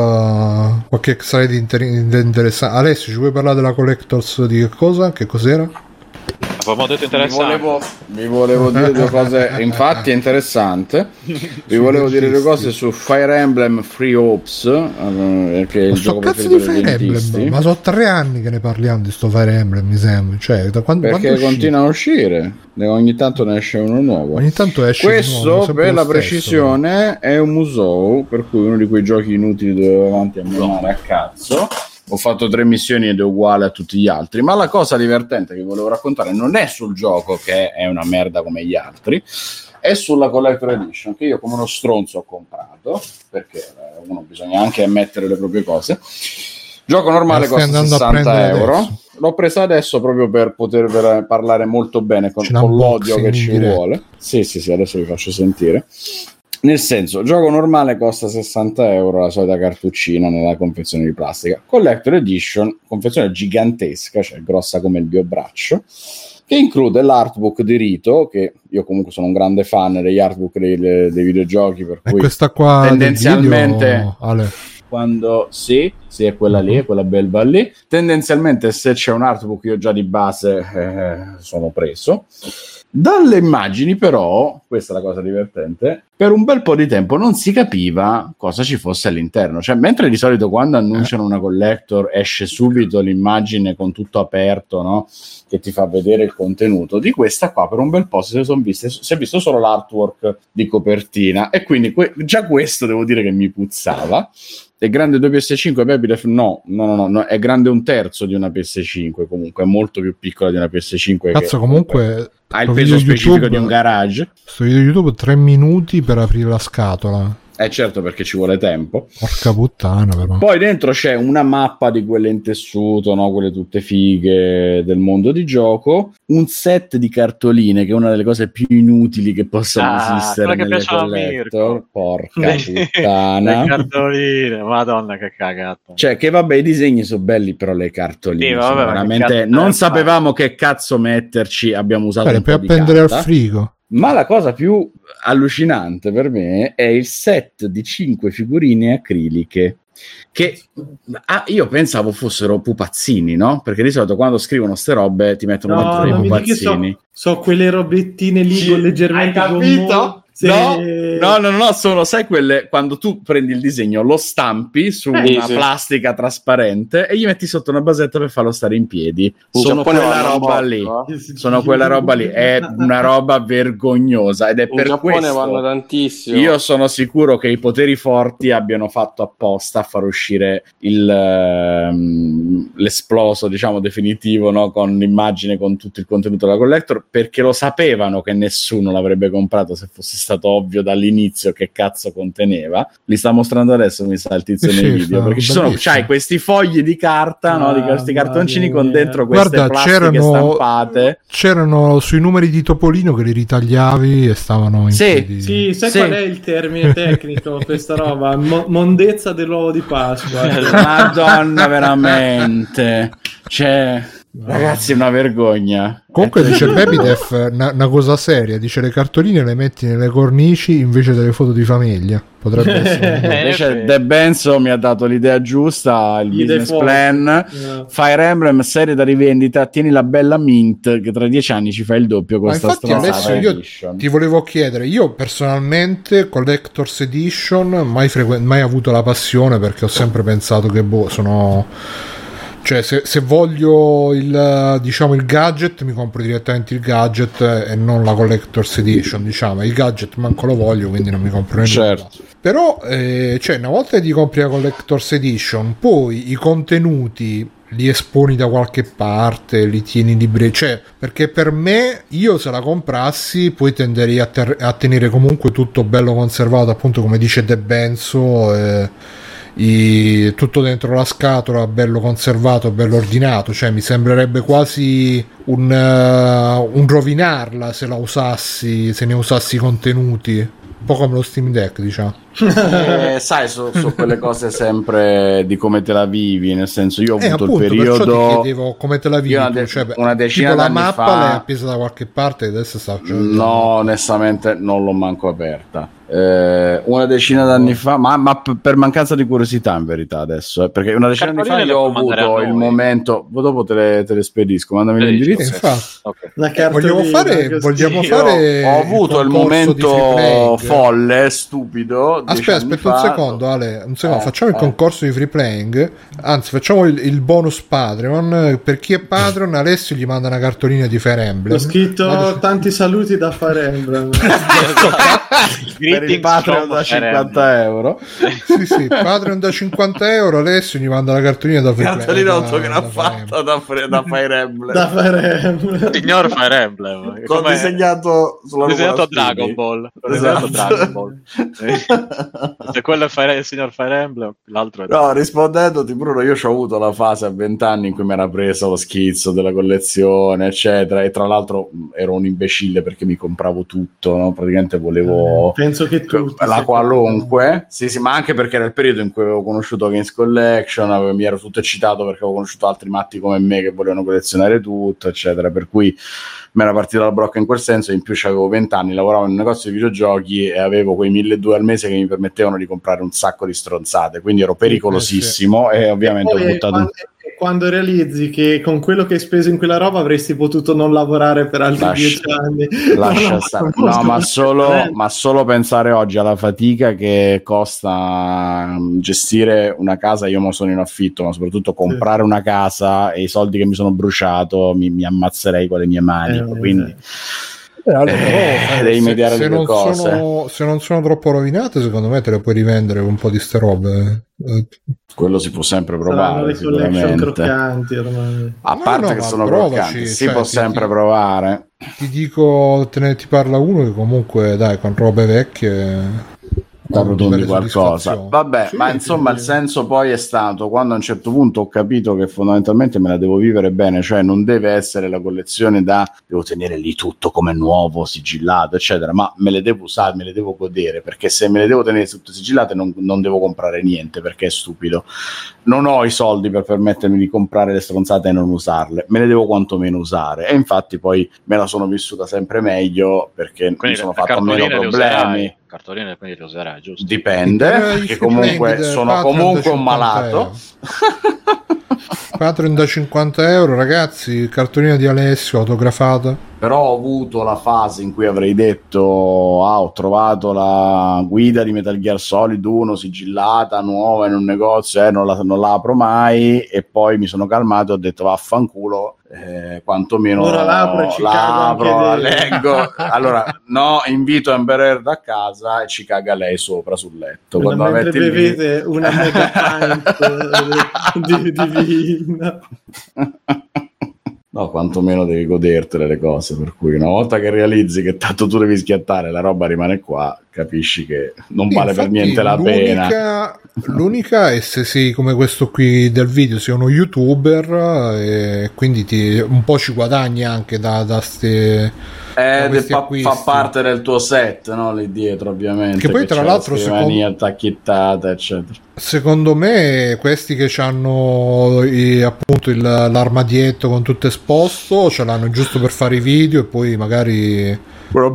interessante. Alessio, ci vuoi parlare della Collectors di che cosa? Che cos'era? Avevamo detto interessante. Vi volevo dire due cose, infatti è interessante. Vi volevo dire due cose su Fire Emblem Free Ops, che è il gioco preferito dei dentisti. Ma sono 3 anni che ne parliamo di sto Fire Emblem, mi sembra. Cioè, da quando continuano a uscire, ogni tanto ne esce uno nuovo. Ogni tanto esce questo nuovo, per la precisione è un Musou, per cui uno di quei giochi inutili dove vai avanti a menare a cazzo. Ho fatto 3 missioni ed è uguale a tutti gli altri, ma la cosa divertente che volevo raccontare non è sul gioco, che è una merda come gli altri, è sulla Collector Edition, che io come uno stronzo ho comprato, perché uno bisogna anche ammettere le proprie cose. Gioco normale costa 60 euro. Adesso. L'ho presa adesso proprio per poter parlare molto bene con l'odio che ci vuole. Sì, adesso vi faccio sentire. Nel senso, gioco normale costa 60 euro, la solita cartuccina nella confezione di plastica. Collector Edition, confezione gigantesca, cioè grossa come il mio braccio, che include l'artbook di Rito, che io comunque sono un grande fan degli artbook dei videogiochi, per cui questa qua tendenzialmente quando sì è quella lì, è quella belva lì, tendenzialmente se c'è un artbook io già di base sono preso. Dalle immagini però, questa è la cosa divertente, per un bel po' di tempo non si capiva cosa ci fosse all'interno, cioè mentre di solito quando annunciano una collector esce subito l'immagine con tutto aperto, no? Che ti fa vedere il contenuto, di questa qua per un bel po' si è visto solo l'artwork di copertina e quindi già questo devo dire che mi puzzava. È grande 2 PS5 Baby? No, è grande 1/3 di una PS5, comunque è molto più piccola di una PS5. Cazzo, comunque ha il peso specifico di un garage. Sto video YouTube 3 minuti per aprire la scatola. Certo, perché ci vuole tempo. Porca puttana, però. Poi dentro c'è una mappa di quelle in tessuto, no? Quelle tutte fighe del mondo di gioco, un set di cartoline che è una delle cose più inutili che possano esistere nelle collector. Porca puttana. Le cartoline, madonna che cagato. Cioè che vabbè, i disegni sono belli, però le cartoline sono veramente non sapevamo che cazzo metterci, abbiamo usato un po' di appendere al frigo. Ma la cosa più allucinante per me è il set di 5 figurine acriliche che io pensavo fossero pupazzini, no? Perché di solito quando scrivono ste robe ti mettono dentro i pupazzini. So quelle robettine lì leggermente capito? Sì. No, sono, sai quelle quando tu prendi il disegno, lo stampi su una plastica trasparente e gli metti sotto una basetta per farlo stare in piedi. Sono quella roba lì. Sono quella roba lì. È una roba vergognosa ed è per questo vanno tantissimo. Io sono sicuro che i poteri forti abbiano fatto apposta a far uscire l'esploso, diciamo, definitivo, no? Con l'immagine, con tutto il contenuto della collector, perché lo sapevano che nessuno l'avrebbe comprato se fosse stato ovvio dall'inizio che cazzo conteneva. Li sta mostrando adesso, mi sa il tizio nei video, perché ci sono, c'hai questi fogli di carta, no? Di questi cartoncini con dentro queste plastiche stampate. C'erano sui numeri di Topolino che li ritagliavi e stavano in piedi. Sì, sai qual è il termine tecnico questa roba? Mondezza dell'uovo di Pasqua. Madonna, veramente. Cioè, ragazzi, è una vergogna. Comunque dice Babydef una cosa seria, dice le cartoline le metti nelle cornici invece delle foto di famiglia. Potrebbe essere. Invece De Benzo mi ha dato l'idea giusta, il business plan. Fire Emblem, serie da rivendita, tieni la bella Mint che tra 10 anni ci fa il doppio con questa Alessio, io ti volevo chiedere, io personalmente Collector's Edition mai avuto la passione, perché ho sempre pensato che sono... Cioè, se voglio il gadget, mi compro direttamente il gadget e non la Collector's Edition, diciamo. Il gadget manco lo voglio, quindi non mi compro niente. Certo. Però, cioè, una volta che ti compri la Collector's Edition, poi i contenuti li esponi da qualche parte, li tieni libri, cioè, perché per me, io se la comprassi, poi tenderei a tenere comunque tutto bello conservato, appunto come dice De Benzo, tutto dentro la scatola, bello conservato, bello ordinato. Cioè mi sembrerebbe quasi un rovinarla se ne usassi i contenuti, un po' come lo Steam Deck, diciamo. Sai, su quelle cose sempre di come te la vivi, nel senso, io ho avuto appunto, il periodo, ti chiedevo come te la vivi, una decina tipo d'anni la mappa fa l'hai appesa da qualche parte e adesso sta no, onestamente non l'ho manco aperta. Una decina d'anni fa, ma per mancanza di curiosità, in verità, adesso, perché una decina d'anni fa io ho avuto il momento, dopo te le spedisco, mandami l'indirizzo. Okay. Vogliamo fare ho avuto il momento folle, stupido. Aspetta un secondo, Ale, facciamo il concorso di free playing, anzi facciamo il bonus Patreon. Per chi è Patreon, Alessio gli manda una cartolina di Fire Emblem. Ho scritto tanti saluti da Fire Emblem. Per il Patreon da 50 euro. Sì, Patreon da 50 euro, Alessio gli manda la cartolina da Fire Emblem. Cartolina autografata da Fire Emblem. Da Fire Emblem. Signor Fire Emblem. Con disegnato Dragon Ball. Esatto. Dragon Ball. Se quello è il signor Fire Emblem, l'altro è... No, rispondendoti, Bruno, io ho avuto la fase a 20 anni in cui mi era preso lo schizzo della collezione, eccetera, e tra l'altro ero un imbecille perché mi compravo tutto, no? Praticamente volevo penso che la qualunque, sì, ma anche perché era il periodo in cui avevo conosciuto Games Collection, mi ero tutto eccitato perché avevo conosciuto altri matti come me che volevano collezionare tutto, eccetera, per cui mi era partita la brocca in quel senso. In più avevo 20 anni, lavoravo in un negozio di videogiochi e avevo quei 1.200 al mese che mi permettevano di comprare un sacco di stronzate, quindi ero pericolosissimo e ovviamente ho buttato quando realizzi che con quello che hai speso in quella roba avresti potuto non lavorare per altri 10 anni. Lascia stare. No, ma solo pensare oggi alla fatica che costa gestire una casa. Io sono in affitto, ma soprattutto comprare una casa e i soldi che mi sono bruciato mi ammazzerei con le mie mani, quindi devi mediare le due cose. Se non sono troppo rovinate, secondo me te le puoi rivendere un po' di ste robe. Quello si può sempre provare, sicuramente. Croccanti, ormai. A parte che sono croccanti, si può sempre provare. Ti dico, ti parla uno che comunque dai, con robe vecchie di qualcosa, vabbè, sì, ma insomma il senso poi è stato quando a un certo punto ho capito che fondamentalmente me la devo vivere bene, cioè non deve essere la collezione devo tenere lì tutto come nuovo, sigillato, eccetera, ma me le devo usare, me le devo godere, perché se me le devo tenere tutte sigillate non devo comprare niente, perché è stupido. Non ho i soldi per permettermi di comprare le stronzate e non usarle, me le devo quantomeno usare, e infatti poi me la sono vissuta sempre meglio perché mi sono fatto meno problemi. Cartoline quindi le userai, giusto? Dipende, perché comunque sono comunque un malato. Patreon da 50 euro, ragazzi, cartolina di Alessio autografata. Però ho avuto la fase in cui avrei detto ho trovato la guida di Metal Gear Solid 1 sigillata, nuova in un negozio, non la apro mai, e poi mi sono calmato e ho detto vaffanculo, quantomeno ora la leggo. Allora no, invito Amber Heard a casa e ci caga lei sopra sul letto quando mentre bevete una mega pint di vino. No, quantomeno devi godertele le cose, per cui una volta che realizzi che tanto tu devi schiattare, la roba rimane qua, capisci che non vale per niente la pena. L'unica è se sei come questo qui del video, sei uno youtuber e quindi un po' ci guadagni anche da fa parte del tuo set, no? Lì dietro, ovviamente. Che poi, tra l'altro, tacchettata, eccetera. Secondo me, questi che hanno appunto l'armadietto con tutto esposto ce l'hanno giusto per fare i video e poi magari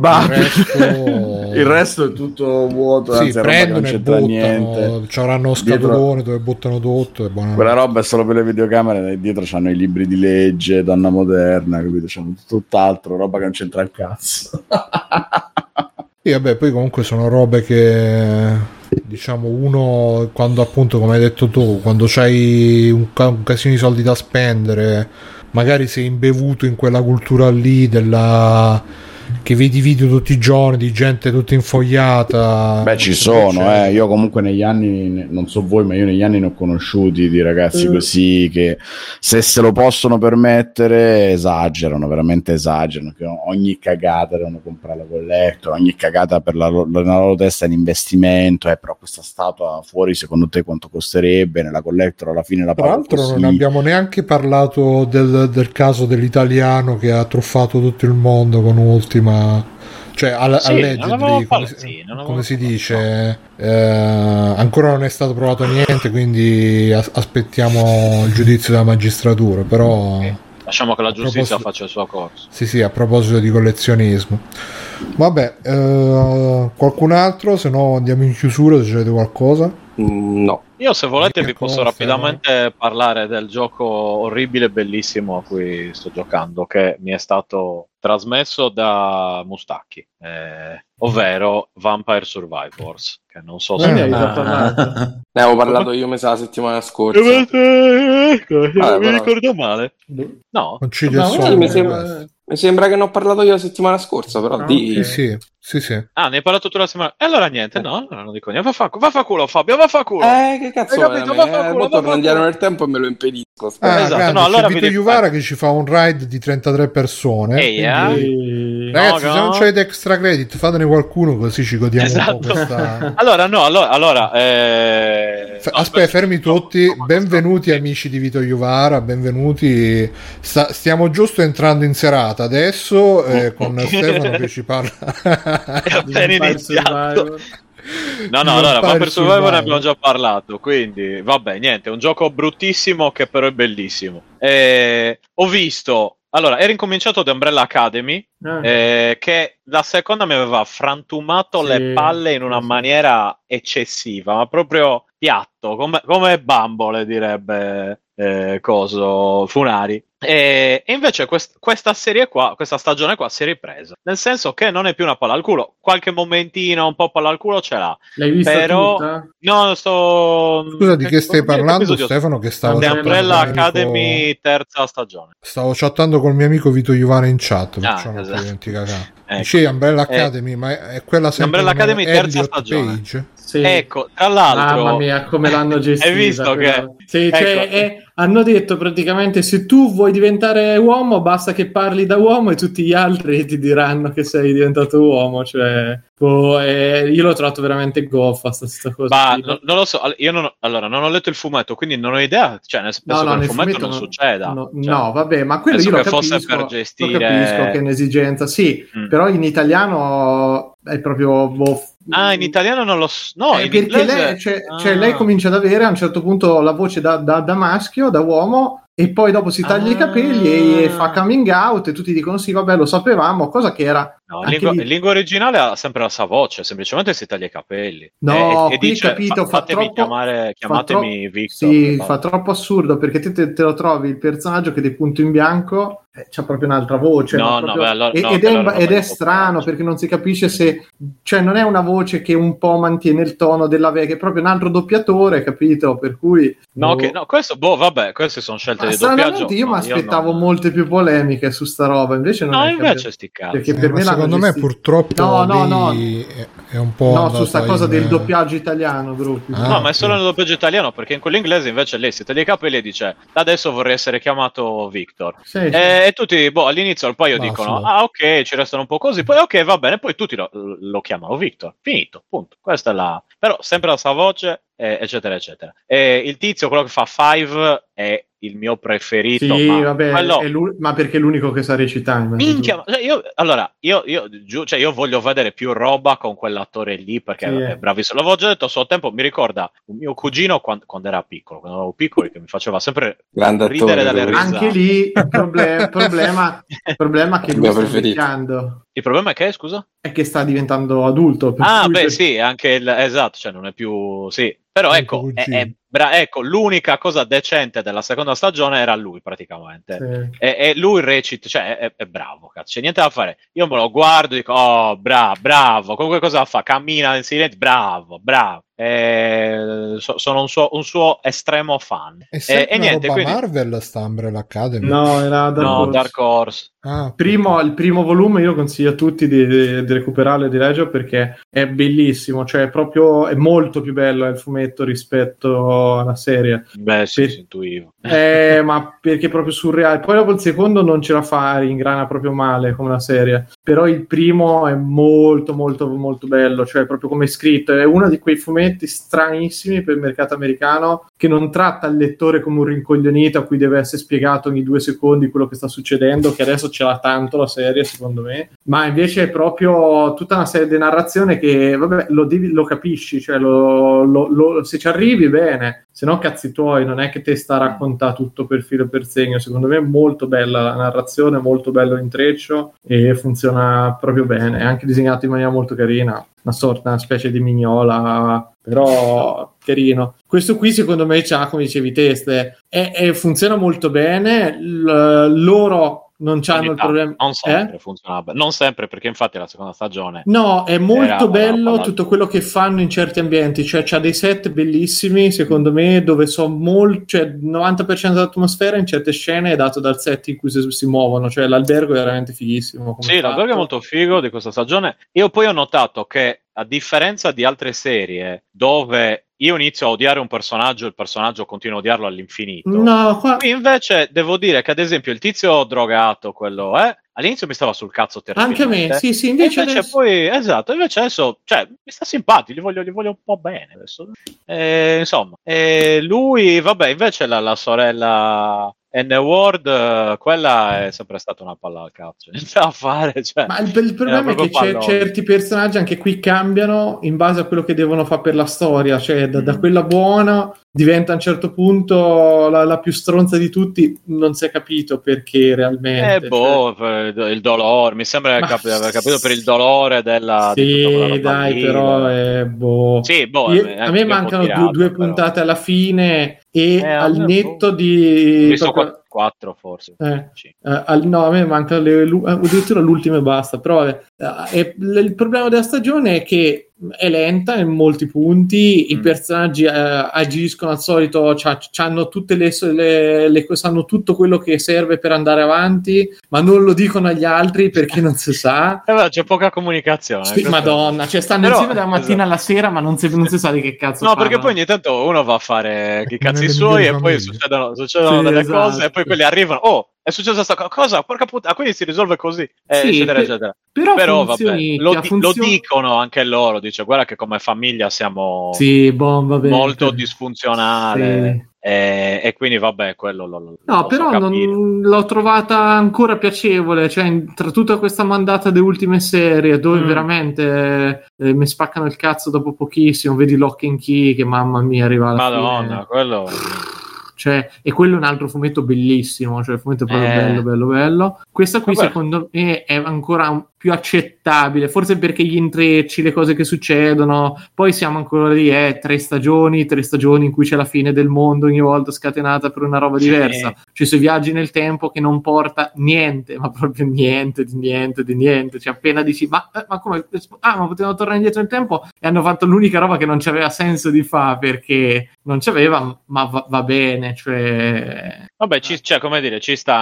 il resto è tutto vuoto. Sì, anzi, prendono e buttano, niente. C'avranno scatolone dove buttano tutto e quella roba è solo per le videocamere, e dietro c'hanno i libri di legge, donna moderna, capito? C'hanno tutt'altro, roba che non c'entra il cazzo. Sì, vabbè, poi comunque sono robe che, diciamo, uno quando appunto, come hai detto tu, quando c'hai un casino di soldi da spendere, magari sei imbevuto in quella cultura lì che vedi video tutti i giorni di gente tutta infogliata. Beh, ci sono, io comunque negli anni, non so voi, ma io negli anni ne ho conosciuti di ragazzi così che, se se lo possono permettere, veramente esagerano, che ogni cagata devono comprare la collector, ogni cagata per la loro testa è un investimento, però questa statua fuori secondo te quanto costerebbe? Nella collector alla fine la paga. Tra l'altro non abbiamo neanche parlato del caso dell'italiano che ha truffato tutto il mondo con ultima, cioè allegedly, come si dice, ancora non è stato provato niente, quindi aspettiamo il giudizio della magistratura, però lasciamo che la giustizia faccia il suo corso. Sì, a proposito di collezionismo. Vabbè, qualcun altro, se no andiamo in chiusura, se avete qualcosa. No. Io, se volete, vi posso rapidamente parlare del gioco orribile e bellissimo a cui sto giocando, che mi è stato trasmesso da Mustacchi, ovvero Vampire Survivors, che non so se ne avevo parlato io, mi sa, la settimana scorsa. Mi ricordo male. No, mi sembra che ne ho parlato io la settimana scorsa, però sì. Ah, ne hai parlato tu la settimana? E allora niente, no, non dico niente. Va culo, Fabio, va culo. Che cazzo, torno indietro nel tempo e me lo impedisco. Esatto. Grande, no, allora Vito Juvara che ci fa un ride di 33 persone. Ragazzi, se non c'avete extra credit, fatene qualcuno così ci godiamo un po' questa... Aspetta, fermi tutti. Benvenuti amici di Vito Juvara, benvenuti. Stiamo giusto entrando in serata adesso con Stefano che ci parla. È appena iniziato. Allora, Vampire Survivor ne abbiamo già parlato, quindi vabbè, niente, è un gioco bruttissimo che però è bellissimo. Ho visto, allora, era incominciato The Umbrella Academy, che la seconda mi aveva frantumato le palle in una maniera eccessiva, ma proprio piatto, come bambole, direbbe Funari. E invece questa serie qua, questa stagione qua si è ripresa, nel senso che non è più una palla al culo, qualche momentino un po' palla al culo ce l'ha. L'hai vista però tutta? No, scusa, di che stai parlando, Stefano? Che stavo The Umbrella Academy terza stagione. Stavo chattando col mio amico Vito Juvara in chat, Dicevi Umbrella Academy, ma è quella sempre Umbrella Academy terza stagione. Page? Sì. Ecco, tra l'altro, mamma mia, come l'hanno gestita. Hai visto che sì, cioè, hanno detto praticamente: se tu vuoi diventare uomo basta che parli da uomo e tutti gli altri ti diranno che sei diventato uomo, cioè io l'ho trovato veramente goffa sta cosa. Ma non lo so, io non ho letto il fumetto, quindi non ho idea, cioè nel senso che nel fumetto non succeda. No, vabbè, ma quello io lo capisco, per gestire... lo capisco che è un'esigenza, sì, però in italiano è proprio in italiano non lo so. No, in perché inglese... lei comincia ad avere a un certo punto la voce da maschio, da uomo, e poi dopo si taglia i capelli e fa coming out e tutti dicono sì, vabbè, lo sapevamo, cosa che era... No, in lingua originale ha sempre la sua voce, semplicemente si taglia i capelli. No, e qui dice, capito, chiamatemi Victor. Sì, fa troppo assurdo, perché te lo trovi il personaggio che è di punto in bianco, c'ha proprio un'altra voce. Ed è strano, perché non si capisce se... Cioè, non è una voce che un po' mantiene il tono della vecchia, è proprio un altro doppiatore, capito? Per cui... questo, vabbè, queste sono scelte di doppiaggio. Io mi aspettavo molte più polemiche su sta roba, invece non è invece sti cazzi. Perché per me secondo me purtroppo è un po' su sta cosa del doppiaggio italiano, ma è solo nel doppiaggio italiano, perché in quello inglese invece lei si taglia i capelli e dice: adesso vorrei essere chiamato Victor, e E tutti, all'inizio un paio dicono, ok, ci restano un po' così, poi ok, va bene, poi tutti lo chiamano Victor, finito, punto. Questa è però sempre la sua voce, eccetera, eccetera. E il tizio, quello che fa Five, è il mio preferito. Sì, vabbè, ma perché è l'unico che sa recitare. Minchia, io voglio vedere più roba con quell'attore lì, perché è bravissimo. L'avevo già detto a suo tempo, mi ricorda un mio cugino quando era piccolo, quando ero piccolo, che mi faceva sempre ridere dalle risate. Anche lì il problema che lui sta invecchiando. Il problema è che, scusa? È che sta diventando adulto. Sì, anche esatto, cioè non è più... Sì, però ecco, ecco, l'unica cosa decente della seconda stagione era lui praticamente. Sì. E lui recita, cioè è bravo, cazzo, c'è niente da fare. Io me lo guardo e dico, oh, bravo, comunque cosa fa? Cammina in silenzio, bravo. Sono un suo estremo fan. E niente, roba quindi... Marvel sta Umbrella Academy? No, era Dark Horse. Il primo volume io consiglio a tutti di recuperarlo e di leggerlo, perché è bellissimo, cioè proprio è molto più bello il fumetto rispetto alla serie. Beh, sì, si intuivo. Ma perché è proprio surreale. Poi dopo il secondo non ce la fa, ingrana proprio male come la serie, però il primo è molto molto molto bello, cioè proprio come è scritto, è uno di quei fumetti stranissimi per il mercato americano, che non tratta il lettore come un rincoglionito a cui deve essere spiegato ogni 2 secondi quello che sta succedendo, che adesso ce l'ha tanto la serie secondo me, ma invece è proprio tutta una serie di narrazione che vabbè lo capisci, cioè se ci arrivi bene, se no cazzi tuoi, non è che te sta a raccontare tutto per filo e per segno. Secondo me è molto bella la narrazione, molto bello l'intreccio e funziona proprio bene, è anche disegnato in maniera molto carina, una specie di mignola, però carino. Questo qui secondo me c'ha, come dicevi te, funziona molto bene. Loro non c'hanno il problema. Non sempre funzionava, non sempre, perché infatti la seconda stagione è molto bello tutto quello che fanno in certi ambienti, cioè c'ha dei set bellissimi secondo me, dove sono cioè il 90% dell'atmosfera in certe scene è dato dal set in cui si muovono, cioè l'albergo è veramente fighissimo. Sì, l'albergo è molto figo di questa stagione. Io poi ho notato che, a differenza di altre serie dove io inizio a odiare un personaggio e il personaggio continua a odiarlo all'infinito, qui invece devo dire che ad esempio il tizio drogato, quello all'inizio mi stava sul cazzo terribilmente. Anche a me, sì, invece adesso... poi, esatto, invece adesso, cioè, mi sta simpatico, gli voglio un po' bene adesso. Insomma, lui, vabbè, invece la sorella N-Word, quella è sempre stata una palla al cazzo, niente da fare, cioè, ma il problema è che certi personaggi anche qui cambiano in base a quello che devono fare per la storia, cioè da quella buona diventa a un certo punto la più stronza di tutti, non si è capito perché realmente. Per il dolore, mi sembra aver capito per il dolore della... Sì, dai, però Sì, a me mancano due puntate alla fine e al netto di... 4 forse. No, a me manca addirittura l'ultima e basta, però il problema della stagione è che è lenta in molti punti, i personaggi agiscono al solito, hanno tutte le sanno tutto quello che serve per andare avanti, ma non lo dicono agli altri perché non si sa. C'è poca comunicazione. Sì, madonna, cioè stanno insieme dalla mattina alla sera, ma non si sa di che cazzo fanno. Perché poi ogni tanto uno va a fare i cazzi suoi e poi succedono delle cose e poi quelli arrivano, è successa questa cosa, porca puttana, quindi si risolve così, eccetera, eccetera. Però vabbè, lo dicono anche loro, dice, guarda che come famiglia siamo molto disfunzionali. Sì. E quindi vabbè, quello no, però non l'ho trovata ancora piacevole, cioè tra tutta questa mandata delle ultime serie dove veramente mi spaccano il cazzo dopo pochissimo, vedi Lock and Key che mamma mia arriva alla fine. Quello cioè, e quello è un altro fumetto bellissimo, cioè il fumetto è proprio bello. Questa qui secondo me è ancora più accettabile, forse perché gli intrecci, le cose che succedono, poi siamo ancora lì, 3 stagioni in cui c'è la fine del mondo ogni volta scatenata per una roba diversa, cioè sui viaggi nel tempo che non porta niente, ma proprio niente, cioè appena dici ma come, ma potevano tornare indietro nel tempo e hanno fatto l'unica roba che non c'aveva senso di fare perché non c'aveva, ma va bene, cioè vabbè, come dire, ci sta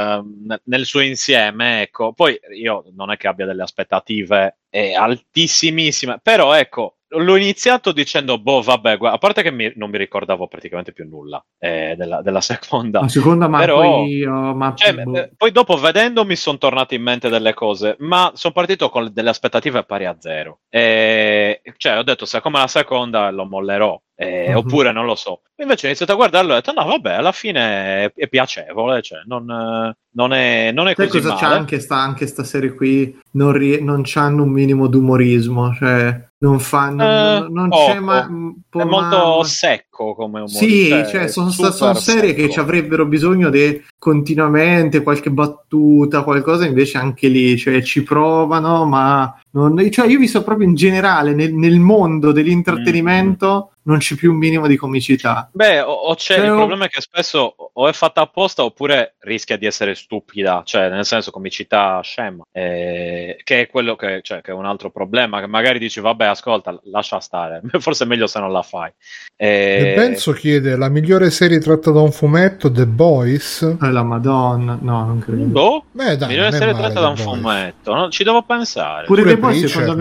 nel suo insieme, ecco. Poi io non è che abbia delle aspettative altissimissime, però ecco, l'ho iniziato dicendo, vabbè, a parte che non mi ricordavo praticamente più nulla della seconda. La seconda, ma però, poi dopo vedendo mi sono tornate in mente delle cose, ma sono partito con delle aspettative pari a zero. Cioè, ho detto, se come la seconda lo mollerò. Oppure non lo so. Invece ho iniziato a guardarlo e ho detto no vabbè, alla fine è piacevole, cioè non è sai così cosa male. c'è anche sta serie qui, non c'hanno un minimo d'umorismo, cioè non fanno non c'è è molto secco come umore. Sì, cioè sono serie che ci avrebbero bisogno di continuamente qualche battuta, qualcosa, invece anche lì, cioè ci provano, ma cioè io ho visto proprio in generale nel mondo dell'intrattenimento non c'è più un minimo di comicità. Beh, il problema è che spesso o è fatta apposta oppure rischia di essere stupida, cioè nel senso comicità scema, che è quello che è un altro problema, che magari dici vabbè ascolta, lascia stare, forse è meglio se non la fai. E Benzo chiede la migliore serie tratta da un fumetto, The Boys. La Madonna, no, non credo. Beh, dai, migliore serie tratta da un fumetto, no? Ci devo pensare. Pure The Boys secondo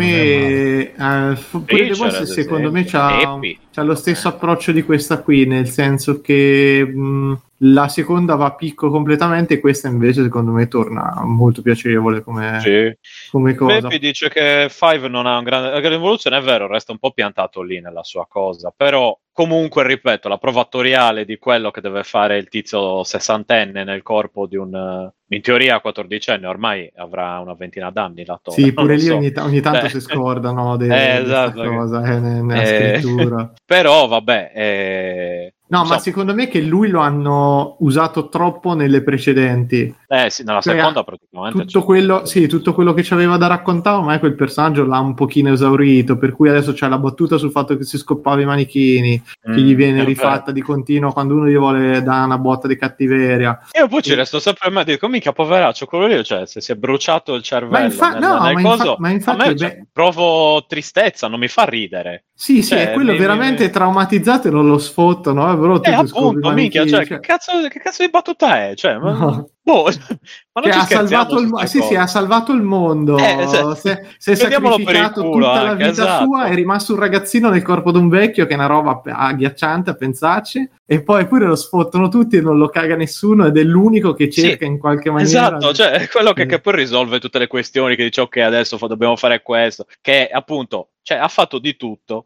me c'ha lo stesso approccio di questa qui, nel senso che la seconda va a picco completamente, questa invece secondo me torna molto piacevole come cosa. Peppi dice che Five non ha un grande evoluzione, è vero, resta un po' piantato lì nella sua cosa, però comunque ripeto, la prova attoriale di quello che deve fare il tizio sessantenne nel corpo di un in teoria 14enne, ormai avrà una ventina d'anni l'attore. Sì, pure lì ogni tanto si scordano esatto, cosa nella scrittura. Però vabbè, no, ma secondo me che lui lo hanno usato troppo nelle precedenti. Sì, nella seconda praticamente. Tutto quello che ci aveva da raccontare, ma quel personaggio l'ha un pochino esaurito, per cui adesso c'è la battuta sul fatto che si scoppava i manichini, che gli viene rifatta di continuo quando uno gli vuole dare una botta di cattiveria. Io poi ci resto sempre a me, dico, mica poveraccio, quello lì, cioè se si è bruciato il cervello nel provo tristezza, non mi fa ridere. Sì, è quello veramente traumatizzato e non lo sfottano, però tu appunto, minchia, che cazzo di battuta è? Cioè, ma non ha salvato ha salvato il mondo, si è sacrificato tutta la vita sua, è rimasto un ragazzino nel corpo di un vecchio, che è una roba agghiacciante a pensarci, e poi pure lo sfottano tutti e non lo caga nessuno, ed è l'unico che cerca in qualche maniera. Esatto, cioè è quello che poi risolve tutte le questioni, che dice ok, adesso dobbiamo fare questo, che appunto ha fatto di tutto.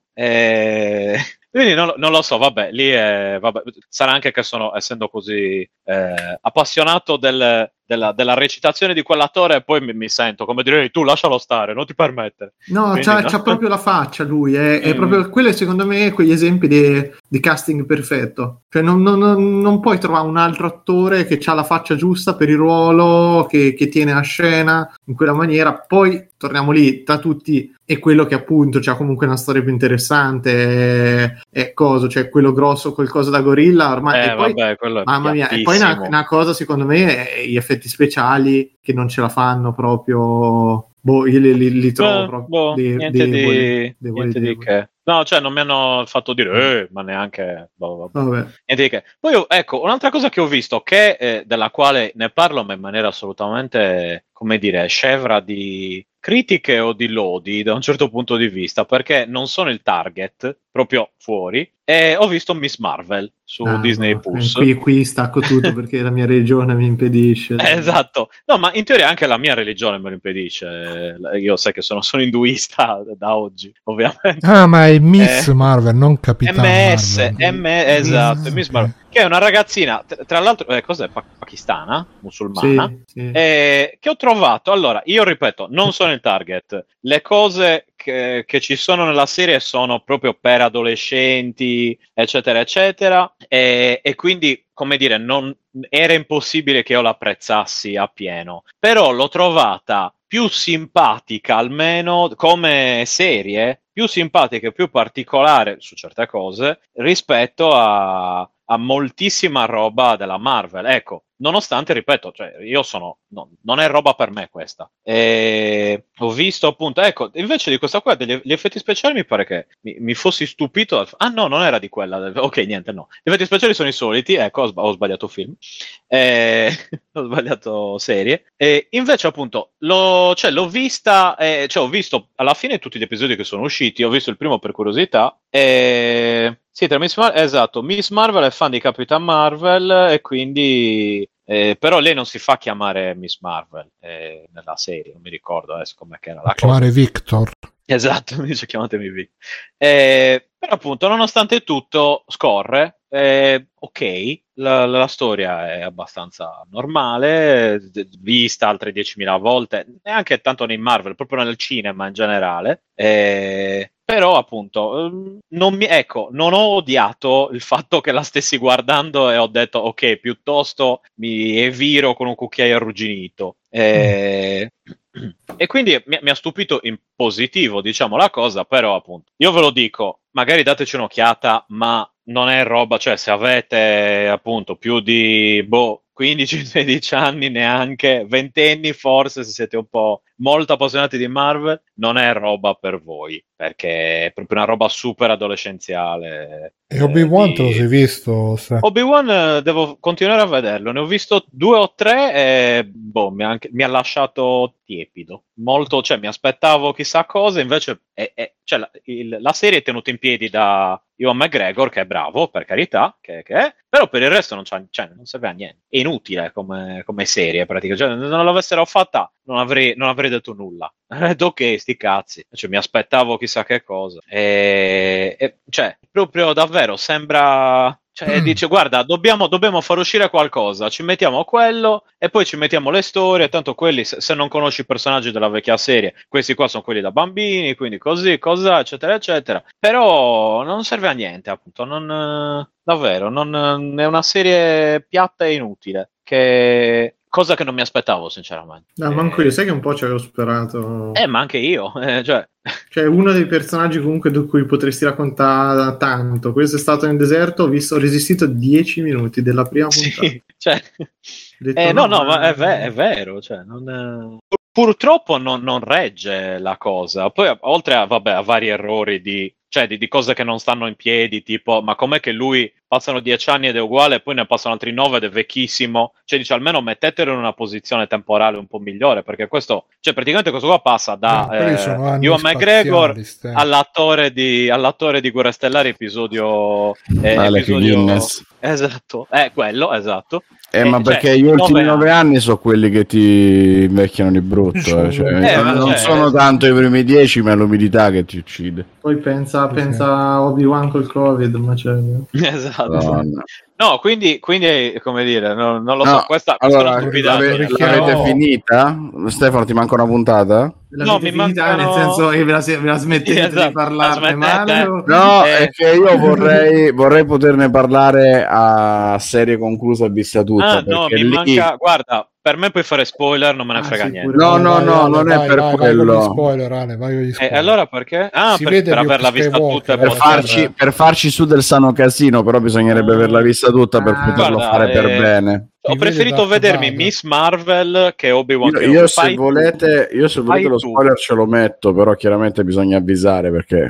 Quindi non lo so, vabbè, lì sarà anche che essendo così appassionato della recitazione di quell'attore, poi mi sento come dire, tu lascialo stare, non ti permettere. No, c'ha proprio la faccia lui, è proprio quello, secondo me, quegli esempi di casting perfetto. Cioè non puoi trovare un altro attore che ha la faccia giusta per il ruolo, che tiene la scena in quella maniera. Poi torniamo lì, tra tutti è quello che appunto c'ha comunque una storia più interessante, è coso, cioè quello grosso, quel da gorilla ormai, mamma mia, e poi una cosa secondo me è gli effetti speciali che non ce la fanno proprio, io li trovo proprio niente di che. No, cioè non mi hanno fatto dire ma neanche niente di che. Poi ecco, un'altra cosa che ho visto, che della quale ne parlo ma in maniera assolutamente, come dire, scevra di critiche o di lodi da un certo punto di vista, perché non sono il target, proprio fuori, e ho visto Miss Marvel su Disney Plus. Qui stacco tutto perché la mia religione mi impedisce. Esatto, no, ma in teoria anche la mia religione me lo impedisce. Io sai che sono induista da oggi, ovviamente. Ma è Miss Marvel, non Capitan Marvel. Esatto, Miss Marvel, che è una ragazzina, tra l'altro, cos'è, pakistana, musulmana, sì. Che ho trovato. Allora, io ripeto, non sono il target, le cose che ci sono nella serie sono proprio per adolescenti, eccetera eccetera, e quindi, come dire, non era impossibile che io l'apprezzassi appieno, però l'ho trovata più simpatica, almeno come serie, più simpatica e più particolare su certe cose rispetto a a moltissima roba della Marvel, ecco. Nonostante, ripeto, cioè io non è roba per me questa. Ho visto appunto, ecco, invece di questa qua, gli effetti speciali mi pare che mi fossi stupito. Ah no, non era di quella. Ok, niente, no. Gli effetti speciali sono i soliti, ecco, ho sbagliato film. Ho sbagliato serie. Invece appunto, l'ho vista, cioè ho visto alla fine tutti gli episodi che sono usciti, ho visto il primo per curiosità. Sì, tra esatto, Miss Marvel è fan di Capitan Marvel e quindi però lei non si fa chiamare Miss Marvel nella serie, non mi ricordo adesso com'è che era la chiamare cosa. Victor. Esatto, mi dice chiamatemi Victor. Però appunto, nonostante tutto, scorre. Ok, la storia è abbastanza normale, vista altre 10.000 volte, neanche tanto nei Marvel, proprio nel cinema in generale. Però appunto non ho odiato il fatto che la stessi guardando e ho detto ok, piuttosto mi eviro con un cucchiaio arrugginito. E quindi mi ha stupito in positivo, diciamo la cosa, però appunto io ve lo dico, magari dateci un'occhiata, ma non è roba, cioè se avete appunto più di 15-16 anni, neanche 20 anni forse, se siete un po' molto appassionati di Marvel, non è roba per voi, perché è proprio una roba super adolescenziale. E Obi-Wan te lo sei visto? Obi-Wan devo continuare a vederlo, ne ho visto 2 o 3 e mi ha lasciato tiepido, molto, cioè mi aspettavo chissà cosa, invece cioè, la serie è tenuta in piedi da Ewan McGregor, che è bravo, per carità, che è, però per il resto non serve a niente, è inutile come serie praticamente, cioè, se non l'avessero fatta non avrei detto nulla. Ok, sti cazzi, cioè, mi aspettavo chissà che cosa cioè proprio davvero sembra, cioè dice guarda dobbiamo far uscire qualcosa, ci mettiamo quello e poi ci mettiamo le storie, tanto quelli se non conosci i personaggi della vecchia serie, questi qua sono quelli da bambini, quindi così, cosa, eccetera eccetera, però non serve a niente, appunto, davvero è una serie piatta e inutile, cosa che non mi aspettavo sinceramente. No, manco io, sai che un po' ci avevo sperato. Ma anche io, cioè uno dei personaggi comunque di cui potresti raccontare tanto. Questo è stato nel deserto, ho resistito 10 minuti della prima puntata. Sì, cioè ma è vero, cioè purtroppo non regge la cosa. Poi oltre a vari errori di cose che non stanno in piedi, tipo ma com'è che lui passano 10 anni ed è uguale e poi ne passano altri 9 ed è vecchissimo, cioè dice almeno mettetelo in una posizione temporale un po' migliore, perché questo, cioè praticamente questo qua passa da Ewan McGregor all'attore di Guerre Stellari episodio Guinness. Esatto, quello, esatto. Ma perché gli ultimi 9 anni sono quelli che ti invecchiano di brutto, non sono tanto i primi 10, ma è l'umidità che ti uccide. Poi pensa a Obi-Wan col Covid, ma esatto. No, quindi come dire, non lo so, questa allora, l'avete finita? Stefano, ti manca una puntata? No, mi manca, nel senso che ve la smettete di parlarne male? No, è che io vorrei poterne parlare a serie conclusa e vista tutta. No, mi manca, guarda, per me puoi fare spoiler, non me ne frega niente. No, non è per quello. Vai spoiler, Ale, vai con gli spoiler. Allora perché? Per averla vista tutta. Per farci su del sano casino, però bisognerebbe averla vista tutta per poterlo fare per bene. Ho preferito vedermi Miss Marvel che Obi-Wan. Io se volete lo spoiler ce lo metto, però chiaramente bisogna avvisare perché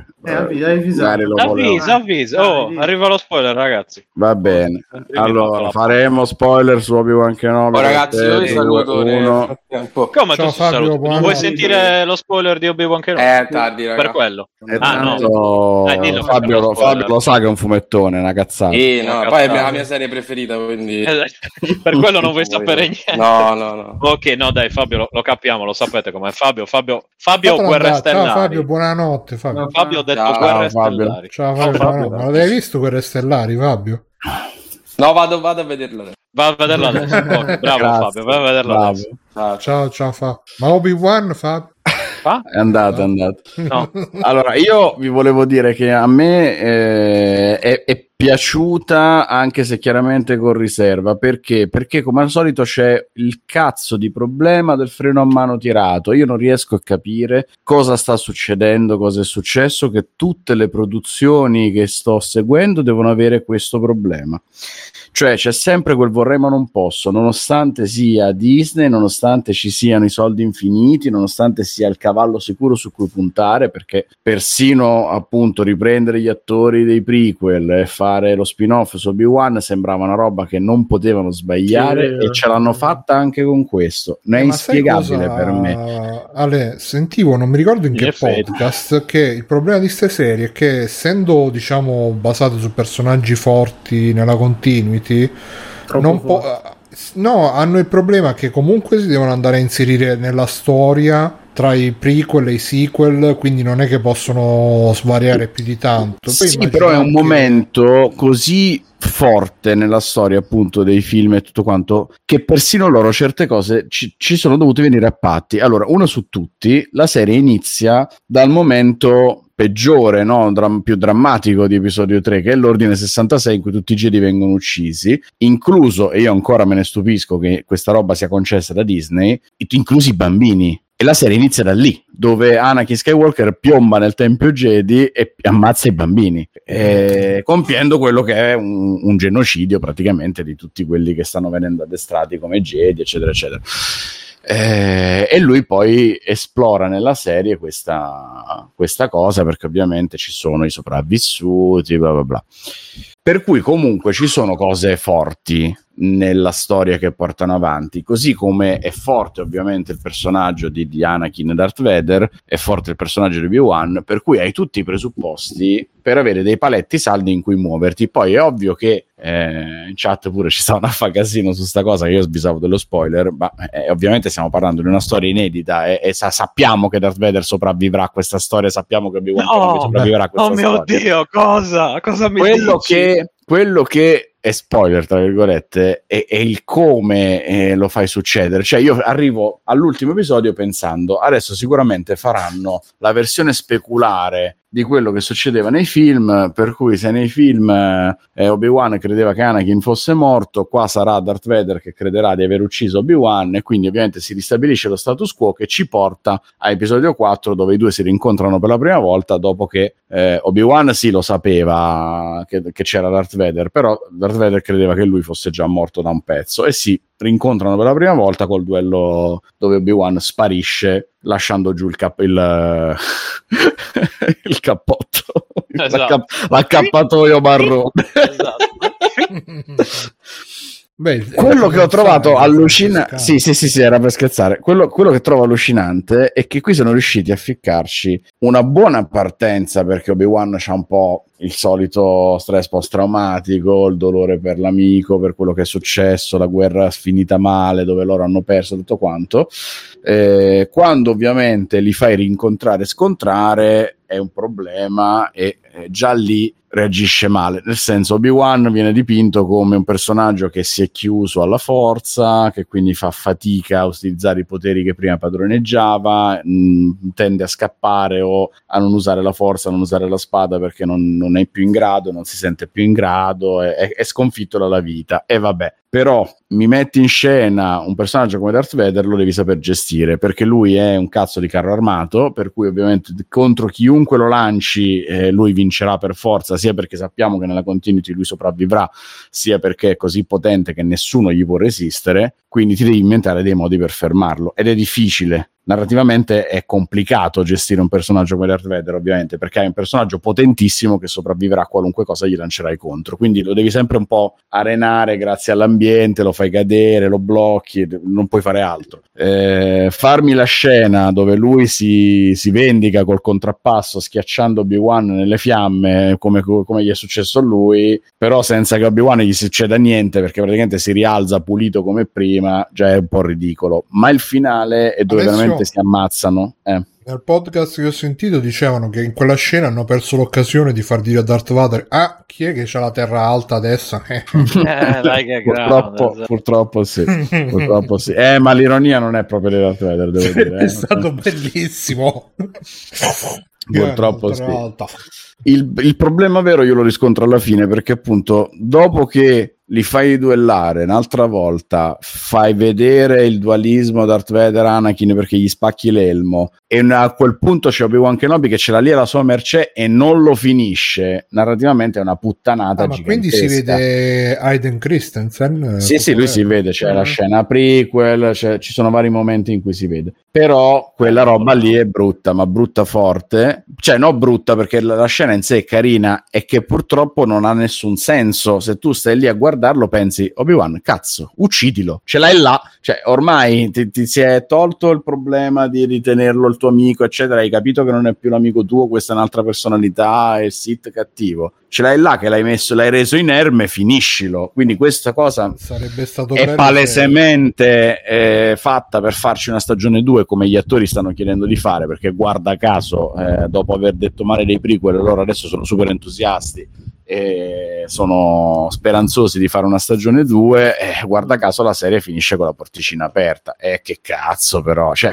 avvisa. Arriva lo spoiler, ragazzi. Va bene. Allora faremo spoiler su Obi-Wan Kenobi. Ragazzi, io vi saluto. Come tu saluto? Non vuoi sentire lo spoiler di Obi-Wan Kenobi? È tardi, ragazzi. Per quello. No. Fabio lo sa che è un fumettone, è una cazzata. Poi è la mia serie preferita, quindi per quello non vuoi sapere niente. No. Ok, no dai, Fabio, lo capiamo, lo sapete com'è Fabio Guerre Stellari. Ciao Fabio, buonanotte Fabio. Fabio ha detto Guerre Stellari. Ciao Fabio, ma l'hai visto Guerre Stellari, Fabio? No, vado a vederlo adesso. Va a vederlo adesso. Bravo Grazie. Fabio, vai a vederlo adesso. Ciao Fabio. Ma Obi-Wan, Fabio? È andato. No. Allora, io vi volevo dire che a me è piaciuta, anche se chiaramente con riserva. Perché come al solito c'è il cazzo di problema del freno a mano tirato. Io non riesco a capire cosa sta succedendo, cosa è successo, che tutte le produzioni che sto seguendo devono avere questo problema. Cioè c'è sempre quel vorrei ma non posso, nonostante sia Disney, nonostante ci siano i soldi infiniti, nonostante sia il cavallo sicuro su cui puntare, perché persino appunto riprendere gli attori dei prequel e fare lo spin-off su Obi-Wan sembrava una roba che non potevano sbagliare, e ce l'hanno fatta anche con questo. Non è inspiegabile per me. Ale, sentivo, non mi ricordo in che podcast, che il problema di queste serie è che, essendo diciamo basate su personaggi forti nella continuity, no, hanno il problema che comunque si devono andare a inserire nella storia tra i prequel e i sequel, quindi non è che possono svariare più di tanto. Poi sì, però è un momento così forte nella storia appunto dei film e tutto quanto, che persino loro certe cose ci sono dovute venire a patti. Allora, uno su tutti, la serie inizia dal momento peggiore, no? Più drammatico di episodio 3, che è l'ordine 66, in cui tutti i Jedi vengono uccisi, incluso, e io ancora me ne stupisco che questa roba sia concessa da Disney, inclusi i bambini. E la serie inizia da lì, dove Anakin Skywalker piomba nel Tempio Jedi e ammazza i bambini, compiendo quello che è un genocidio praticamente di tutti quelli che stanno venendo addestrati come Jedi, eccetera, eccetera. E lui poi esplora nella serie questa cosa, perché ovviamente ci sono i sopravvissuti, bla bla bla. Per cui comunque ci sono cose forti nella storia che portano avanti, così come è forte ovviamente il personaggio di Anakin e Darth Vader, è forte il personaggio di Obi-Wan, per cui hai tutti i presupposti per avere dei paletti saldi in cui muoverti. Poi è ovvio che in chat pure ci sta una fa casino su sta cosa, che io sbisavo dello spoiler, ma ovviamente stiamo parlando di una storia inedita e sappiamo che Darth Vader sopravvivrà a questa storia, sappiamo che Obi-Wan sopravvivrà a questa storia. Oh mio Dio, cosa mi dici? Quello che è spoiler tra virgolette è il come lo fai succedere. Cioè io arrivo all'ultimo episodio pensando adesso sicuramente faranno la versione speculare di quello che succedeva nei film, per cui se nei film Obi-Wan credeva che Anakin fosse morto, qua sarà Darth Vader che crederà di aver ucciso Obi-Wan, e quindi ovviamente si ristabilisce lo status quo, che ci porta a episodio 4, dove i due si rincontrano per la prima volta dopo che Obi-Wan sì lo sapeva che c'era Darth Vader, però Darth Vader credeva che lui fosse già morto da un pezzo, e si rincontrano per la prima volta col duello dove Obi-Wan sparisce lasciando giù il cappotto, esatto. L'accappatoio marrone. Esatto. Beh, quello che ho trovato allucinante, sì, era per scherzare. Quello che trovo allucinante è che qui sono riusciti a ficcarci una buona partenza, perché Obi-Wan c'ha un po' il solito stress post-traumatico, il dolore per l'amico, per quello che è successo, la guerra finita male, dove loro hanno perso tutto quanto. Quando ovviamente li fai rincontrare e scontrare è un problema, e già lì reagisce male, nel senso Obi-Wan viene dipinto come un personaggio che si è chiuso alla forza, che quindi fa fatica a utilizzare i poteri che prima padroneggiava, tende a scappare o a non usare la forza, a non usare la spada perché non è più in grado, non si sente più in grado, è sconfitto dalla vita. E vabbè, però mi metti in scena un personaggio come Darth Vader, lo devi saper gestire, perché lui è un cazzo di carro armato, per cui ovviamente contro chiunque lo lanci lui vincerà per forza, sia perché sappiamo che nella continuity lui sopravvivrà, sia perché è così potente che nessuno gli può resistere, quindi ti devi inventare dei modi per fermarlo, ed è difficile. Narrativamente è complicato gestire un personaggio come Darth Vader, ovviamente, perché hai un personaggio potentissimo che sopravviverà a qualunque cosa gli lancerai contro, quindi lo devi sempre un po' arenare grazie all'ambiente, lo fai cadere, lo blocchi, non puoi fare altro. Farmi la scena dove lui si vendica col contrappasso schiacciando Obi-Wan nelle fiamme, come gli è successo a lui, però senza che Obi-Wan gli succeda niente, perché praticamente si rialza pulito come prima, già è un po' ridicolo. Ma il finale è dove veramente si ammazzano. Nel podcast che ho sentito dicevano che in quella scena hanno perso l'occasione di far dire a Darth Vader: ah, chi è che c'ha la terra alta adesso? Dai, che purtroppo sì. Purtroppo sì. Ma l'ironia non è proprio di Darth Vader, devo dire. È stato bellissimo. Purtroppo sì. Il problema vero io lo riscontro alla fine, perché appunto dopo che li fai duellare un'altra volta, fai vedere il dualismo Darth Vader Anakin perché gli spacchi l'elmo, e a quel punto c'è Obi-Wan Kenobi che ce l'ha lì alla sua mercé e non lo finisce, narrativamente è una puttanata gigantesca. Quindi si vede Hayden Christensen? Sì, lui si vede, c'è la scena prequel, ci sono vari momenti in cui si vede, però quella roba lì è brutta, ma brutta forte, cioè no brutta perché la scena in sé è carina, è che purtroppo non ha nessun senso. Se tu stai lì a guardarlo pensi, Obi-Wan, cazzo, uccidilo, ce l'hai là, cioè ormai ti si è tolto il problema di ritenerlo il tuo amico eccetera, hai capito che non è più l'amico tuo, questa è un'altra personalità, è il Sith cattivo, ce l'hai là che l'hai reso inerme, finiscilo. Quindi questa cosa sarebbe stato è palesemente fatta per farci una stagione 2, come gli attori stanno chiedendo di fare, perché guarda caso dopo aver detto male dei prequel loro adesso sono super entusiasti e sono speranzosi di fare una stagione 2, guarda caso la serie finisce con la porticina aperta, che cazzo, però cioè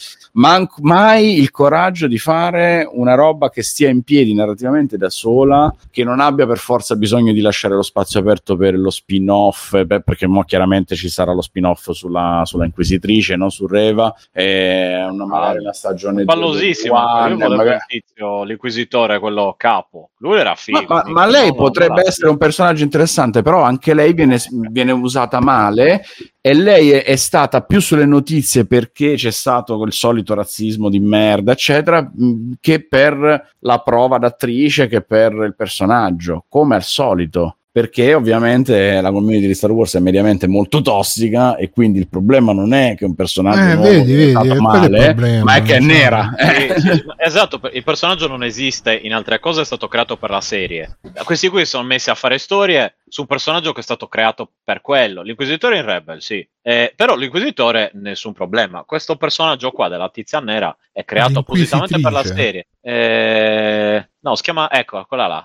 mai il coraggio di fare una roba che stia in piedi narrativamente da sola, che non abbia per forza bisogno di lasciare lo spazio aperto per lo spin-off, perché mo chiaramente ci sarà lo spin-off sulla Inquisitrice, no? Su Reva, magari una stagione pallosissimo. Io volevo il tizio, l'inquisitore, quello capo, lui era figo, ma lei potrebbe essere un personaggio interessante, però anche lei viene usata male, e lei è stata più sulle notizie perché c'è stato quel solito razzismo di merda eccetera, che per la prova d'attrice, che per il personaggio, come al solito, perché ovviamente la community di Star Wars è mediamente molto tossica, e quindi il problema non è che un personaggio vedi, è stato male, ma è che è nera. Sì, esatto, il personaggio non esiste in altre cose, è stato creato per la serie. Questi qui sono messi a fare storie su un personaggio che è stato creato per quello. L'Inquisitore in Rebel, sì. Però l'Inquisitore nessun problema. Questo personaggio qua della tizia nera è creato appositamente per la serie. No, si chiama, ecco, quella là,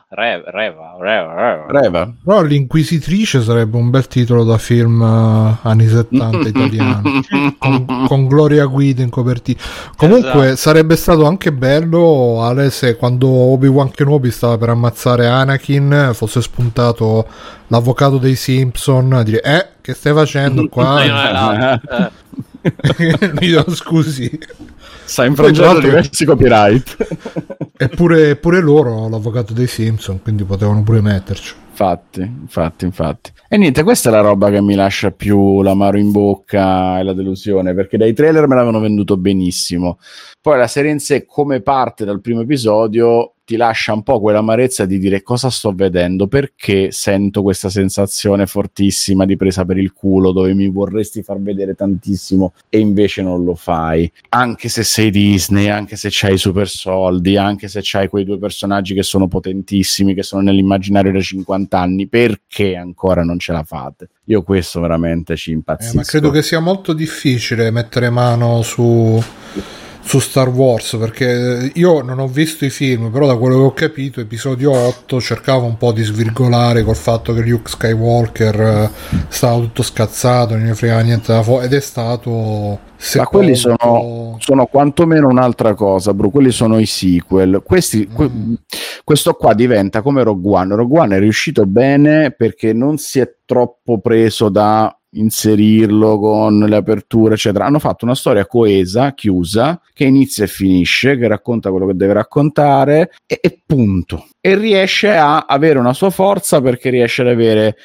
Reva. Però l'Inquisitrice sarebbe un bel titolo da film anni 70 italiano, con Gloria Guida in copertina. Comunque esatto. Sarebbe stato anche bello, Ale, se quando Obi-Wan Kenobi stava per ammazzare Anakin fosse spuntato l'avvocato dei Simpson a dire che stai facendo qua? Scusi, sta infrangendo diversi copyright. Pure loro l'avvocato dei Simpson, quindi potevano pure metterci. Infatti. E niente, questa è la roba che mi lascia più l'amaro in bocca e la delusione, perché dai trailer me l'avevano venduto benissimo, poi la serie in sé, come parte dal primo episodio, ti lascia un po' quell'amarezza di dire cosa sto vedendo, perché sento questa sensazione fortissima di presa per il culo, dove mi vorresti far vedere tantissimo e invece non lo fai, anche se sei Disney, anche se c'hai i super soldi, anche se c'hai quei due personaggi che sono potentissimi, che sono nell'immaginario da 50 anni, perché ancora non ce la fate? Io questo veramente ci impazzisco. Ma credo che sia molto difficile mettere mano su Star Wars, perché io non ho visto i film, però da quello che ho capito episodio 8 cercava un po' di svirgolare col fatto che Luke Skywalker stava tutto scazzato, non ne frega niente da fuori, ed è stato ma quelli sono quantomeno un'altra cosa, bro. Quelli sono i sequel. Questo qua diventa come Rogue One è riuscito bene perché non si è troppo preso da inserirlo con le aperture eccetera. Hanno fatto una storia coesa, chiusa, che inizia e finisce, che racconta quello che deve raccontare e punto, e riesce a avere una sua forza perché riesce ad avere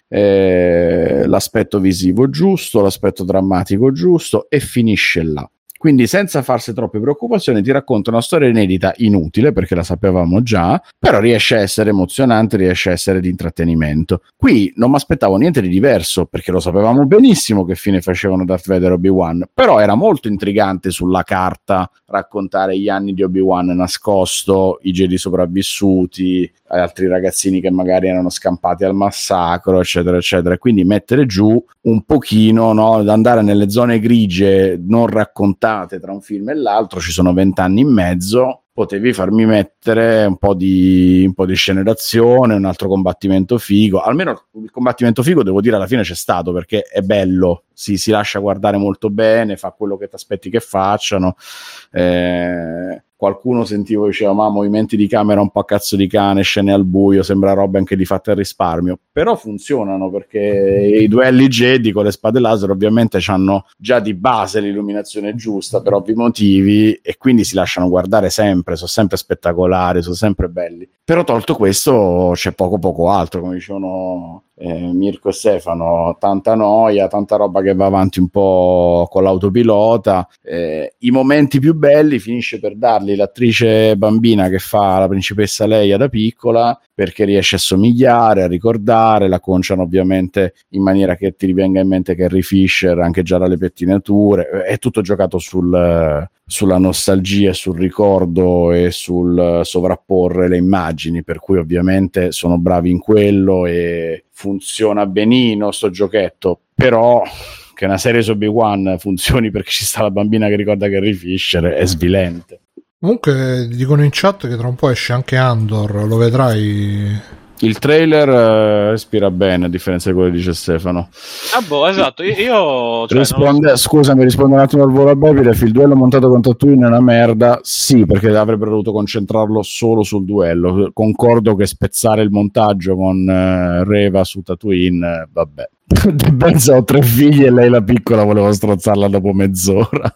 l'aspetto visivo giusto, l'aspetto drammatico giusto, e finisce là. Quindi senza farsi troppe preoccupazioni ti racconta una storia inedita, inutile perché la sapevamo già, però riesce a essere emozionante, riesce a essere di intrattenimento. Qui non mi aspettavo niente di diverso perché lo sapevamo benissimo che fine facevano Darth Vader e Obi-Wan, però era molto intrigante sulla carta raccontare gli anni di Obi-Wan nascosto, i Jedi sopravvissuti, altri ragazzini che magari erano scampati al massacro eccetera eccetera, quindi mettere giù un pochino, no, andare nelle zone grigie non raccontate tra un film e l'altro. Ci sono 20 anni in mezzo, potevi farmi mettere un po' di scene d'azione, un altro combattimento figo. Almeno il combattimento figo, devo dire, alla fine c'è stato perché è bello, si lascia guardare molto bene, fa quello che ti aspetti che facciano. qualcuno sentivo diceva ma movimenti di camera un po' a cazzo di cane, scene al buio, sembra roba anche di fatta al risparmio, però funzionano perché i duelli Jedi con le spade laser ovviamente hanno già di base l'illuminazione giusta per ovvi motivi e quindi si lasciano guardare sempre, sono sempre spettacolari, sono sempre belli, però tolto questo c'è poco altro, come dicevano Mirko e Stefano, tanta noia, tanta roba che va avanti un po' con l'autopilota, i momenti più belli finisce per darli l'attrice bambina che fa la principessa Leia da piccola, perché riesce a somigliare, a ricordare, la conciano ovviamente in maniera che ti rivenga in mente Carrie Fisher anche già dalle pettinature, è tutto giocato sulla nostalgia, sul ricordo e sul sovrapporre le immagini, per cui ovviamente sono bravi in quello e funziona benino sto giochetto, però che una serie su Obi-Wan funzioni perché ci sta la bambina che ricorda Carrie Fisher è svilente. Comunque dicono in chat che tra un po' esce anche Andor, lo vedrai? Il trailer ispira bene, a differenza di quello che dice Stefano. Ah boh, esatto, io rispondo un attimo al volo a Babyloth, il duello montato con Tatooine è una merda, sì, perché avrebbero dovuto concentrarlo solo sul duello. Concordo che spezzare il montaggio con Reva su Tatooine, vabbè. Di Benza ho 3 figli e lei la piccola volevo strozzarla dopo mezz'ora.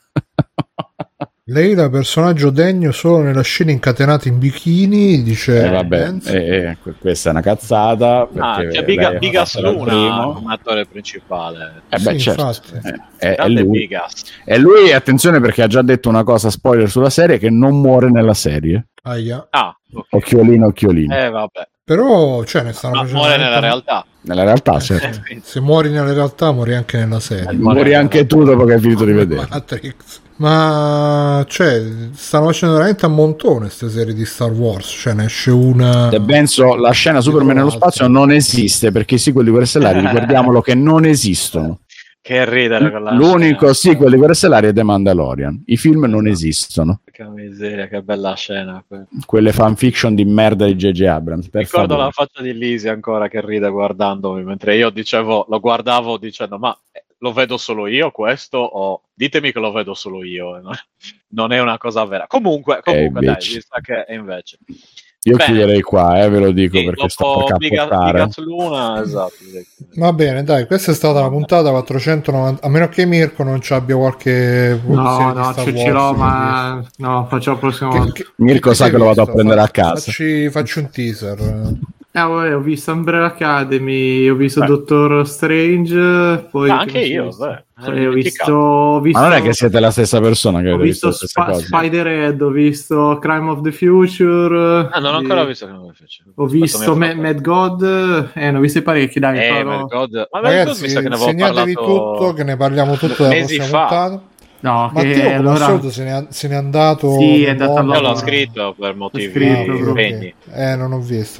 Lei da personaggio degno solo nella scena incatenata in bikini, dice vabbè, questa è una cazzata. C'è Bigas Luna come attore principale. Sì, certo. È lui. E lui, attenzione, perché ha già detto una cosa spoiler sulla serie, che non muore nella serie. Okay. Occhiolino. Vabbè. Però, cioè, ne stanno facendo muore nella realtà. Nella realtà, certo. Se muori nella realtà, muori anche nella serie. Muori anche tu dopo che hai finito di vedere. Matrix. Ma cioè stanno facendo veramente a montone queste serie di Star Wars, cioè ne esce una. Penso la scena Superman nello spazio non esiste, perché i sequel di Guerre Stellari ricordiamolo che non esistono. Che ridere con la l'unico sequel di Guerre Stellari è The Mandalorian, i film non esistono. Che miseria, che bella scena quelle fanfiction di merda di J.J. Abrams, ricordo favore. La faccia di Lisi ancora che ride guardandomi, mentre io lo guardavo dicendo ma lo vedo solo io questo, o ditemi che lo vedo solo io, non è una cosa vera. Comunque dai, vista che è invece. Io chiuderei qua, ve lo dico, perché sto per cappottare. Luna, esatto. Va bene, dai, questa è stata la puntata 490, a meno che Mirko non ci abbia qualche no, ce l'ho, ma no, faccio la prossima volta. Mirko sa che lo vado a prendere a casa. Faccio un teaser. Ho visto Umbrella Academy, ho visto Doctor Strange, poi anche io, ho visto ma non è che siete la stessa persona che ho visto Spider-Head, ho visto Crime of the Future. Non ho ancora visto Crime of the Future. Ho visto Mad God, ne ho visti parecchi, dai. Mad God. Ma ragazzi, mi sa che ne avevo segnatevi tutto, che ne parliamo tutto della prossima puntata. No, Matteo come al solito se n'è andato. Sì, è andato io l'ho scritto per motivi impegni. Non ho visto.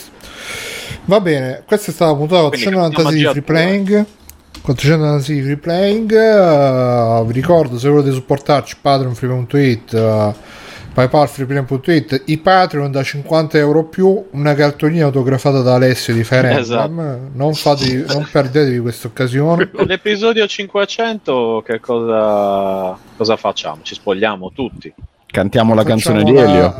Va bene, questa è stata la puntata 496 di Free Playing. 496 di Free Playing. Vi ricordo, se volete supportarci, patreon.it, PayPal, freeplay.it, i Patreon da 50 euro più una cartolina autografata da Alessio di Fire Emblem. Non perdetevi questa occasione. L'episodio 500 che cosa facciamo? Ci spogliamo tutti, cantiamo la canzone di Elio,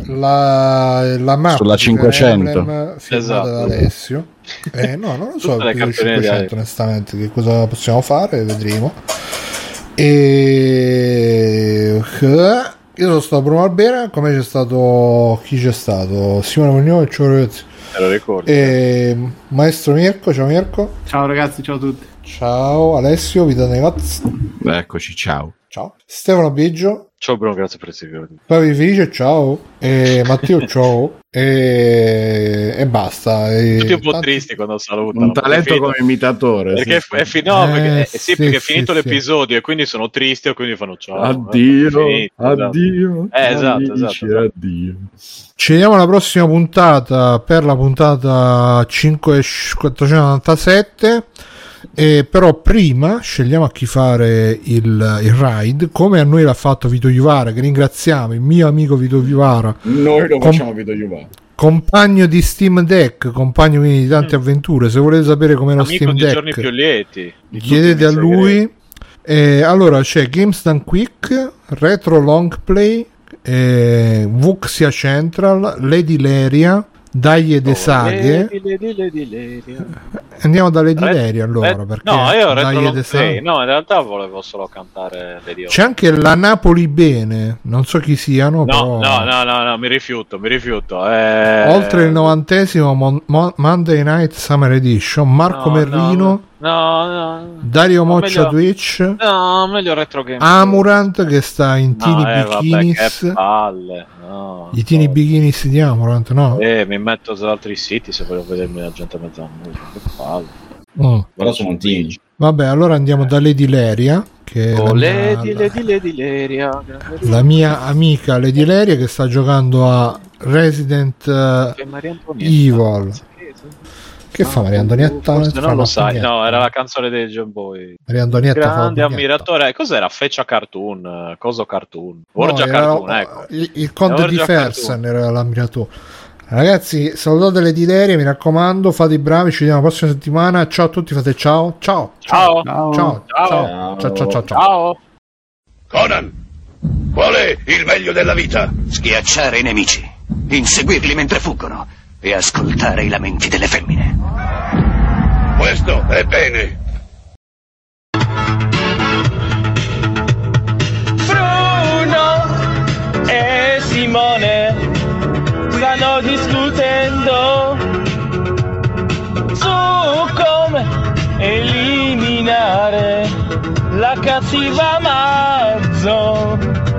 la mappa sulla 500 firmata da Alessio. No, non lo so, l'episodio 500 onestamente che cosa possiamo fare, vedremo. Io sono stato Bruno Albera, come c'è stato Simone Mugnone e ciao ragazzi. Te lo ricordo. Maestro Mirko, ciao Mirko. Ciao ragazzi, ciao a tutti. Ciao Alessio, Vita Negaz. Eccoci, ciao. Stefano Biggio. Ciao Bruno, grazie per il seguito. Pavi Felice, ciao. Matteo, ciao. E basta. Tutti un po' tristi quando salutano. Un talento come imitatore. Perché è finito l'episodio e quindi sono tristi e quindi fanno ciao. Addio. Esatto. Addio. Ci vediamo alla prossima puntata, per la puntata 497. Però prima scegliamo a chi fare il ride, come a noi l'ha fatto Vito Juvara, che ringraziamo, il mio amico Vito Juvara. Noi lo facciamo Vito Juvara, compagno di Steam Deck, compagno di tante avventure. Se volete sapere com'è lo Steam Deck, giorni più lieti, chiedete a lui. Allora c'è Games Done Quick, Retro Long Play, Vuxia Central, Lady Leria, Daglie de Saghe. Andiamo da Lady Leria allora, perché no, io Daglie de Saghe. No, in realtà volevo solo cantare Lady. C'è anche la Napoli Bene, non so chi siano, no, però... no, mi rifiuto. Oltre il 90° Monday Night Summer Edition, Marco Merrino, Dario Moccia Twitch, meglio Retro Game, Amurant che sta in Teeny Bikinis, che palle. I Teeny Bikinis di Amurant, no? Mi metto su altri siti se voglio vedermi la gente a mezzanotte, che palle. Però sono teeny. Vabbè, allora andiamo da Lady Leria, che è Lady Leria, la mia amica Lady Leria, che sta giocando a Resident Evil. Che fa Maria Antonietta? Forse non lo sai, no, era la canzone dei Game Boy. Maria Antonietta, grande ammiratore. Cos'era? Feccia Cartoon? Coso Cartoon? Borgia Cartoon, ecco. Il conte di Fersen era l'ammiratore. Ragazzi, salutate le Dilerie, mi raccomando, fate i bravi, ci vediamo la prossima settimana. Ciao a tutti, fate ciao. Conan, qual è il meglio della vita? Schiacciare i nemici, inseguirli mentre fuggono e ascoltare i lamenti delle femmine. Questo è bene. Bruno e Simone stanno discutendo su come eliminare la cattiva Marzo.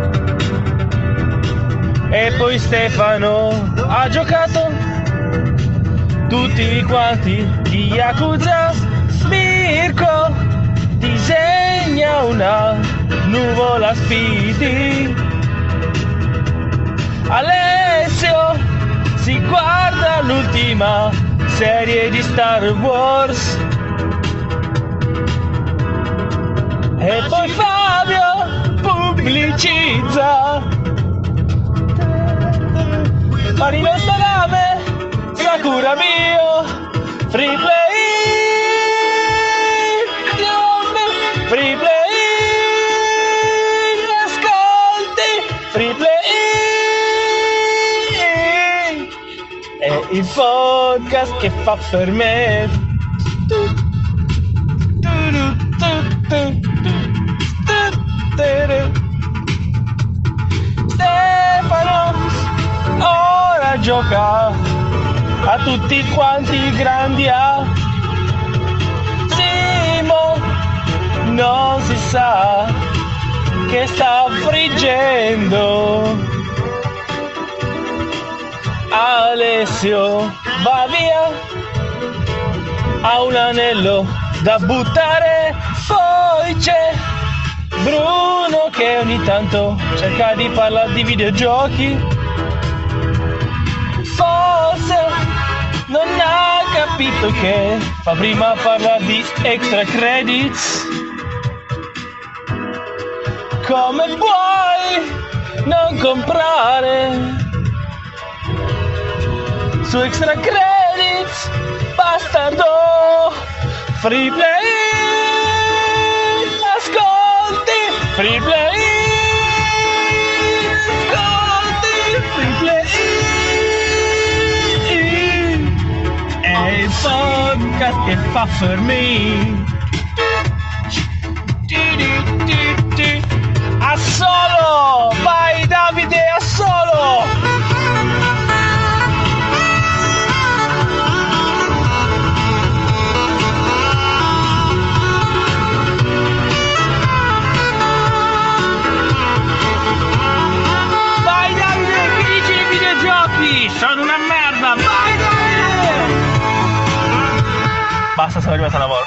E poi Stefano ha giocato tutti quanti gli Yakuza. Mirko disegna una nuvola Speedy. Alessio si guarda l'ultima serie di Star Wars. E poi Fabio pubblicizza Marino Salame, Sakura Mio, Free Play, Free Play, ascolti, Free Play, è il podcast che fa per me. Stefano ora gioca a tutti quanti i grandi A. Simo non si sa che sta friggendo. Alessio va via, ha un anello da buttare. Poi c'è Bruno che ogni tanto cerca di parlare di videogiochi. Forse non ha capito che fa prima parlare di extra credits. Come puoi non comprare su extra credits, bastardo? Free Play, ascolti, Free Play, ascolti, Free Play, è il podcast che fa per me. A solo, vai Davide, a solo. Sono una merda, vai! Basta, sono arrivato a lavoro.